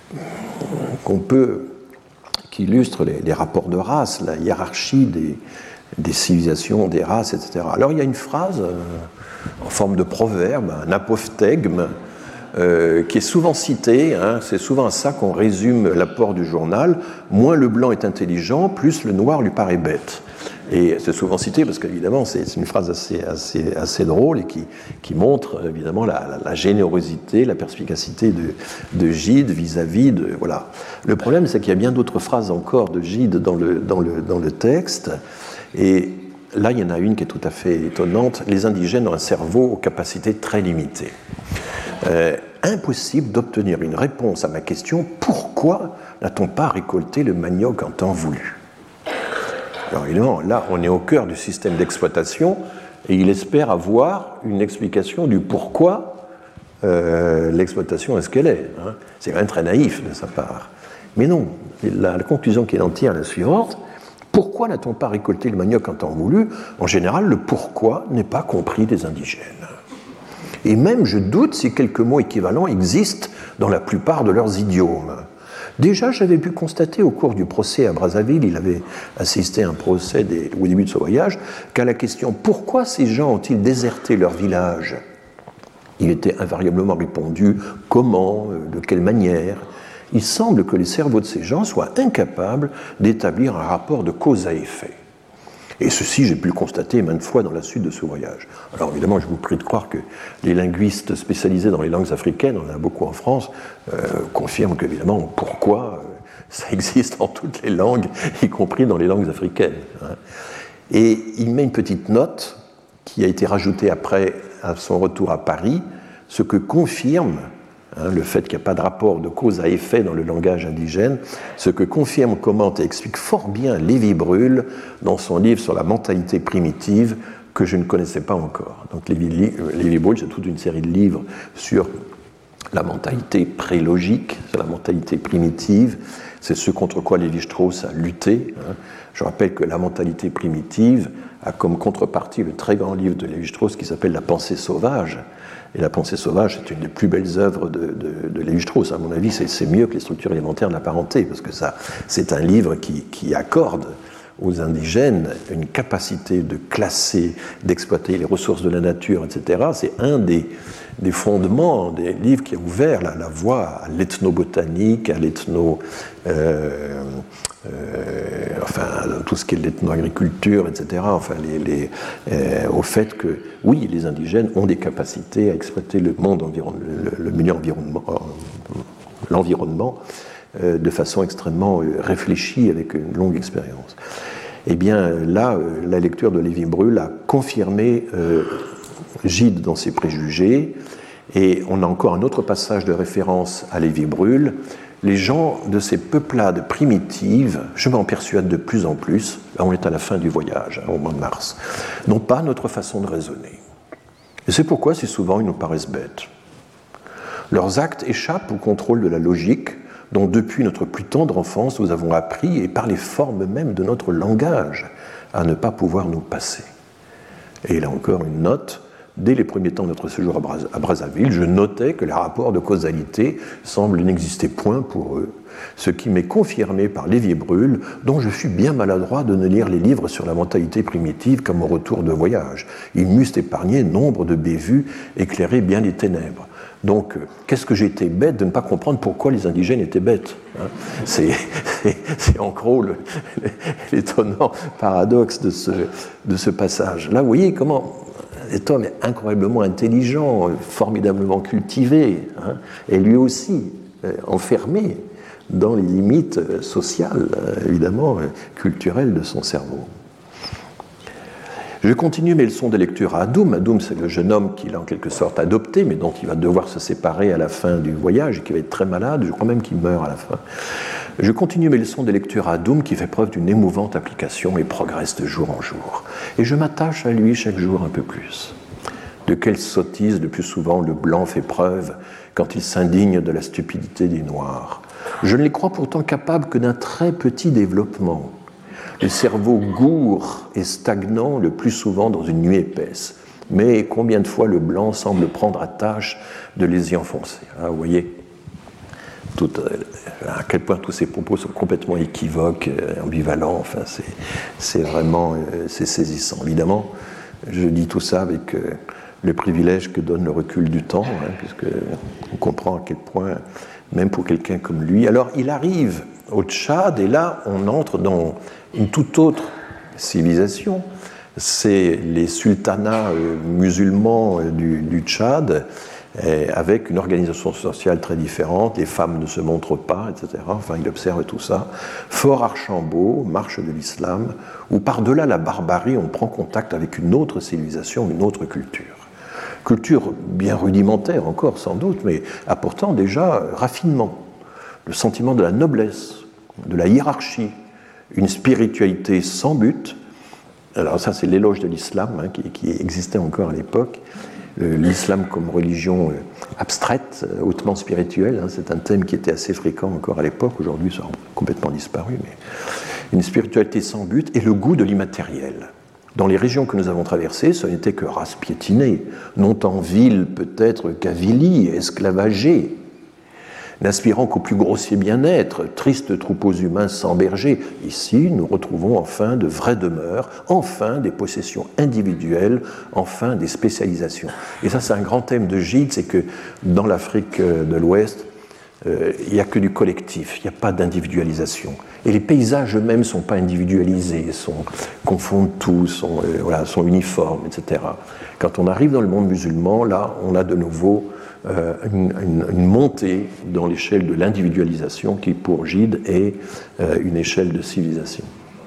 qu'on peut, qui illustre les, les rapports de race, la hiérarchie des, des civilisations, des races, et cetera. Alors il y a une phrase euh, en forme de proverbe, un apophthegme, Euh, qui est souvent cité, hein, c'est souvent à ça qu'on résume l'apport du journal, moins le blanc est intelligent, plus le noir lui paraît bête. Et c'est souvent cité parce qu'évidemment c'est une phrase assez, assez, assez drôle et qui, qui montre évidemment la, la, la générosité, la perspicacité de, de Gide vis-à-vis de... Voilà. Le problème c'est qu'il y a bien d'autres phrases encore de Gide dans le, dans le, dans le texte, et là il y en a une qui est tout à fait étonnante, les indigènes ont un cerveau aux capacités très limitées. Euh, impossible d'obtenir une réponse à ma question « Pourquoi n'a-t-on pas récolté le manioc en temps voulu ?» Alors évidemment, là, on est au cœur du système d'exploitation et il espère avoir une explication du pourquoi euh, l'exploitation est ce qu'elle est. Hein. C'est quand même très naïf de sa part. Mais non, la, la conclusion qu'il en tire est la suivante. Pourquoi n'a-t-on pas récolté le manioc en temps voulu? En général, le pourquoi n'est pas compris des indigènes. Et même, je doute si quelques mots équivalents existent dans la plupart de leurs idiomes. Déjà, j'avais pu constater au cours du procès à Brazzaville, il avait assisté à un procès des, au début de ce voyage, qu'à la question « Pourquoi ces gens ont-ils déserté leur village ?» il était invariablement répondu « Comment ? De quelle manière ?» Il semble que les cerveaux de ces gens soient incapables d'établir un rapport de cause à effet. Et ceci, j'ai pu le constater maintes fois dans la suite de ce voyage. Alors évidemment, je vous prie de croire que les linguistes spécialisés dans les langues africaines, on en a beaucoup en France, euh, confirment qu'évidemment, pourquoi, euh, ça existe en toutes les langues, y compris dans les langues africaines. Hein. Et il met une petite note qui a été rajoutée après, à son retour à Paris, ce que confirme Hein, le fait qu'il n'y a pas de rapport de cause à effet dans le langage indigène, ce que confirme, commente et explique fort bien Lévi Brühl dans son livre sur la mentalité primitive que je ne connaissais pas encore. Donc Lévi, Lévi Brühl, c'est toute une série de livres sur la mentalité prélogique, sur la mentalité primitive. C'est ce contre quoi Lévi-Strauss a lutté. Hein. Je rappelle que la mentalité primitive a comme contrepartie le très grand livre de Lévi-Strauss qui s'appelle La pensée sauvage. Et La pensée sauvage, c'est une des plus belles œuvres de, de, de Lévi-Strauss. À mon avis, c'est, c'est mieux que les structures élémentaires de la parenté, parce que ça, c'est un livre qui, qui accorde aux indigènes une capacité de classer, d'exploiter les ressources de la nature, et cetera. C'est un des, des fondements des livres qui a ouvert la, la voie à l'ethnobotanique, à l'ethno... Euh, euh, enfin, tout ce qui est l'ethno-agriculture, et cetera. Enfin, les, les, euh, au fait que, oui, les indigènes ont des capacités à exploiter le monde environ, le, le milieu environnement, l'environnement, euh, de façon extrêmement euh, réfléchie, avec une longue expérience. Eh bien, là, euh, la lecture de Lévi Brühl a confirmé euh, Gide dans ses préjugés, et on a encore un autre passage de référence à Lévi Brühl. Les gens de ces peuplades primitives, je m'en persuade de plus en plus, là on est à la fin du voyage, hein, au mois de mars, n'ont pas notre façon de raisonner. Et c'est pourquoi si souvent ils nous paraissent bêtes. Leurs actes échappent au contrôle de la logique dont depuis notre plus tendre enfance nous avons appris, et par les formes même de notre langage, à ne pas pouvoir nous passer. Et là encore une note. Dès les premiers temps de notre séjour à, Braz- à Brazzaville, je notais que les rapports de causalité semblent n'exister point pour eux, ce qui m'est confirmé par Lévi Brühl, dont je fus bien maladroit de ne lire les livres sur la mentalité primitive qu'à mon retour de voyage. Ils m'eussent épargné nombre de bévues, éclairé bien les ténèbres. Donc, qu'est-ce que j'ai été bête de ne pas comprendre pourquoi les indigènes étaient bêtes, hein. c'est, c'est, c'est en gros le, l'étonnant paradoxe de ce, de ce passage. Là, vous voyez comment... Cet homme est incroyablement intelligent, formidablement cultivé, hein, et lui aussi euh, enfermé dans les limites euh, sociales, euh, évidemment, euh, culturelles de son cerveau. Je continue mes leçons de lecture à Adoum. Adoum, c'est le jeune homme qu'il a en quelque sorte adopté, mais dont il va devoir se séparer à la fin du voyage, et qui va être très malade, je crois même qu'il meurt à la fin. Je continue mes leçons de lecture à Adoum, qui fait preuve d'une émouvante application et progresse de jour en jour. Et je m'attache à lui chaque jour un peu plus. De quelle sottise, le plus souvent, le blanc fait preuve quand il s'indigne de la stupidité des noirs. Je ne les crois pourtant capables que d'un très petit développement. Le cerveau gourd et stagnant le plus souvent dans une nuit épaisse. Mais combien de fois le blanc semble prendre à tâche de les y enfoncer. Ah, vous voyez tout, à quel point tous ces propos sont complètement équivoques, ambivalents, enfin, c'est, c'est vraiment c'est saisissant. Évidemment, je dis tout ça avec le privilège que donne le recul du temps, hein, puisqu'on comprend à quel point, même pour quelqu'un comme lui... Alors, il arrive au Tchad, et là, on entre dans une toute autre civilisation. C'est les sultanats musulmans du, du Tchad, avec une organisation sociale très différente, les femmes ne se montrent pas, et cetera. Enfin, il observe tout ça. Fort Archambault, marche de l'islam, où par-delà la barbarie, on prend contact avec une autre civilisation, une autre culture. Culture bien rudimentaire encore, sans doute, mais apportant déjà raffinement, le sentiment de la noblesse, de la hiérarchie, une spiritualité sans but. Alors ça, c'est l'éloge de l'islam, hein, qui, qui existait encore à l'époque. L'islam comme religion abstraite, hautement spirituelle, hein, c'est un thème qui était assez fréquent encore à l'époque, aujourd'hui ça a complètement disparu, mais une spiritualité sans but et le goût de l'immatériel. Dans les régions que nous avons traversées, ce n'était que race piétinée, non tant ville peut-être qu'avilie, esclavagée, n'aspirant qu'au plus grossier bien-être, tristes troupeaux humains sans berger. Ici, nous retrouvons enfin de vraies demeures, enfin des possessions individuelles, enfin des spécialisations. Et ça, c'est un grand thème de Gide, c'est que dans l'Afrique de l'Ouest, euh, il n'y a que du collectif, il n'y a pas d'individualisation. Et les paysages eux-mêmes ne sont pas individualisés, sont, confondent tout, sont, euh, voilà, sont uniformes, et cetera. Quand on arrive dans le monde musulman, là, on a de nouveau Euh, une, une, une montée dans l'échelle de l'individualisation qui, pour Gide, est euh, une échelle de civilisation.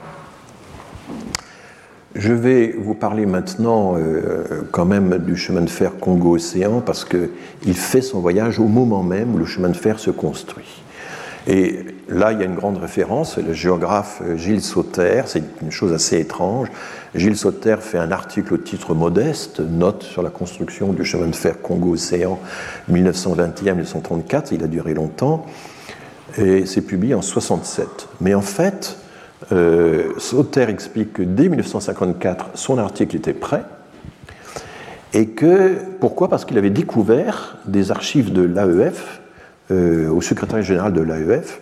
Je vais vous parler maintenant euh, quand même du chemin de fer Congo-Océan parce qu'il fait son voyage au moment même où le chemin de fer se construit. Et là, il y a une grande référence, le géographe Gilles Sauter, c'est une chose assez étrange. Gilles Sauter fait un article au titre modeste, note sur la construction du chemin de fer Congo-Océan mille neuf cent vingt et un à mille neuf cent trente-quatre, il a duré longtemps, et c'est publié en soixante-sept. Mais en fait, euh, Sauter explique que dès mille neuf cent cinquante-quatre, son article était prêt, et que, pourquoi ? Parce qu'il avait découvert des archives de l'A E F, Euh, au secrétariat général de l'A E F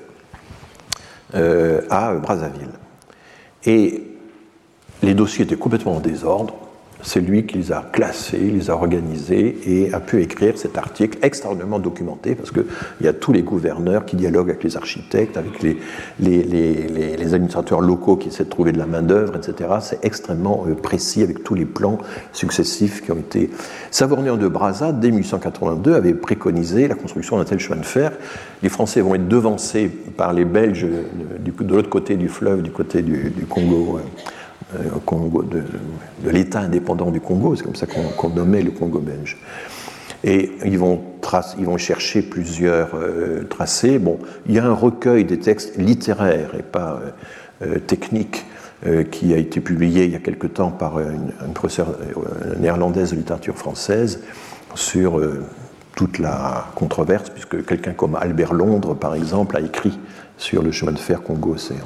euh, à Brazzaville. Et les dossiers étaient complètement en désordre. C'est lui qui les a classés, les a organisés et a pu écrire cet article extraordinairement documenté parce qu'il y a tous les gouverneurs qui dialoguent avec les architectes, avec les, les, les, les, les administrateurs locaux qui essaient de trouver de la main-d'œuvre, et cetera. C'est extrêmement euh, précis avec tous les plans successifs qui ont été. Savorgnan de Brazza, dès mille huit cent quatre-vingt-deux, avait préconisé la construction d'un tel chemin de fer. Les Français vont être devancés par les Belges du, de l'autre côté du fleuve, du côté du, du Congo. Euh, Congo, de, de l'État indépendant du Congo, c'est comme ça qu'on, qu'on nommait le Congo belge. Et ils vont, trace, ils vont chercher plusieurs euh, tracés. Bon, il y a un recueil des textes littéraires et pas euh, techniques euh, qui a été publié il y a quelque temps par une, une professeure néerlandaise de littérature française sur euh, toute la controverse, puisque quelqu'un comme Albert Londres, par exemple, a écrit sur le chemin de fer Congo-Océan.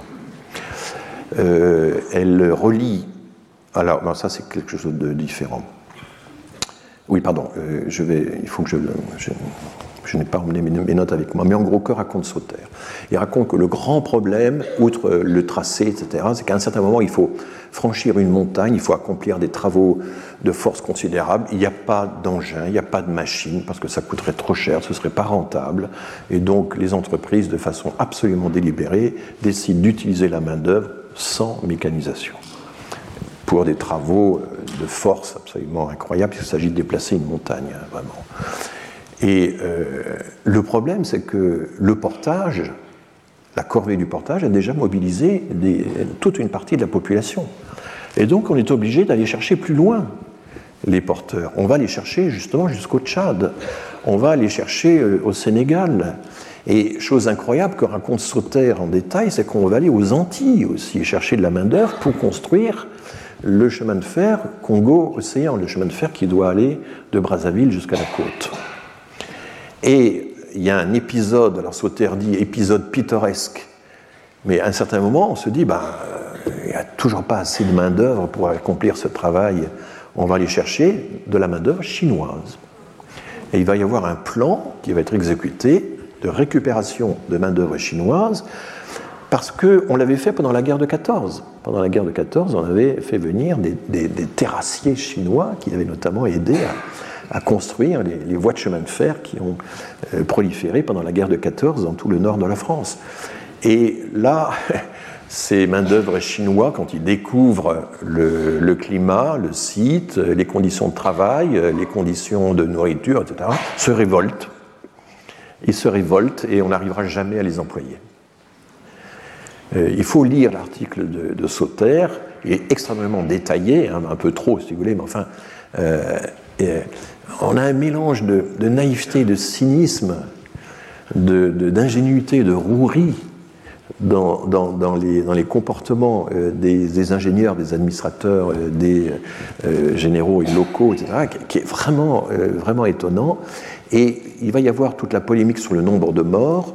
Euh, elle relie. Alors, non, ça c'est quelque chose de différent. Oui, pardon, euh, je vais, il faut que je. Je, je n'ai pas emmené mes, mes notes avec moi, mais en gros, que raconte Sauter ? Il raconte que le grand problème, outre le tracé, et cetera, c'est qu'à un certain moment, il faut franchir une montagne, il faut accomplir des travaux de force considérables. Il n'y a pas d'engin, il n'y a pas de machine, parce que ça coûterait trop cher, ce ne serait pas rentable. Et donc, les entreprises, de façon absolument délibérée, décident d'utiliser la main-d'œuvre sans mécanisation, pour des travaux de force absolument incroyables, puisqu'il s'agit de déplacer une montagne, hein, vraiment. Et euh, le problème, c'est que le portage, la corvée du portage, a déjà mobilisé des, toute une partie de la population. Et donc, on est obligé d'aller chercher plus loin les porteurs. On va les chercher justement jusqu'au Tchad, on va les chercher euh, au Sénégal. Et chose incroyable que raconte Sauter en détail, c'est qu'on va aller aux Antilles aussi, chercher de la main-d'œuvre pour construire le chemin de fer Congo-Océan, le chemin de fer qui doit aller de Brazzaville jusqu'à la côte. Et il y a un épisode, alors Sauter dit épisode pittoresque, mais à un certain moment, on se dit, ben, il n'y a toujours pas assez de main-d'œuvre pour accomplir ce travail. On va aller chercher de la main-d'œuvre chinoise. Et il va y avoir un plan qui va être exécuté de récupération de main-d'œuvre chinoise, parce qu'on l'avait fait pendant la guerre de quatorze. Pendant la guerre de quatorze, on avait fait venir des, des, des terrassiers chinois qui avaient notamment aidé à, à construire les, les voies de chemin de fer qui ont euh, proliféré pendant la guerre de quatorze dans tout le nord de la France. Et là, ces main-d'œuvre chinois, quand ils découvrent le, le climat, le site, les conditions de travail, les conditions de nourriture, et cetera, se révoltent. Ils se révoltent et on n'arrivera jamais à les employer. Euh, il faut lire l'article de, de Sauter, il est extrêmement détaillé, hein, un peu trop si vous voulez, mais enfin, euh, et, on a un mélange de, de naïveté, de cynisme, de, de, d'ingénuité, de rouerie dans, dans, dans, les, dans les comportements euh, des, des ingénieurs, des administrateurs, euh, des euh, généraux et locaux, et cetera, qui, qui est vraiment, euh, vraiment étonnant. Et il va y avoir toute la polémique sur le nombre de morts.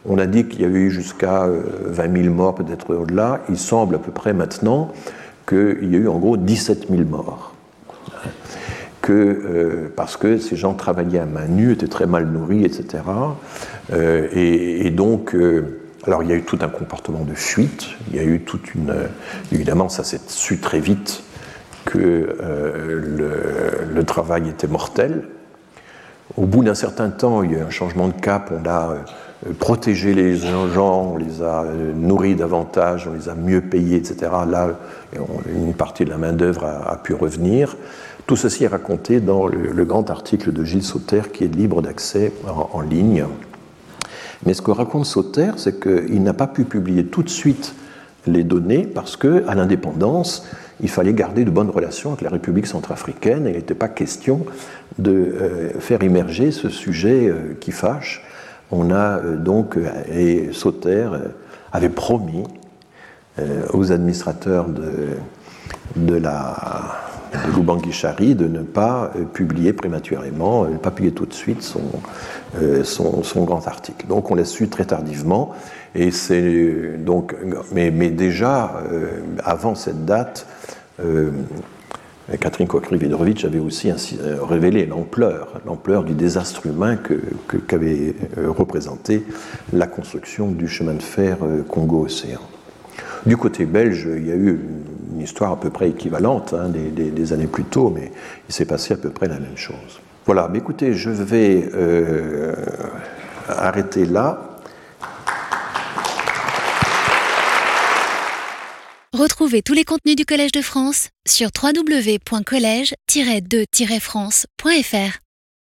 On a dit qu'il y avait eu jusqu'à vingt mille morts, peut-être au-delà. Il semble à peu près maintenant qu'il y a eu en gros dix-sept mille morts. Que, euh, parce que ces gens travaillaient à main nue, étaient très mal nourris, et cetera. Euh, et, et donc, euh, alors il y a eu tout un comportement de fuite, il y a eu toute une... Évidemment, ça s'est su très vite que euh, le, le travail était mortel. Au bout d'un certain temps, il y a eu un changement de cap, on a euh, protégé les gens, on les a euh, nourris davantage, on les a mieux payés, et cetera. Là, on, une partie de la main-d'œuvre a, a pu revenir. Tout ceci est raconté dans le, le grand article de Gilles Sauter qui est libre d'accès en, en ligne. Mais ce que raconte Sauter, c'est qu'il n'a pas pu publier tout de suite les données parce qu'à l'indépendance, il fallait garder de bonnes relations avec la République centrafricaine et il n'était pas question de euh, faire immerger ce sujet euh, qui fâche. On a euh, donc, euh, et Sauter euh, avait promis euh, aux administrateurs de, de la... de Lubangui-Chari de ne pas euh, publier prématurément, de ne pas publier tout de suite son, euh, son, son grand article. Donc on l'a su très tardivement, et c'est donc, mais, mais déjà euh, avant cette date, euh, Catherine Cochry-Vedrovitch avait aussi ainsi, euh, révélé l'ampleur, l'ampleur du désastre humain que, que, qu'avait euh, représenté la construction du chemin de fer euh, Congo-Océan. Du côté belge, il y a eu une histoire à peu près équivalente hein, des, des, des années plus tôt, mais il s'est passé à peu près la même chose. Voilà, mais écoutez, je vais euh, arrêter là. Retrouvez tous les contenus du Collège de France sur w w w point collège tiret de tiret france point f r.